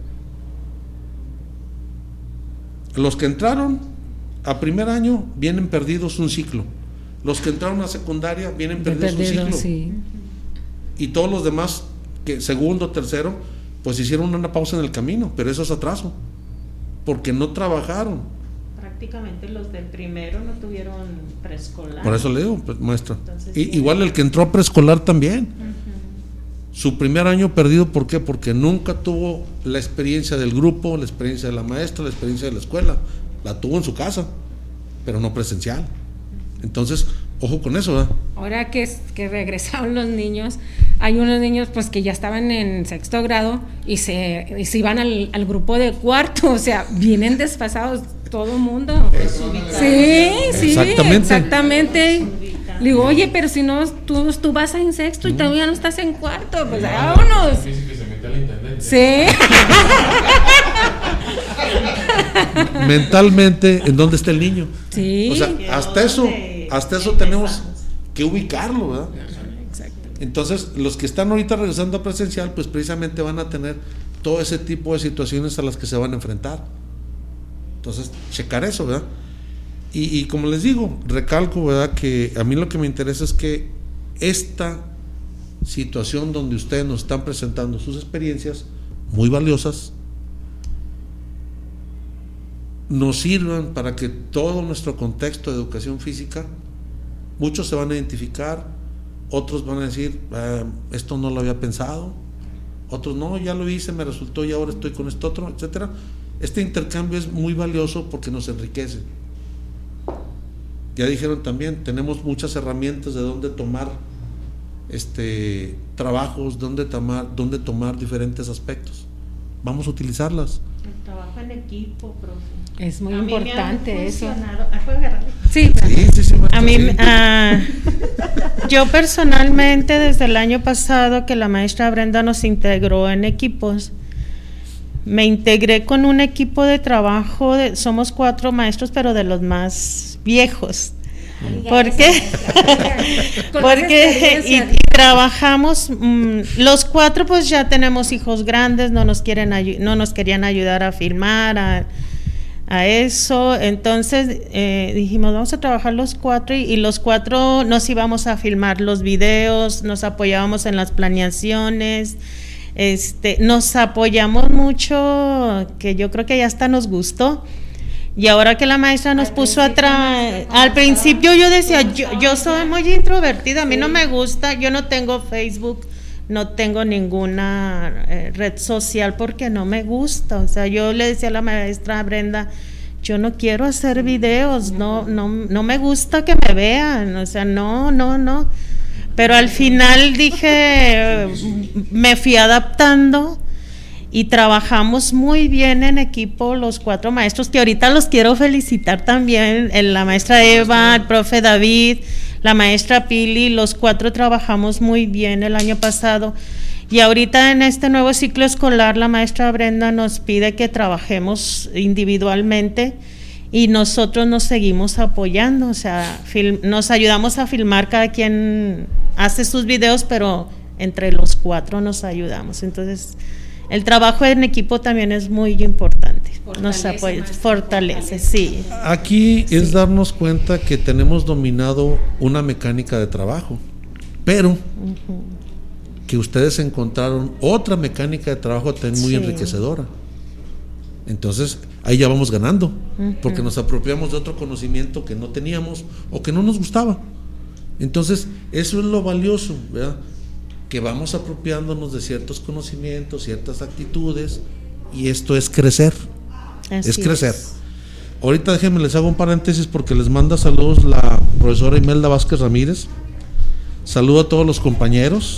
Los que entraron a primer año vienen perdidos un ciclo. Los que entraron a secundaria vienen perdidos un ciclo. Sí. Y todos los demás, que segundo, tercero, pues hicieron una pausa en el camino, pero eso es atraso, porque no trabajaron. Prácticamente los del primero no tuvieron preescolar. Por eso le digo, pues, maestra. Igual el que entró a preescolar también. Su primer año perdido, ¿por qué? Porque nunca tuvo la experiencia del grupo, la experiencia de la maestra, la experiencia de la escuela. La tuvo en su casa, pero no presencial. Entonces, ojo con eso, ¿verdad? Ahora que regresaron los niños, hay unos niños pues que ya estaban en sexto grado y se iban al grupo de cuarto, o sea, vienen desfasados todo el mundo. Sí, exactamente. Le digo, oye, pero si no, tú vas en sexto y todavía no estás en cuarto, pues vámonos. Sí. Mentalmente, ¿en dónde está el niño? Sí. O sea, hasta eso tenemos que ubicarlo, ¿verdad? Exacto. Entonces, los que están ahorita regresando a presencial, pues precisamente van a tener todo ese tipo de situaciones a las que se van a enfrentar. Entonces, checar eso, ¿verdad? Y como les digo, recalco, ¿verdad?, que a mí lo que me interesa es que esta situación donde ustedes nos están presentando sus experiencias muy valiosas nos sirvan para que todo nuestro contexto de educación física, muchos se van a identificar, otros van a decir, esto no lo había pensado, otros no, ya lo hice, me resultó y ahora estoy con esto otro, etcétera. Este intercambio es muy valioso porque nos enriquece. Ya dijeron también, tenemos muchas herramientas de dónde tomar trabajos, dónde tomar diferentes aspectos. Vamos a utilizarlas. El trabajo en equipo, profe. Es muy importante eso. Sí. A mí, yo personalmente, desde el año pasado que la maestra Brenda nos integró en equipos, me integré con un equipo de trabajo, somos 4 maestros, pero de los más viejos. Porque y trabajamos, los 4 pues ya tenemos hijos grandes, no nos querían ayudar a filmar, a eso. Entonces dijimos, vamos a trabajar los 4 y los 4 nos íbamos a filmar los videos, nos apoyábamos en las planeaciones. Nos apoyamos mucho, que yo creo que ya hasta nos gustó. Y ahora que la maestra nos puso atrás, al principio yo decía, yo soy muy introvertida, a mí no me gusta, yo no tengo Facebook, no tengo ninguna red social porque no me gusta. O sea, yo le decía a la maestra Brenda, yo no quiero hacer videos, no me gusta que me vean, o sea, no. Pero al final dije, me fui adaptando y trabajamos muy bien en equipo los 4 maestros, que ahorita los quiero felicitar también, la maestra Eva, el profe David, la maestra Pili, los 4 trabajamos muy bien el año pasado. Y ahorita en este nuevo ciclo escolar la maestra Brenda nos pide que trabajemos individualmente y nosotros nos seguimos apoyando, o sea, nos ayudamos a filmar, cada quien hace sus videos, pero entre los 4 nos ayudamos. Entonces, el trabajo en equipo también es muy importante, nos apoya, fortalece, sí. Aquí es darnos cuenta que tenemos dominado una mecánica de trabajo, pero que ustedes encontraron otra mecánica de trabajo también muy enriquecedora. Entonces ahí ya vamos ganando, porque nos apropiamos de otro conocimiento que no teníamos o que no nos gustaba. Entonces eso es lo valioso, ¿verdad? Que vamos apropiándonos de ciertos conocimientos, ciertas actitudes, y esto es crecer. Es crecer. Ahorita déjenme les hago un paréntesis porque les manda saludos la profesora Imelda Vázquez Ramírez. Saludo a todos los compañeros.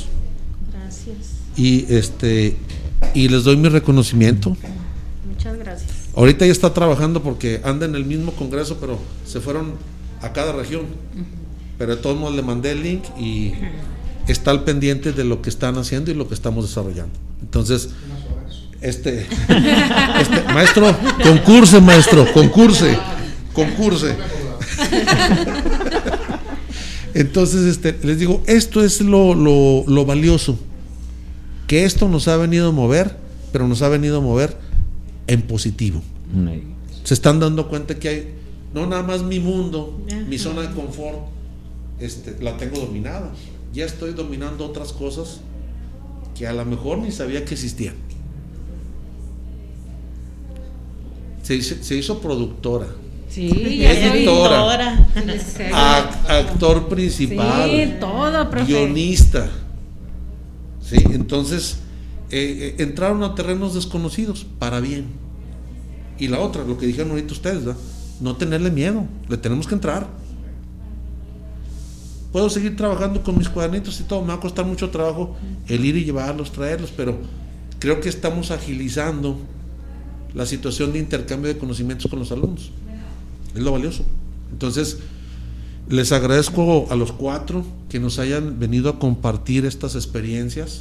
Y les doy mi reconocimiento. Muchas gracias. Ahorita ya está trabajando porque anda en el mismo congreso, pero se fueron a cada región. Pero de todos modos le mandé el link y está al pendiente de lo que están haciendo y lo que estamos desarrollando. Entonces, maestro, concurse. Entonces, les digo, esto es lo valioso, que esto nos ha venido a mover, pero nos ha venido a mover en positivo. Se están dando cuenta que hay, no nada más mi mundo, mi zona de confort, la tengo dominada. Ya estoy dominando otras cosas que a lo mejor ni sabía que existían. Se hizo productora. Sí, editora, actor principal, sí, todo, profe. guionista. Sí, entonces entraron a terrenos desconocidos para bien. Y la otra, lo que dijeron ahorita ustedes, ¿verdad? No tenerle miedo, le tenemos que entrar. Puedo seguir trabajando con mis cuadernitos y todo, me va a costar mucho trabajo el ir y llevarlos, traerlos, pero creo que estamos agilizando la situación de intercambio de conocimientos con los alumnos. Es lo valioso. Entonces, les agradezco a los 4 que nos hayan venido a compartir estas experiencias.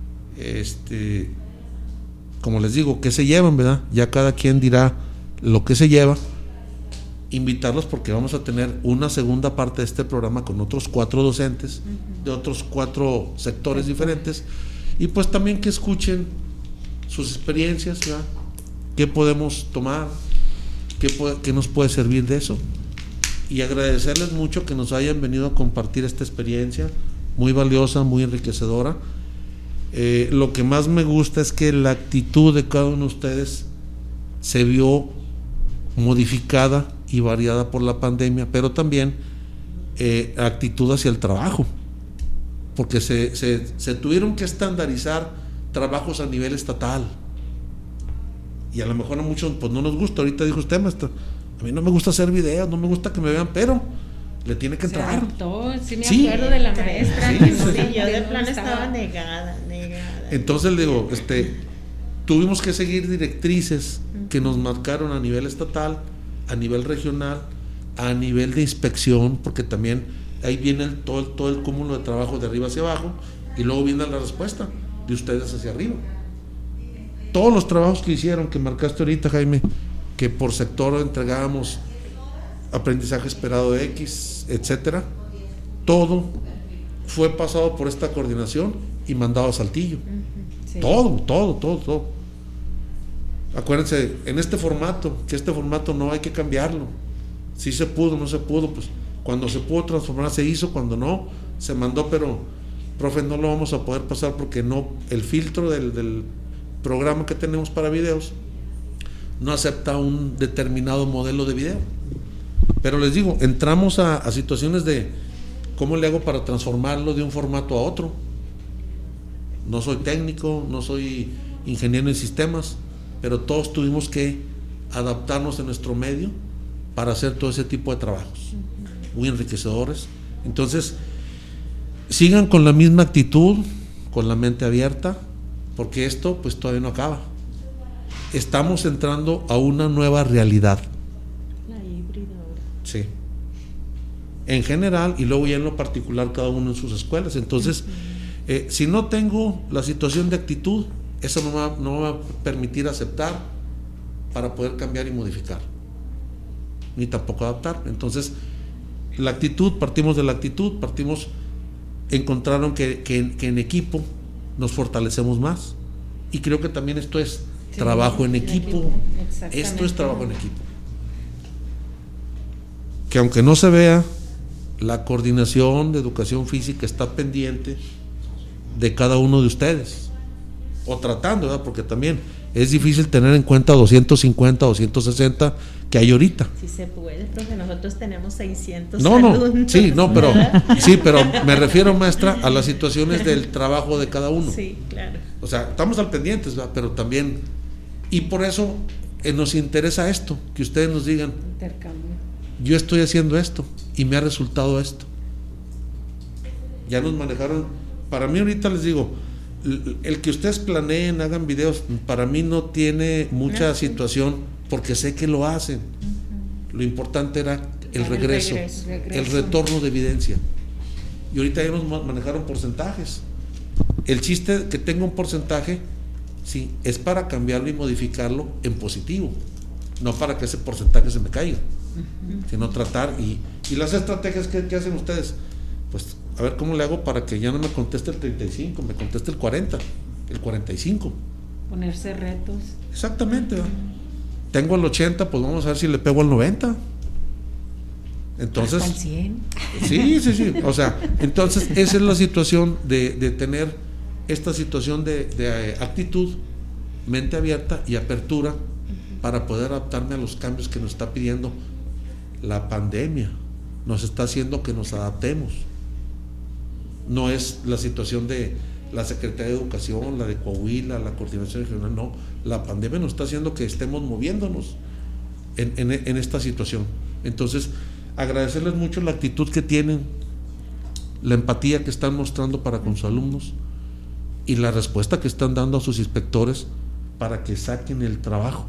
Como les digo, ¿qué se llevan, verdad? Ya cada quien dirá lo que se lleva. Invitarlos porque vamos a tener una segunda parte de este programa con otros 4 docentes de otros 4 sectores diferentes, y pues también que escuchen sus experiencias, ¿verdad? ¿Qué podemos tomar? ¿Qué nos puede servir de eso? Y agradecerles mucho que nos hayan venido a compartir esta experiencia muy valiosa, muy enriquecedora. Lo que más me gusta es que la actitud de cada uno de ustedes se vio modificada y variada por la pandemia, pero también actitud hacia el trabajo, porque se tuvieron que estandarizar trabajos a nivel estatal, y a lo mejor a muchos pues no nos gusta. Ahorita dijo usted, maestro, a mí no me gusta hacer videos, no me gusta que me vean, pero le tiene que entrar. Sí, me acuerdo de la maestra. Sí, yo de plano estaba negada. Entonces le digo, tuvimos que seguir directrices que nos marcaron a nivel estatal, a nivel regional, a nivel de inspección, porque también ahí viene todo el cúmulo de trabajo de arriba hacia abajo, y luego viene la respuesta de ustedes hacia arriba. Todos los trabajos que hicieron, que marcaste ahorita, Jaime, que por sector entregábamos aprendizaje esperado de X, etcétera, todo fue pasado por esta coordinación y mandado a Saltillo. Sí. Todo. Acuérdense, en este formato no hay que cambiarlo. Si se pudo, no se pudo, pues cuando se pudo transformar se hizo, cuando no, se mandó, pero profe, no lo vamos a poder pasar porque no, el filtro del programa que tenemos para videos no acepta un determinado modelo de video. Pero les digo, entramos a situaciones de cómo le hago para transformarlo de un formato a otro. No soy técnico, no soy ingeniero en sistemas, pero todos tuvimos que adaptarnos en nuestro medio para hacer todo ese tipo de trabajos, muy enriquecedores. Entonces, sigan con la misma actitud, con la mente abierta, porque esto pues todavía no acaba. Estamos entrando a una nueva realidad. La híbrida ahora. Sí. En general y luego ya en lo particular cada uno en sus escuelas. Entonces, si no tengo la situación de actitud, eso no me va a permitir aceptar para poder cambiar y modificar, ni tampoco adaptar. Entonces, la actitud, partimos de la actitud, encontraron que en equipo nos fortalecemos más, y creo que también esto es trabajo en equipo. Esto es trabajo en equipo, que aunque no se vea, la coordinación de educación física está pendiente de cada uno de ustedes, o tratando, ¿verdad? Porque también es difícil tener en cuenta 250, 260 que hay ahorita. Si se puede, profe, nosotros tenemos 600 No, alumnos. sí, no, pero me refiero, maestra, a las situaciones del trabajo de cada uno. Sí, claro. O sea, estamos al pendientes, ¿verdad? Pero también, y por eso nos interesa esto, que ustedes nos digan, yo estoy haciendo esto y me ha resultado esto. Ya nos manejaron. Para mí ahorita les digo, el que ustedes planeen, hagan videos, para mí no tiene mucha situación, porque sé que lo hacen. Lo importante era el regreso, el retorno de evidencia. Y ahorita ya nos manejaron porcentajes. El chiste que tenga un porcentaje, sí, es para cambiarlo y modificarlo en positivo, no para que ese porcentaje se me caiga, sino tratar. Y las estrategias que hacen ustedes, pues a ver cómo le hago para que ya no me conteste el 35, me conteste el 40, el 45. Ponerse retos. Exactamente. Tengo el 80, pues vamos a ver si le pego al 90. Entonces, hasta el 100. Sí. O sea, entonces esa es la situación de tener esta situación de actitud, mente abierta y apertura para poder adaptarme a los cambios que nos está pidiendo la pandemia. Nos está haciendo que nos adaptemos. No es la situación de la Secretaría de Educación, la de Coahuila, la Coordinación Regional, no. La pandemia nos está haciendo que estemos moviéndonos en esta situación. Entonces, agradecerles mucho la actitud que tienen, la empatía que están mostrando para con sus alumnos y la respuesta que están dando a sus inspectores para que saquen el trabajo.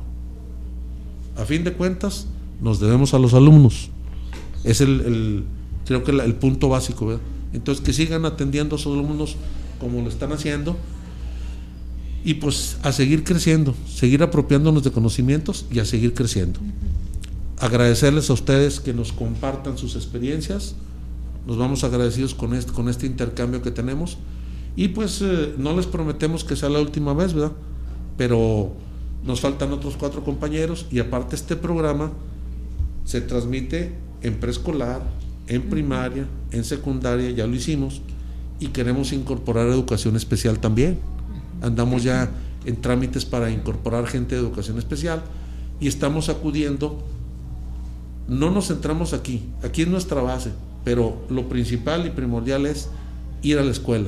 A fin de cuentas, nos debemos a los alumnos. Es creo que el punto básico, ¿verdad? Entonces, que sigan atendiendo a sus alumnos como lo están haciendo, y pues a seguir creciendo, seguir apropiándonos de conocimientos y a seguir creciendo. Agradecerles a ustedes que nos compartan sus experiencias. Nos vamos agradecidos con este intercambio que tenemos, y pues no les prometemos que sea la última vez, ¿verdad? Pero nos faltan otros 4 compañeros, y aparte este programa se transmite en preescolar, en primaria, en secundaria, ya lo hicimos, y queremos incorporar educación especial también. Andamos ya en trámites para incorporar gente de educación especial, y estamos acudiendo. No nos centramos aquí es nuestra base, pero lo principal y primordial es ir a la escuela.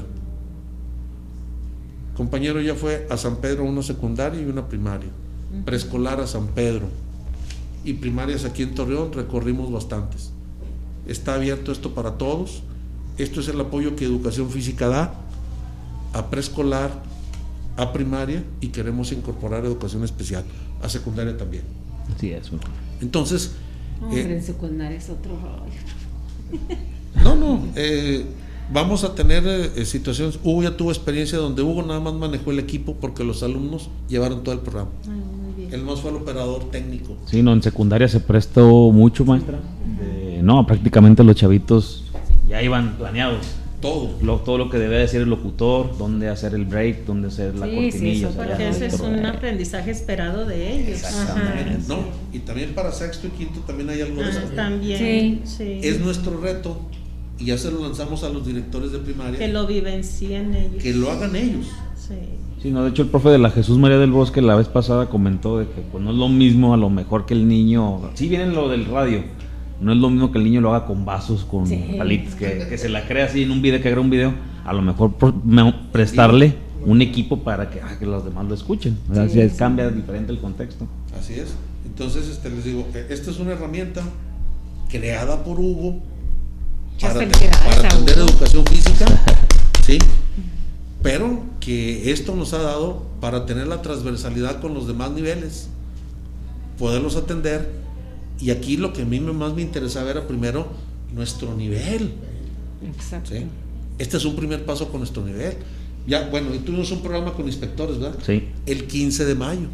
Compañero ya fue a San Pedro, una secundaria y una primaria, preescolar a San Pedro, y primarias aquí en Torreón recorrimos bastantes. Está abierto esto para todos. Esto es el apoyo que Educación Física da a preescolar, a primaria, y queremos incorporar educación especial a secundaria también. Así es. Entonces, en secundaria es otro No, rollo. vamos a tener situaciones. Hugo ya tuvo experiencia donde Hugo nada más manejó el equipo porque los alumnos llevaron todo el programa. Muy bien. Él más fue el operador técnico. Sí, no, en secundaria se prestó mucho, maestra. No, prácticamente los chavitos ya iban planeados. Todo lo que debe decir el locutor, dónde hacer el break, dónde hacer la cortinilla. Sí, porque ese es un aprendizaje esperado de ellos. Exactamente. No, y también para sexto y quinto también hay algo de eso. También, sí. Es nuestro reto, y ya se lo lanzamos a los directores de primaria. Que lo vivencien ellos. Que lo hagan ellos. Sí, no, de hecho el profe de la Jesús María del Bosque la vez pasada comentó de que pues no es lo mismo a lo mejor que el niño, sí viene lo del radio, no es lo mismo que el niño lo haga con vasos, con palitos, que se la crea así en un video, que haga un video, a lo mejor prestarle un equipo para que los demás lo escuchen, o sea, cambia diferente el contexto. Así es, entonces les digo, esta es una herramienta creada por Hugo para atender educación física, ¿sí? Pero que esto nos ha dado para tener la transversalidad con los demás niveles, poderlos atender. Y aquí lo que a mí más me interesaba era primero nuestro nivel. Exacto. ¿Sí? Este es un primer paso con nuestro nivel. Ya, bueno, y tuvimos un programa con inspectores, ¿verdad? Sí. El 15 de mayo.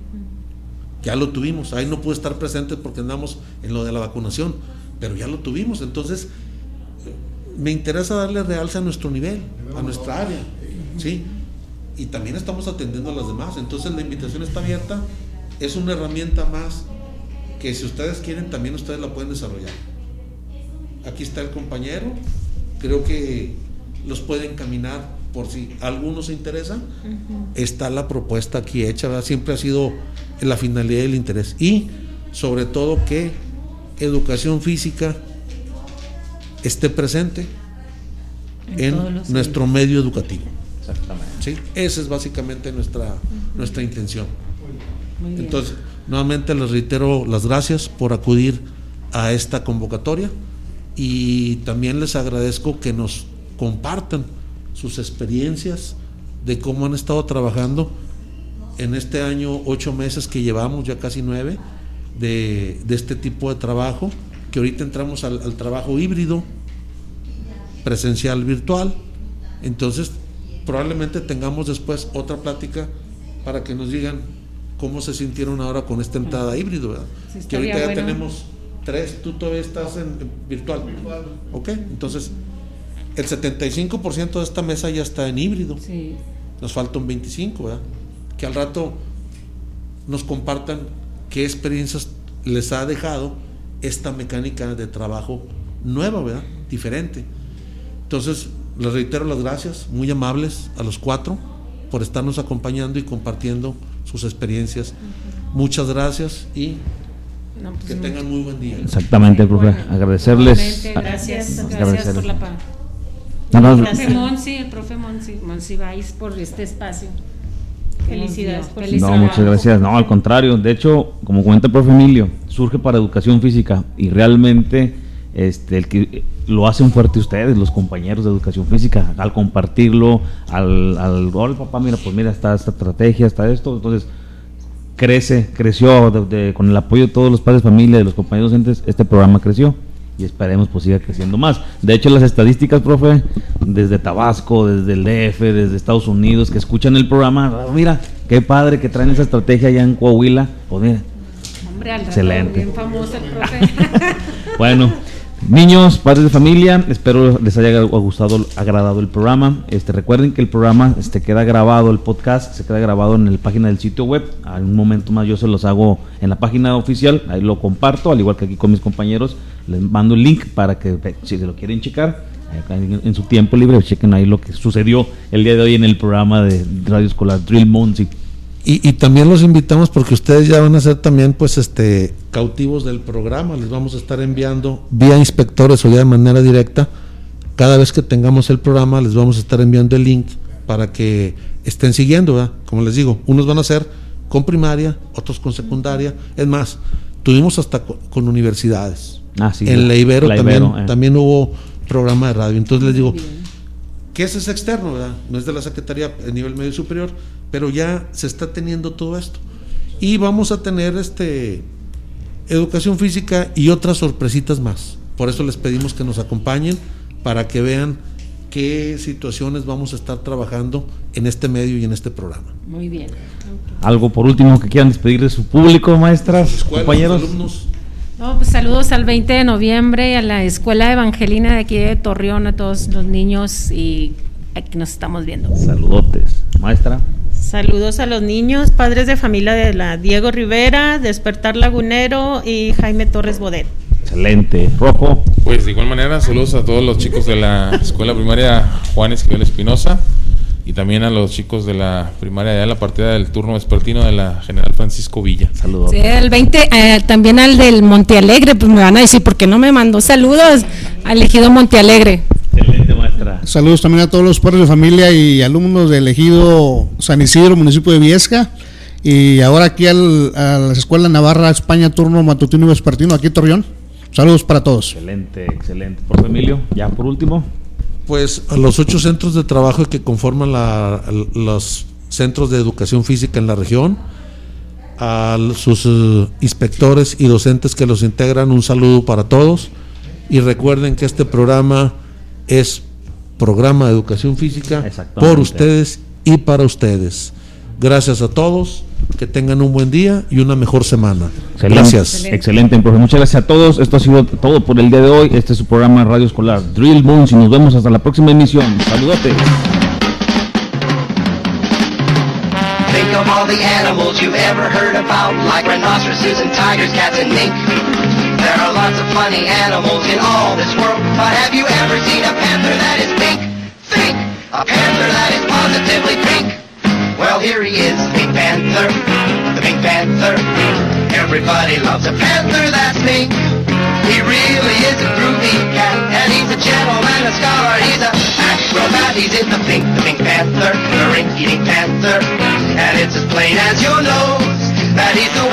Ya lo tuvimos. Ahí no pude estar presente porque andamos en lo de la vacunación, pero ya lo tuvimos. Entonces, me interesa darle realce a nuestro nivel, a nuestra área. ¿Sí? Y también estamos atendiendo a las demás. Entonces la invitación está abierta. Es una herramienta más que si ustedes quieren también ustedes la pueden desarrollar. Aquí está el compañero, creo que los puede encaminar por si alguno se interesa. Está la propuesta aquí hecha, ¿verdad? Siempre ha sido la finalidad y el interés, y sobre todo que educación física esté presente en nuestro medio educativo. Exactamente. ¿Sí? Esa es básicamente nuestra intención. Entonces, nuevamente les reitero las gracias por acudir a esta convocatoria, y también les agradezco que nos compartan sus experiencias de cómo han estado trabajando en este año, 8 meses que llevamos, ya casi 9, de este tipo de trabajo, que ahorita entramos al trabajo híbrido, presencial, virtual. Entonces probablemente tengamos después otra plática para que nos digan cómo se sintieron ahora con esta entrada híbrido, ¿verdad? Sí, que ahorita ya tenemos 3, tú todavía estás en virtual. Ok, entonces el 75% de esta mesa ya está en híbrido. Sí. Nos falta un 25%, ¿verdad? Que al rato nos compartan qué experiencias les ha dejado esta mecánica de trabajo nueva, ¿verdad? Diferente. Entonces, les reitero las gracias, muy amables a los 4 por estarnos acompañando y compartiendo sus experiencias. Muchas gracias y que tengan muy buen día. Exactamente, profe. Agradecerles. Gracias por la paz. El profe Monsi Valls por este espacio. Felicidades por el trabajo. Muchas gracias. No, al contrario. De hecho, como comenta el profe Emilio, surge para educación física y realmente el que lo hacen fuerte ustedes, los compañeros de educación física, al compartirlo, hola papá, mira, pues mira, está esta estrategia, está esto, entonces creció con el apoyo de todos los padres de familia, de los compañeros docentes, este programa creció y esperemos pues siga creciendo más. De hecho, las estadísticas, profe, desde Tabasco, desde el DF, desde Estados Unidos, que escuchan el programa, mira, qué padre que traen esa estrategia allá en Coahuila, pues mira, hombre, excelente. Bien famoso el profe. Bueno, niños, padres de familia, espero les haya agradado el programa. Recuerden que el programa queda grabado, el podcast se queda grabado en la página del sitio web. A un momento más yo se los hago en la página oficial, ahí lo comparto, al igual que aquí con mis compañeros, les mando el link para que si se lo quieren checar en su tiempo libre, chequen ahí lo que sucedió el día de hoy en el programa de Radio Escolar Drill Monsi. Y también los invitamos porque ustedes ya van a ser también pues cautivos del programa. Les vamos a estar enviando vía inspectores o ya de manera directa. Cada vez que tengamos el programa les vamos a estar enviando el link para que estén siguiendo, ¿verdad? Como les digo, unos van a ser con primaria, otros con secundaria. Es más, tuvimos hasta con universidades. Sí, en la Ibero también hubo programa de radio. Entonces les digo que ese es externo, ¿verdad? No es de la Secretaría a nivel medio superior, pero ya se está teniendo todo esto. Y vamos a tener educación física y otras sorpresitas más. Por eso les pedimos que nos acompañen para que vean qué situaciones vamos a estar trabajando en este medio y en este programa. Muy bien. Algo por último que quieran despedir de su público, maestras, compañeros. Alumnos. No, pues saludos al 20 de noviembre a la Escuela Evangelina de aquí de Torreón, a todos los niños y aquí nos estamos viendo. Saludotes, maestra. Saludos a los niños, padres de familia de la Diego Rivera, Despertar Lagunero y Jaime Torres Bodet. Excelente. Rojo. Pues de igual manera, saludos a todos los chicos de la Escuela Primaria Juan Esquivel Espinosa y también a los chicos de la primaria de la partida del turno vespertino de la General Francisco Villa. Saludos. Sí, el 20, también al del Montealegre, pues me van a decir, ¿por qué no me mandó saludos al ejido Montealegre? Excelente, maestra. Saludos también a todos los padres de familia y alumnos del ejido San Isidro, municipio de Viesca, y ahora aquí a la Escuela Navarra España, turno matutino y vespertino, aquí en Torreón. Saludos para todos. Excelente, excelente. Por Emilio, ya por último. Pues a los 8 centros de trabajo que conforman los centros de educación física en la región, a sus inspectores y docentes que los integran, un saludo para todos, y recuerden que este programa es programa de educación física por ustedes y para ustedes. Gracias a todos, que tengan un buen día y una mejor semana. Excelente, gracias. Excelente, profe. Muchas gracias a todos. Esto ha sido todo por el día de hoy. Este es su programa Radio Escolar Drill Monsi. Nos vemos hasta la próxima emisión. Saludotes. Think of all the animals you've ever heard about, like rhinoceroses and tigers, cats and mink. There are lots of funny animals in all this world, but have you ever seen a panther that is pink? Think! A panther that is positively pink. Well, here he is, the Pink Panther, the Pink Panther. Everybody loves a panther that's pink. He really is a groovy cat, and he's a gentleman, a scholar, he's a acrobat. He's in the Pink Panther, the ring-eating panther. And it's as plain as your nose that he's the